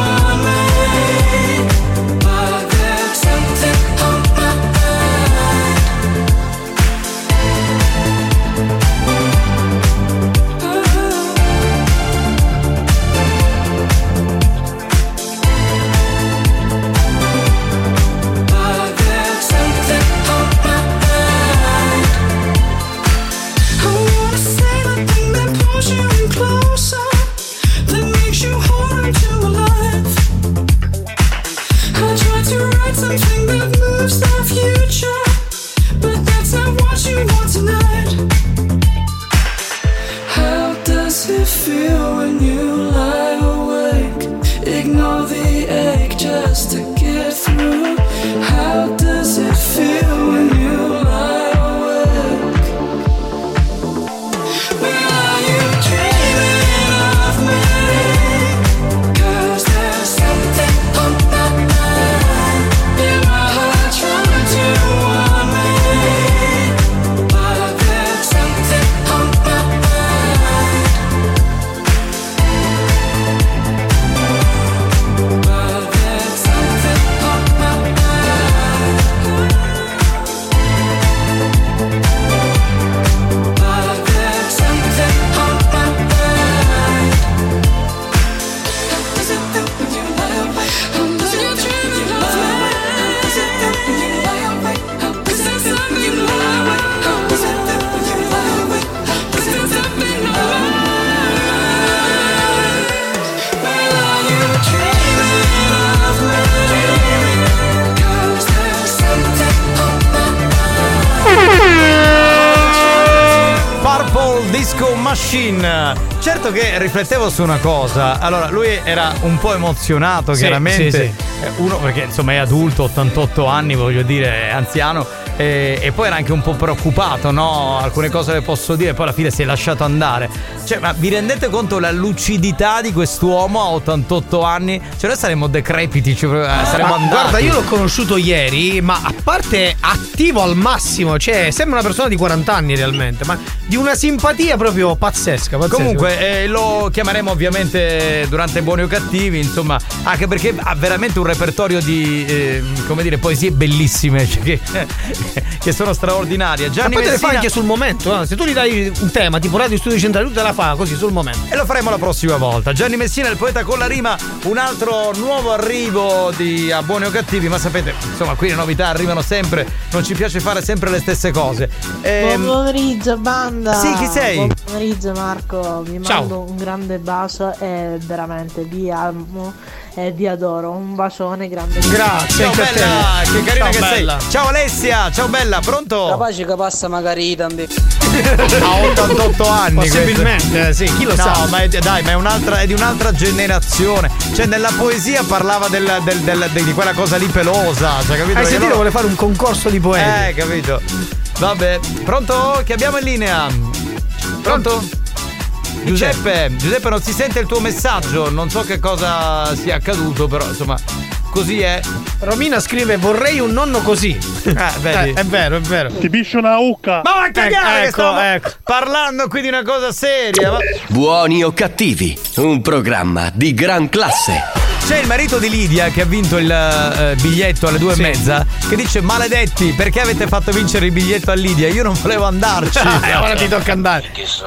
Disco Machine. Certo che riflettevo su una cosa. Allora, lui era un po' emozionato, chiaramente. Sì. Uno perché insomma è adulto, 88 anni, voglio dire, è anziano. E poi era anche un po' preoccupato, no? Alcune cose le posso dire, poi alla fine si è lasciato andare. Cioè, ma vi rendete conto la lucidità di quest'uomo a 88 anni? Cioè, noi saremmo decrepiti, saremmo andati. Guarda, io l'ho conosciuto ieri, ma a parte attivo al massimo, cioè sembra una persona di 40 anni realmente, ma di una simpatia proprio pazzesca. Comunque lo chiameremo ovviamente durante Buoni o Cattivi, insomma, anche perché ha veramente un repertorio di come dire, poesie bellissime, cioè, che sono straordinarie. Gianni ma poi Messina... te le fa anche sul momento, se tu gli dai un tema tipo Radio Studio Centrale, tu te la fa così sul momento. E lo faremo la prossima volta. Gianni Messina, il poeta con la rima, un altro nuovo arrivo a Buoni o Cattivi, ma sapete, insomma, qui le novità arrivano sempre, non ci piace fare sempre le stesse cose. Buon pomeriggio, banda. Sì, chi sei? Buon pomeriggio, Marco. Vi Ciao. mando un grande bacio e veramente vi amo e vi adoro. Un bacione grande. Grazie. Ciao bella, che carina che bella. Sei. Ciao Alessia, ciao bella, pronto? Capace che passa magari tambi. A 88 anni. Possibilmente, sì, chi lo sa. No, ma è di un'altra generazione. Cioè, nella poesia parlava di quella cosa lì pelosa. Cioè, capito? Hai sentito, vuole fare un concorso di poeti. Capito. Vabbè, pronto? Che abbiamo in linea? Pronto? Giuseppe, non si sente il tuo messaggio. Non so che cosa sia accaduto, però insomma, così è. Romina scrive: vorrei un nonno così. Vedi? È vero. Ti piscio una ucca. Ma va a cagare, ecco. Parlando qui di una cosa seria. Buoni o Cattivi, un programma di gran classe. C'è il marito di Lidia che ha vinto il biglietto alle 2:30, che dice: maledetti, perché avete fatto vincere il biglietto a Lidia? Io non volevo andarci. Ora ti tocca andare.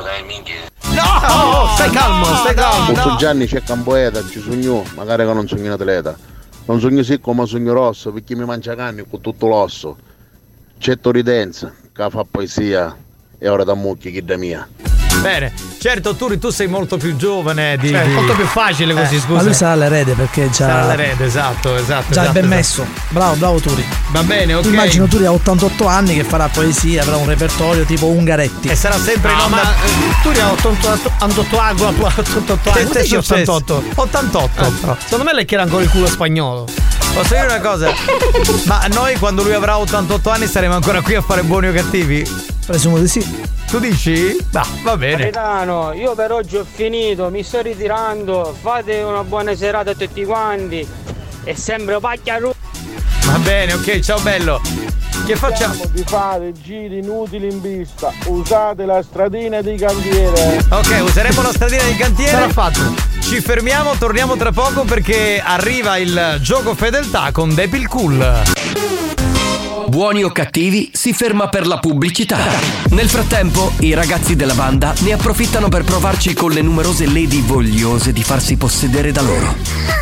No, stai calmo. Questo Gianni c'è un poeta, ci sogno, magari che non sogno un atleta. Non sogno secco ma sogno rosso, perché mi mangia canne con tutto l'osso. C'è Toridenza che fa poesia e ora da mucchi chi da mia. Bene, certo, tu sei molto più giovane molto più facile così, scusa. Ma lui sarà l'erede perché già. Sarà l'erede, esatto. Già ben messo. Bravo Turi. Va bene, ok. Immagino Turi a 88 anni che farà poesia, avrà un repertorio tipo Ungaretti. E sarà sempre in onda. Turi a 88 anni. Te dici 88? 88. Secondo me lei che era ancora il culo spagnolo. Posso dire una cosa? Ma noi quando lui avrà 88 anni saremo ancora qui a fare Buoni o Cattivi? Presumo di sì. Tu dici? Va bene. Capitano, io per oggi ho finito, mi sto ritirando. Fate una buona serata a tutti quanti. E sempre pacchiaro. Va bene, ok, ciao bello. Che facciamo? Di fare giri inutili in pista. Usate la stradina di cantiere. Ok, useremo la stradina di cantiere. Sarà fatto. Ci fermiamo, torniamo tra poco perché arriva il gioco fedeltà con Depil Cool. Buoni o Cattivi si ferma per la pubblicità. Nel frattempo, i ragazzi della banda ne approfittano per provarci con le numerose lady vogliose di farsi possedere da loro.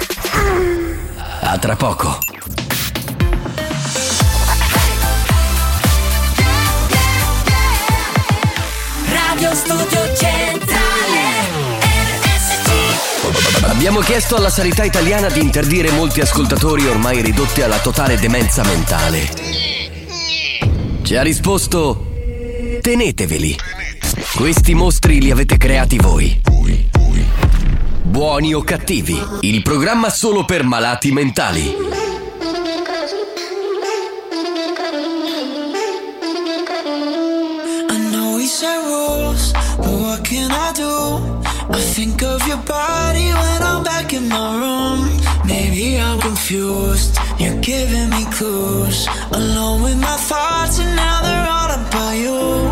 A tra poco. Radio Studio Centrale RSC. Abbiamo chiesto alla sanità italiana di interdire molti ascoltatori ormai ridotti alla totale demenza mentale. Ci ha risposto: teneteveli. Questi mostri li avete creati voi. Buoni o Cattivi, il programma solo per malati mentali. I know we set rules, but what can I do? I think of your body when I'm back in my room. Maybe I'm confused, you're giving me clues. Alone with my thoughts and now they're all about you.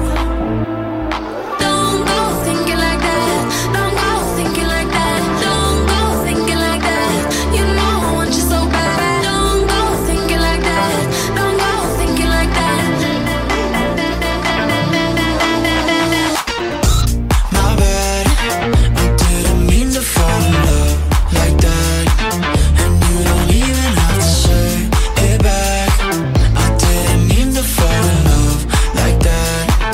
Don't go thinking like that. Don't go thinking like that. Don't go thinking like that. You know I want you so bad. Don't go thinking like that. Don't go thinking like that. My bad, I didn't mean to fall in love like that. And you don't even have to say it back. I didn't mean to fall in love like that.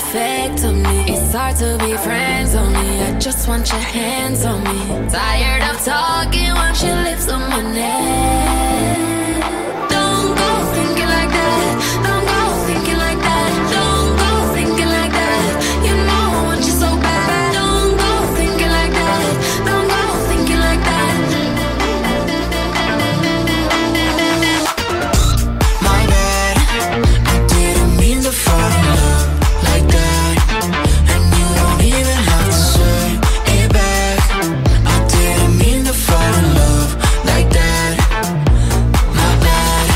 effect on me. It's hard to be friends on me. I just want your hands on me. Tired of talking, want your lips on my neck. Don't go thinking like that. Don't go thinking like that. Don't go thinking like that. You know I want you so bad. Don't go thinking like that. Don't go thinking like that. My bad, I didn't mean to fall in love like that. And you don't even have to say it back. I didn't mean to fall in love like that. My bad,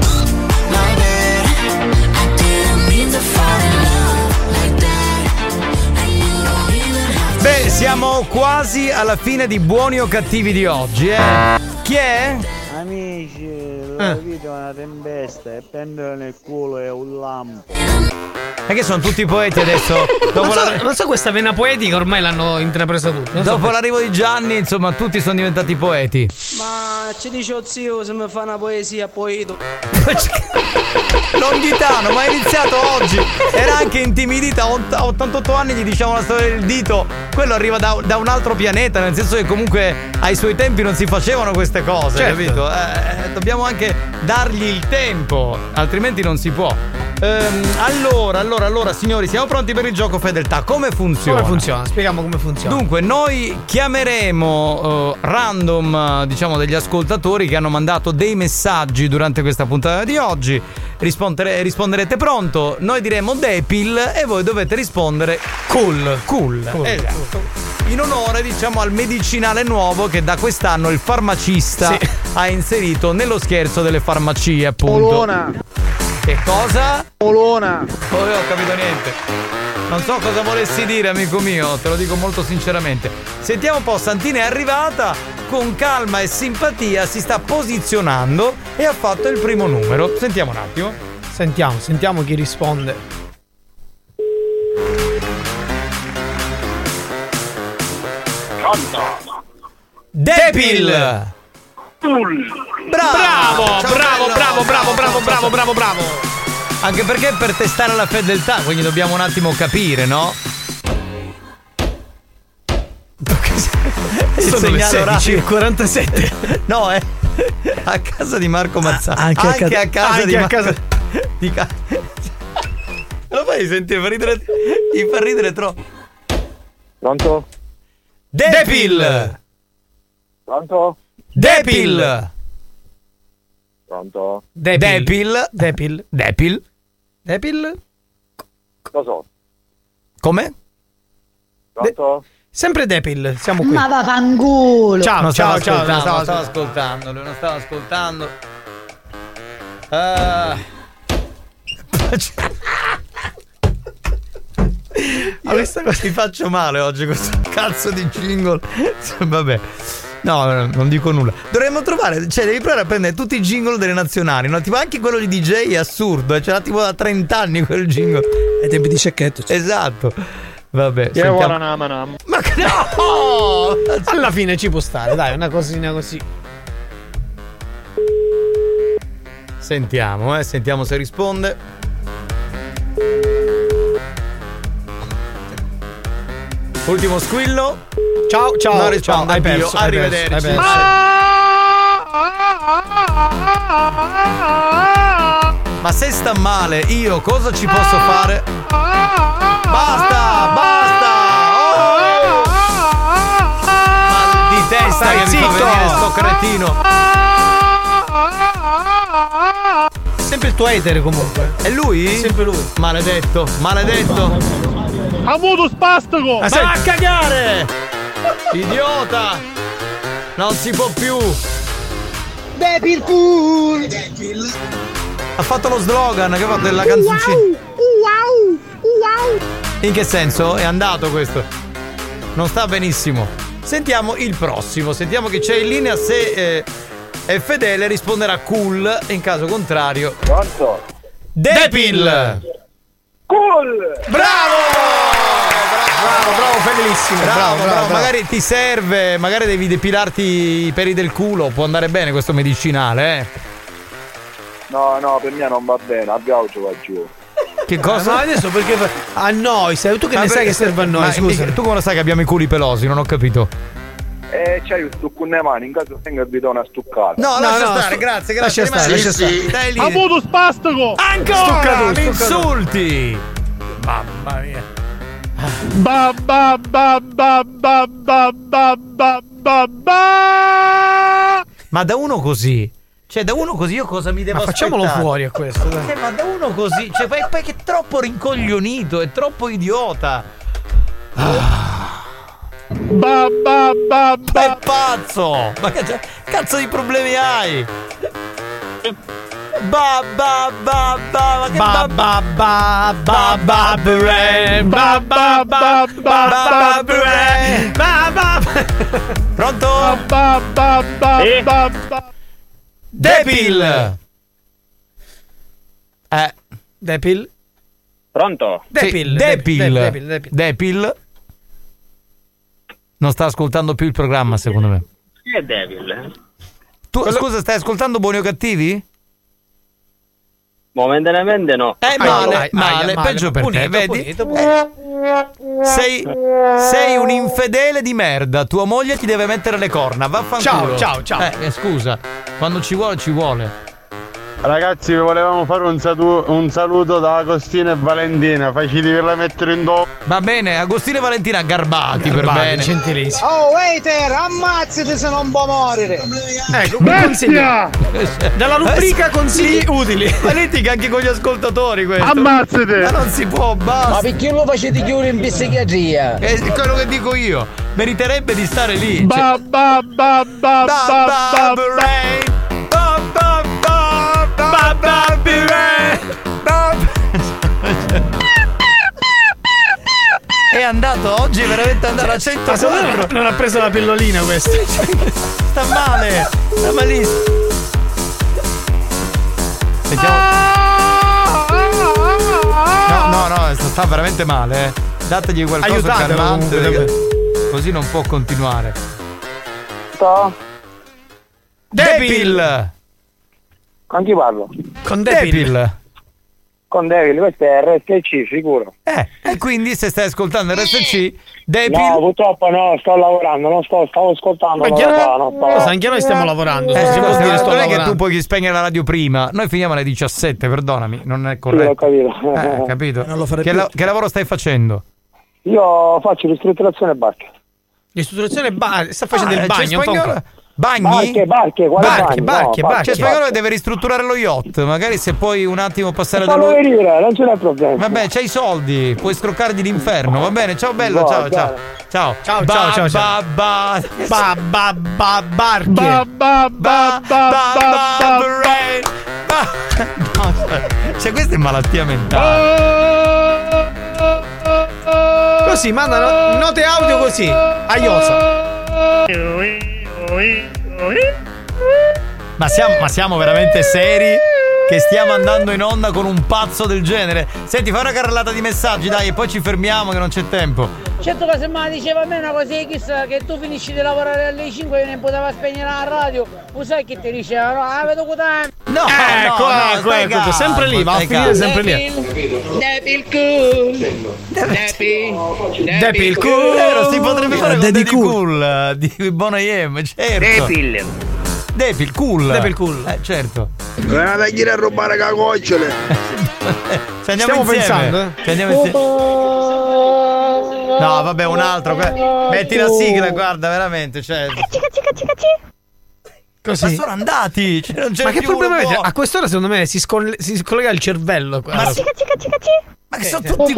I didn't mean to fall in love like that. And you don't even have to. Beh, siamo quasi alla fine di Buoni o Cattivi di oggi, Chi è? Amici, la vita è una tempesta e prendere nel culo è un lampo. E che sono tutti poeti adesso? Non so questa vena poetica ormai l'hanno intrapresa tutti. Dopo l'arrivo di Gianni, insomma, tutti sono diventati poeti. Ma ci dice zio se mi fa una poesia poeto. Longhitano, ma è iniziato oggi. Era anche intimidita. A 88 anni gli diciamo la storia del dito. Quello arriva da un altro pianeta, nel senso che comunque ai suoi tempi non si facevano queste cose, certo. Capito? Dobbiamo anche dargli il tempo, altrimenti non si può. Allora, signori, siamo pronti per il gioco fedeltà. Come funziona? Come funziona? Spieghiamo come funziona. Dunque, noi chiameremo random, diciamo, degli ascoltatori che hanno mandato dei messaggi durante questa puntata di oggi. Risponderete pronto. Noi diremo Depil e voi dovete rispondere cool. Esatto. In onore, diciamo, al medicinale nuovo che da quest'anno il farmacista ha inserito nello scherzo delle farmacie, appunto. Polona. Che cosa? Polona. Oh, io ho capito niente. Non so cosa volessi dire, amico mio, te lo dico molto sinceramente. Sentiamo un po', Santina è arrivata, con calma e simpatia si sta posizionando e ha fatto il primo numero. Sentiamo un attimo. Sentiamo chi risponde. Pronto. Depil! Bravo. Anche perché per testare la fedeltà, quindi dobbiamo un attimo capire, no? Il sono le 16:47. No, è a casa di Marco Mazzani. Anche a casa di Marco. casa. Lo fai sentire, mi fa ridere troppo. Pronto? Depil! Pronto? Depil! Pronto? Depil? Lo so. Come? Pronto? Sempre Depil, siamo qui. Ma vaffanculo. Ciao. Non stavo ascoltando. Questa cosa mi faccio male oggi, questo cazzo di jingle. Vabbè. No, non dico nulla. Dovremmo trovare, cioè devi provare a prendere tutti i jingle delle nazionali, no? Tipo anche quello di DJ è assurdo, ce l'ha tipo da 30 anni quel jingle. Ai tempi di Cecchetto. Esatto. Vabbè, Ma no! Alla fine ci può stare, dai, una cosina così. Sentiamo se risponde. Ultimo squillo. Ciao. Non risponde, hai perso. Arrivederci. Ma se sta male, io cosa ci posso fare? Basta! Oh! Mal di testa che mi fa venire sto cretino. Sempre il tuo hater comunque. È lui? Sempre lui. Maledetto. Avuto spastico! Ma va a cagare! Idiota! Non si può più! Depil cool! Ha fatto lo slogan che ha fatto della canzoncina. In che senso? È andato questo? Non sta benissimo. Sentiamo il prossimo. Sentiamo chi c'è in linea. Se è fedele risponderà cool. In caso contrario. Pronto? Depil! Cool! Bravo, fedelissimo. Bravo. Magari ti serve, magari devi depilarti i peli del culo. Può andare bene questo medicinale, No, per me non va bene, a Gaucho va giù. Che cosa? Ma adesso perché a noi, tu che ne sai che serve a noi, scusa. Tu come lo sai che abbiamo i culi pelosi? Non ho capito. C'hai un stucco nelle mani, in caso tenga il bidone a stuccare. No, lascia stare, grazie. Lascia stare. Dai lì. Avuto spastico! Ancora! Mi insulti! Mamma mia. Ba ba ba ba ba ba ba ba ba ba. Ma da uno così? Cioè, da uno così io cosa mi devo aspettare? Facciamolo fuori a questo, dai. Ma da uno così, cioè, poi che è troppo rincoglionito, è troppo idiota. Ba ba ba ba. È pazzo! Ma che cazzo di problemi hai? Ba ba ba ba, ma che ba ba ba ba ba brain, ba ba ba ba brain, ba ba. Pronto? Ba ba ba ba ba. Depil. Depil. Pronto? Depil. Non sta ascoltando più il programma, secondo me. Chi è Devil? Tu, scusa, stai ascoltando Buoni o Cattivi? Momentaneamente no. Male, peggio per te, vedi? Sei un infedele di merda. Tua moglie ti deve mettere le corna. Vaffanculo. Ciao. Scusa, quando ci vuole, ci vuole. Ragazzi, vi volevamo fare un saluto da Agostino e Valentina. Facilitela mettere in do. Va bene, Agostino e Valentina garbati per bene. Gentilissimo. Oh, waiter, ammazzati se non può morire. Ecco, dalla rubrica consigli utili. Ma litiga anche con gli ascoltatori questo. Ammazzate. Ma non si può, basta. Ma perché lo facete chiudere in psichiatria? È quello che dico io. Meriterebbe di stare lì. Ba ba ba ba ba ba. È andato oggi, è veramente andato a 100 euro. Non ha preso la pillolina questo. Sta male. Sta malissimo. Sentiamo. No, sta veramente male. Dategli qualcosa di calmante. Così non può continuare. Depil. Con chi parlo? Con Depil. Con Devil, questo è RSC sicuro. E quindi se stai ascoltando RSC, Depil. No, purtroppo no, sto lavorando, stavo ascoltando. Anche noi stiamo lavorando. Non è che tu puoi spegnere la radio prima. Noi finiamo alle 17, perdonami, non è corretto. Sì, ho capito. Capito? Non lo farei più. Che lavoro stai facendo? Io faccio ristrutturazione barche. Ristrutturazione barche? Sta facendo il bagno? Bagni? Barche. C'è Spagnolo che deve ristrutturare lo yacht. Magari se puoi un attimo passare da lui. lui. Non ce n'è problema. Vabbè, c'hai i soldi, puoi scroccarli l'inferno. Va bene, ciao bello, ciao. Ciao. Cioè, questa è malattia mentale. Così mandano note audio così a iosa. Ma siamo veramente seri che stiamo andando in onda con un pazzo del genere? Senti, fai una carrellata di messaggi, dai, e poi ci fermiamo che non c'è tempo. Certo che se me diceva a me una cosa chissà, che tu finisci di lavorare alle 5 e non poteva spegnere la radio, lo sai che ti diceva? No, vedo che No, ecco, sempre lì, va a finire sempre lì. Depil cool. Si potrebbe fare con Daddy Cool di Bon AM, certo. Depil cool. Certo. Non è da a rubare cagocciole. Stiamo pensando, Ci andiamo insieme. No, vabbè, un altro. Metti la sigla, guarda, veramente. Cioè. Così. Ma sono andati. Non c'è ma che più problema avete? A quest'ora, secondo me, si collega il cervello. Ma che sono tutti.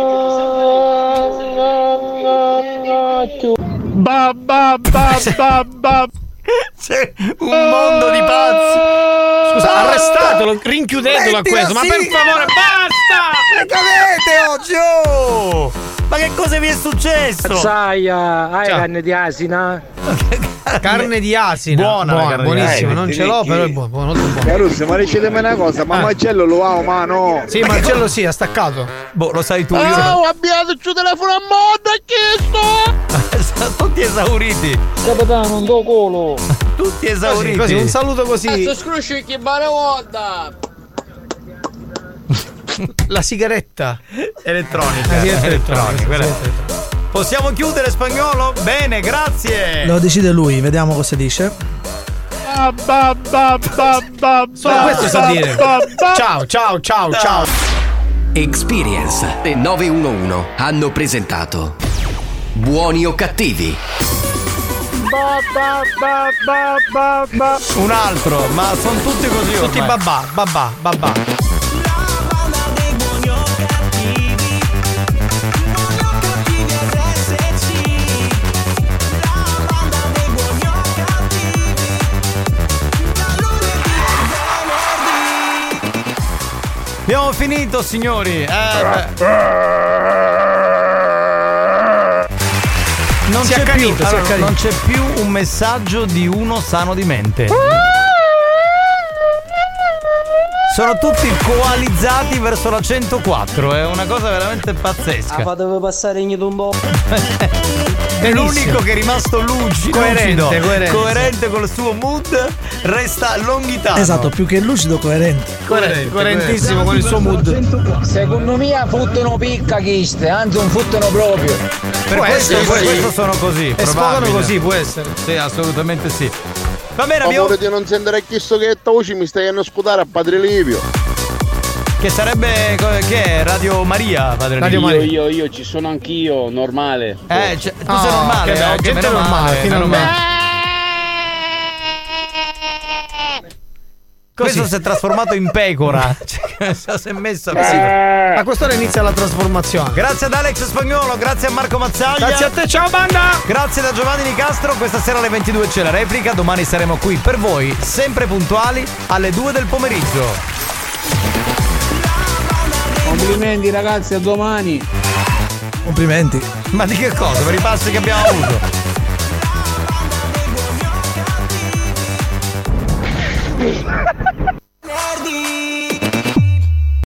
C'è un mondo di pazzi. Scusa, arrestatelo, rinchiudetelo a questo. Ma per favore, basta! Che avete oggi? Oh! Ma che cosa vi è successo? Saia, hai carne di asina? Carne di asina. Buona, buonissima. Non ce l'ho, però è buono. Caruso, ma decidemi una cosa, ma Marcello lo ha o mano? Sì, Marcello sì, ha staccato. Boh, lo sai tu. Abbiate il telefono a moda, chiesto! Tutti esauriti. Capitano, non do colo. Tutti esauriti. Così, un saluto così. Scrusci che bare volta. La sigaretta elettronica. Elettronica. Possiamo chiudere, Spagnolo? Bene, grazie. Lo decide lui, vediamo cosa dice. Solo questo sa dire. Ciao. Experience e 911 hanno presentato Buoni o cattivi? Un altro, ma sono tutti così ormai. Tutti babà. Abbiamo finito, signori. Non c'è più un messaggio di uno sano di mente. Sono tutti coalizzati verso la 104. È una cosa veramente pazzesca. Fatevi passare in un po'. È l'unico che è rimasto lucido, coerente col suo mood. Resta Longhitano. Esatto, più che lucido, coerente. Coerentissimo con il suo mood. Secondo me fottono picca chiste, anzi un fottono proprio. Per questo sono così. E sfogano così, può essere. Sì, assolutamente sì. Va bene, amore di non sentire chiesto che voce mi stai a scudare a Padre Livio. Che sarebbe Radio Maria, Padre Livio. Io ci sono anch'io, normale. Tu sei normale, gente normale, finalmente. Questo si è trasformato in pecora. Si è messo a quest'ora inizia la trasformazione. Grazie ad Alex Spagnolo, grazie a Marco Mazzaglia. Grazie a te, ciao banda. Grazie da Giovanni Nicastro. Questa sera alle 22 c'è la replica. Domani saremo qui per voi, sempre puntuali, alle 2 del pomeriggio. Complimenti ragazzi, a domani. Complimenti. Ma di che cosa? Per i passi che abbiamo avuto.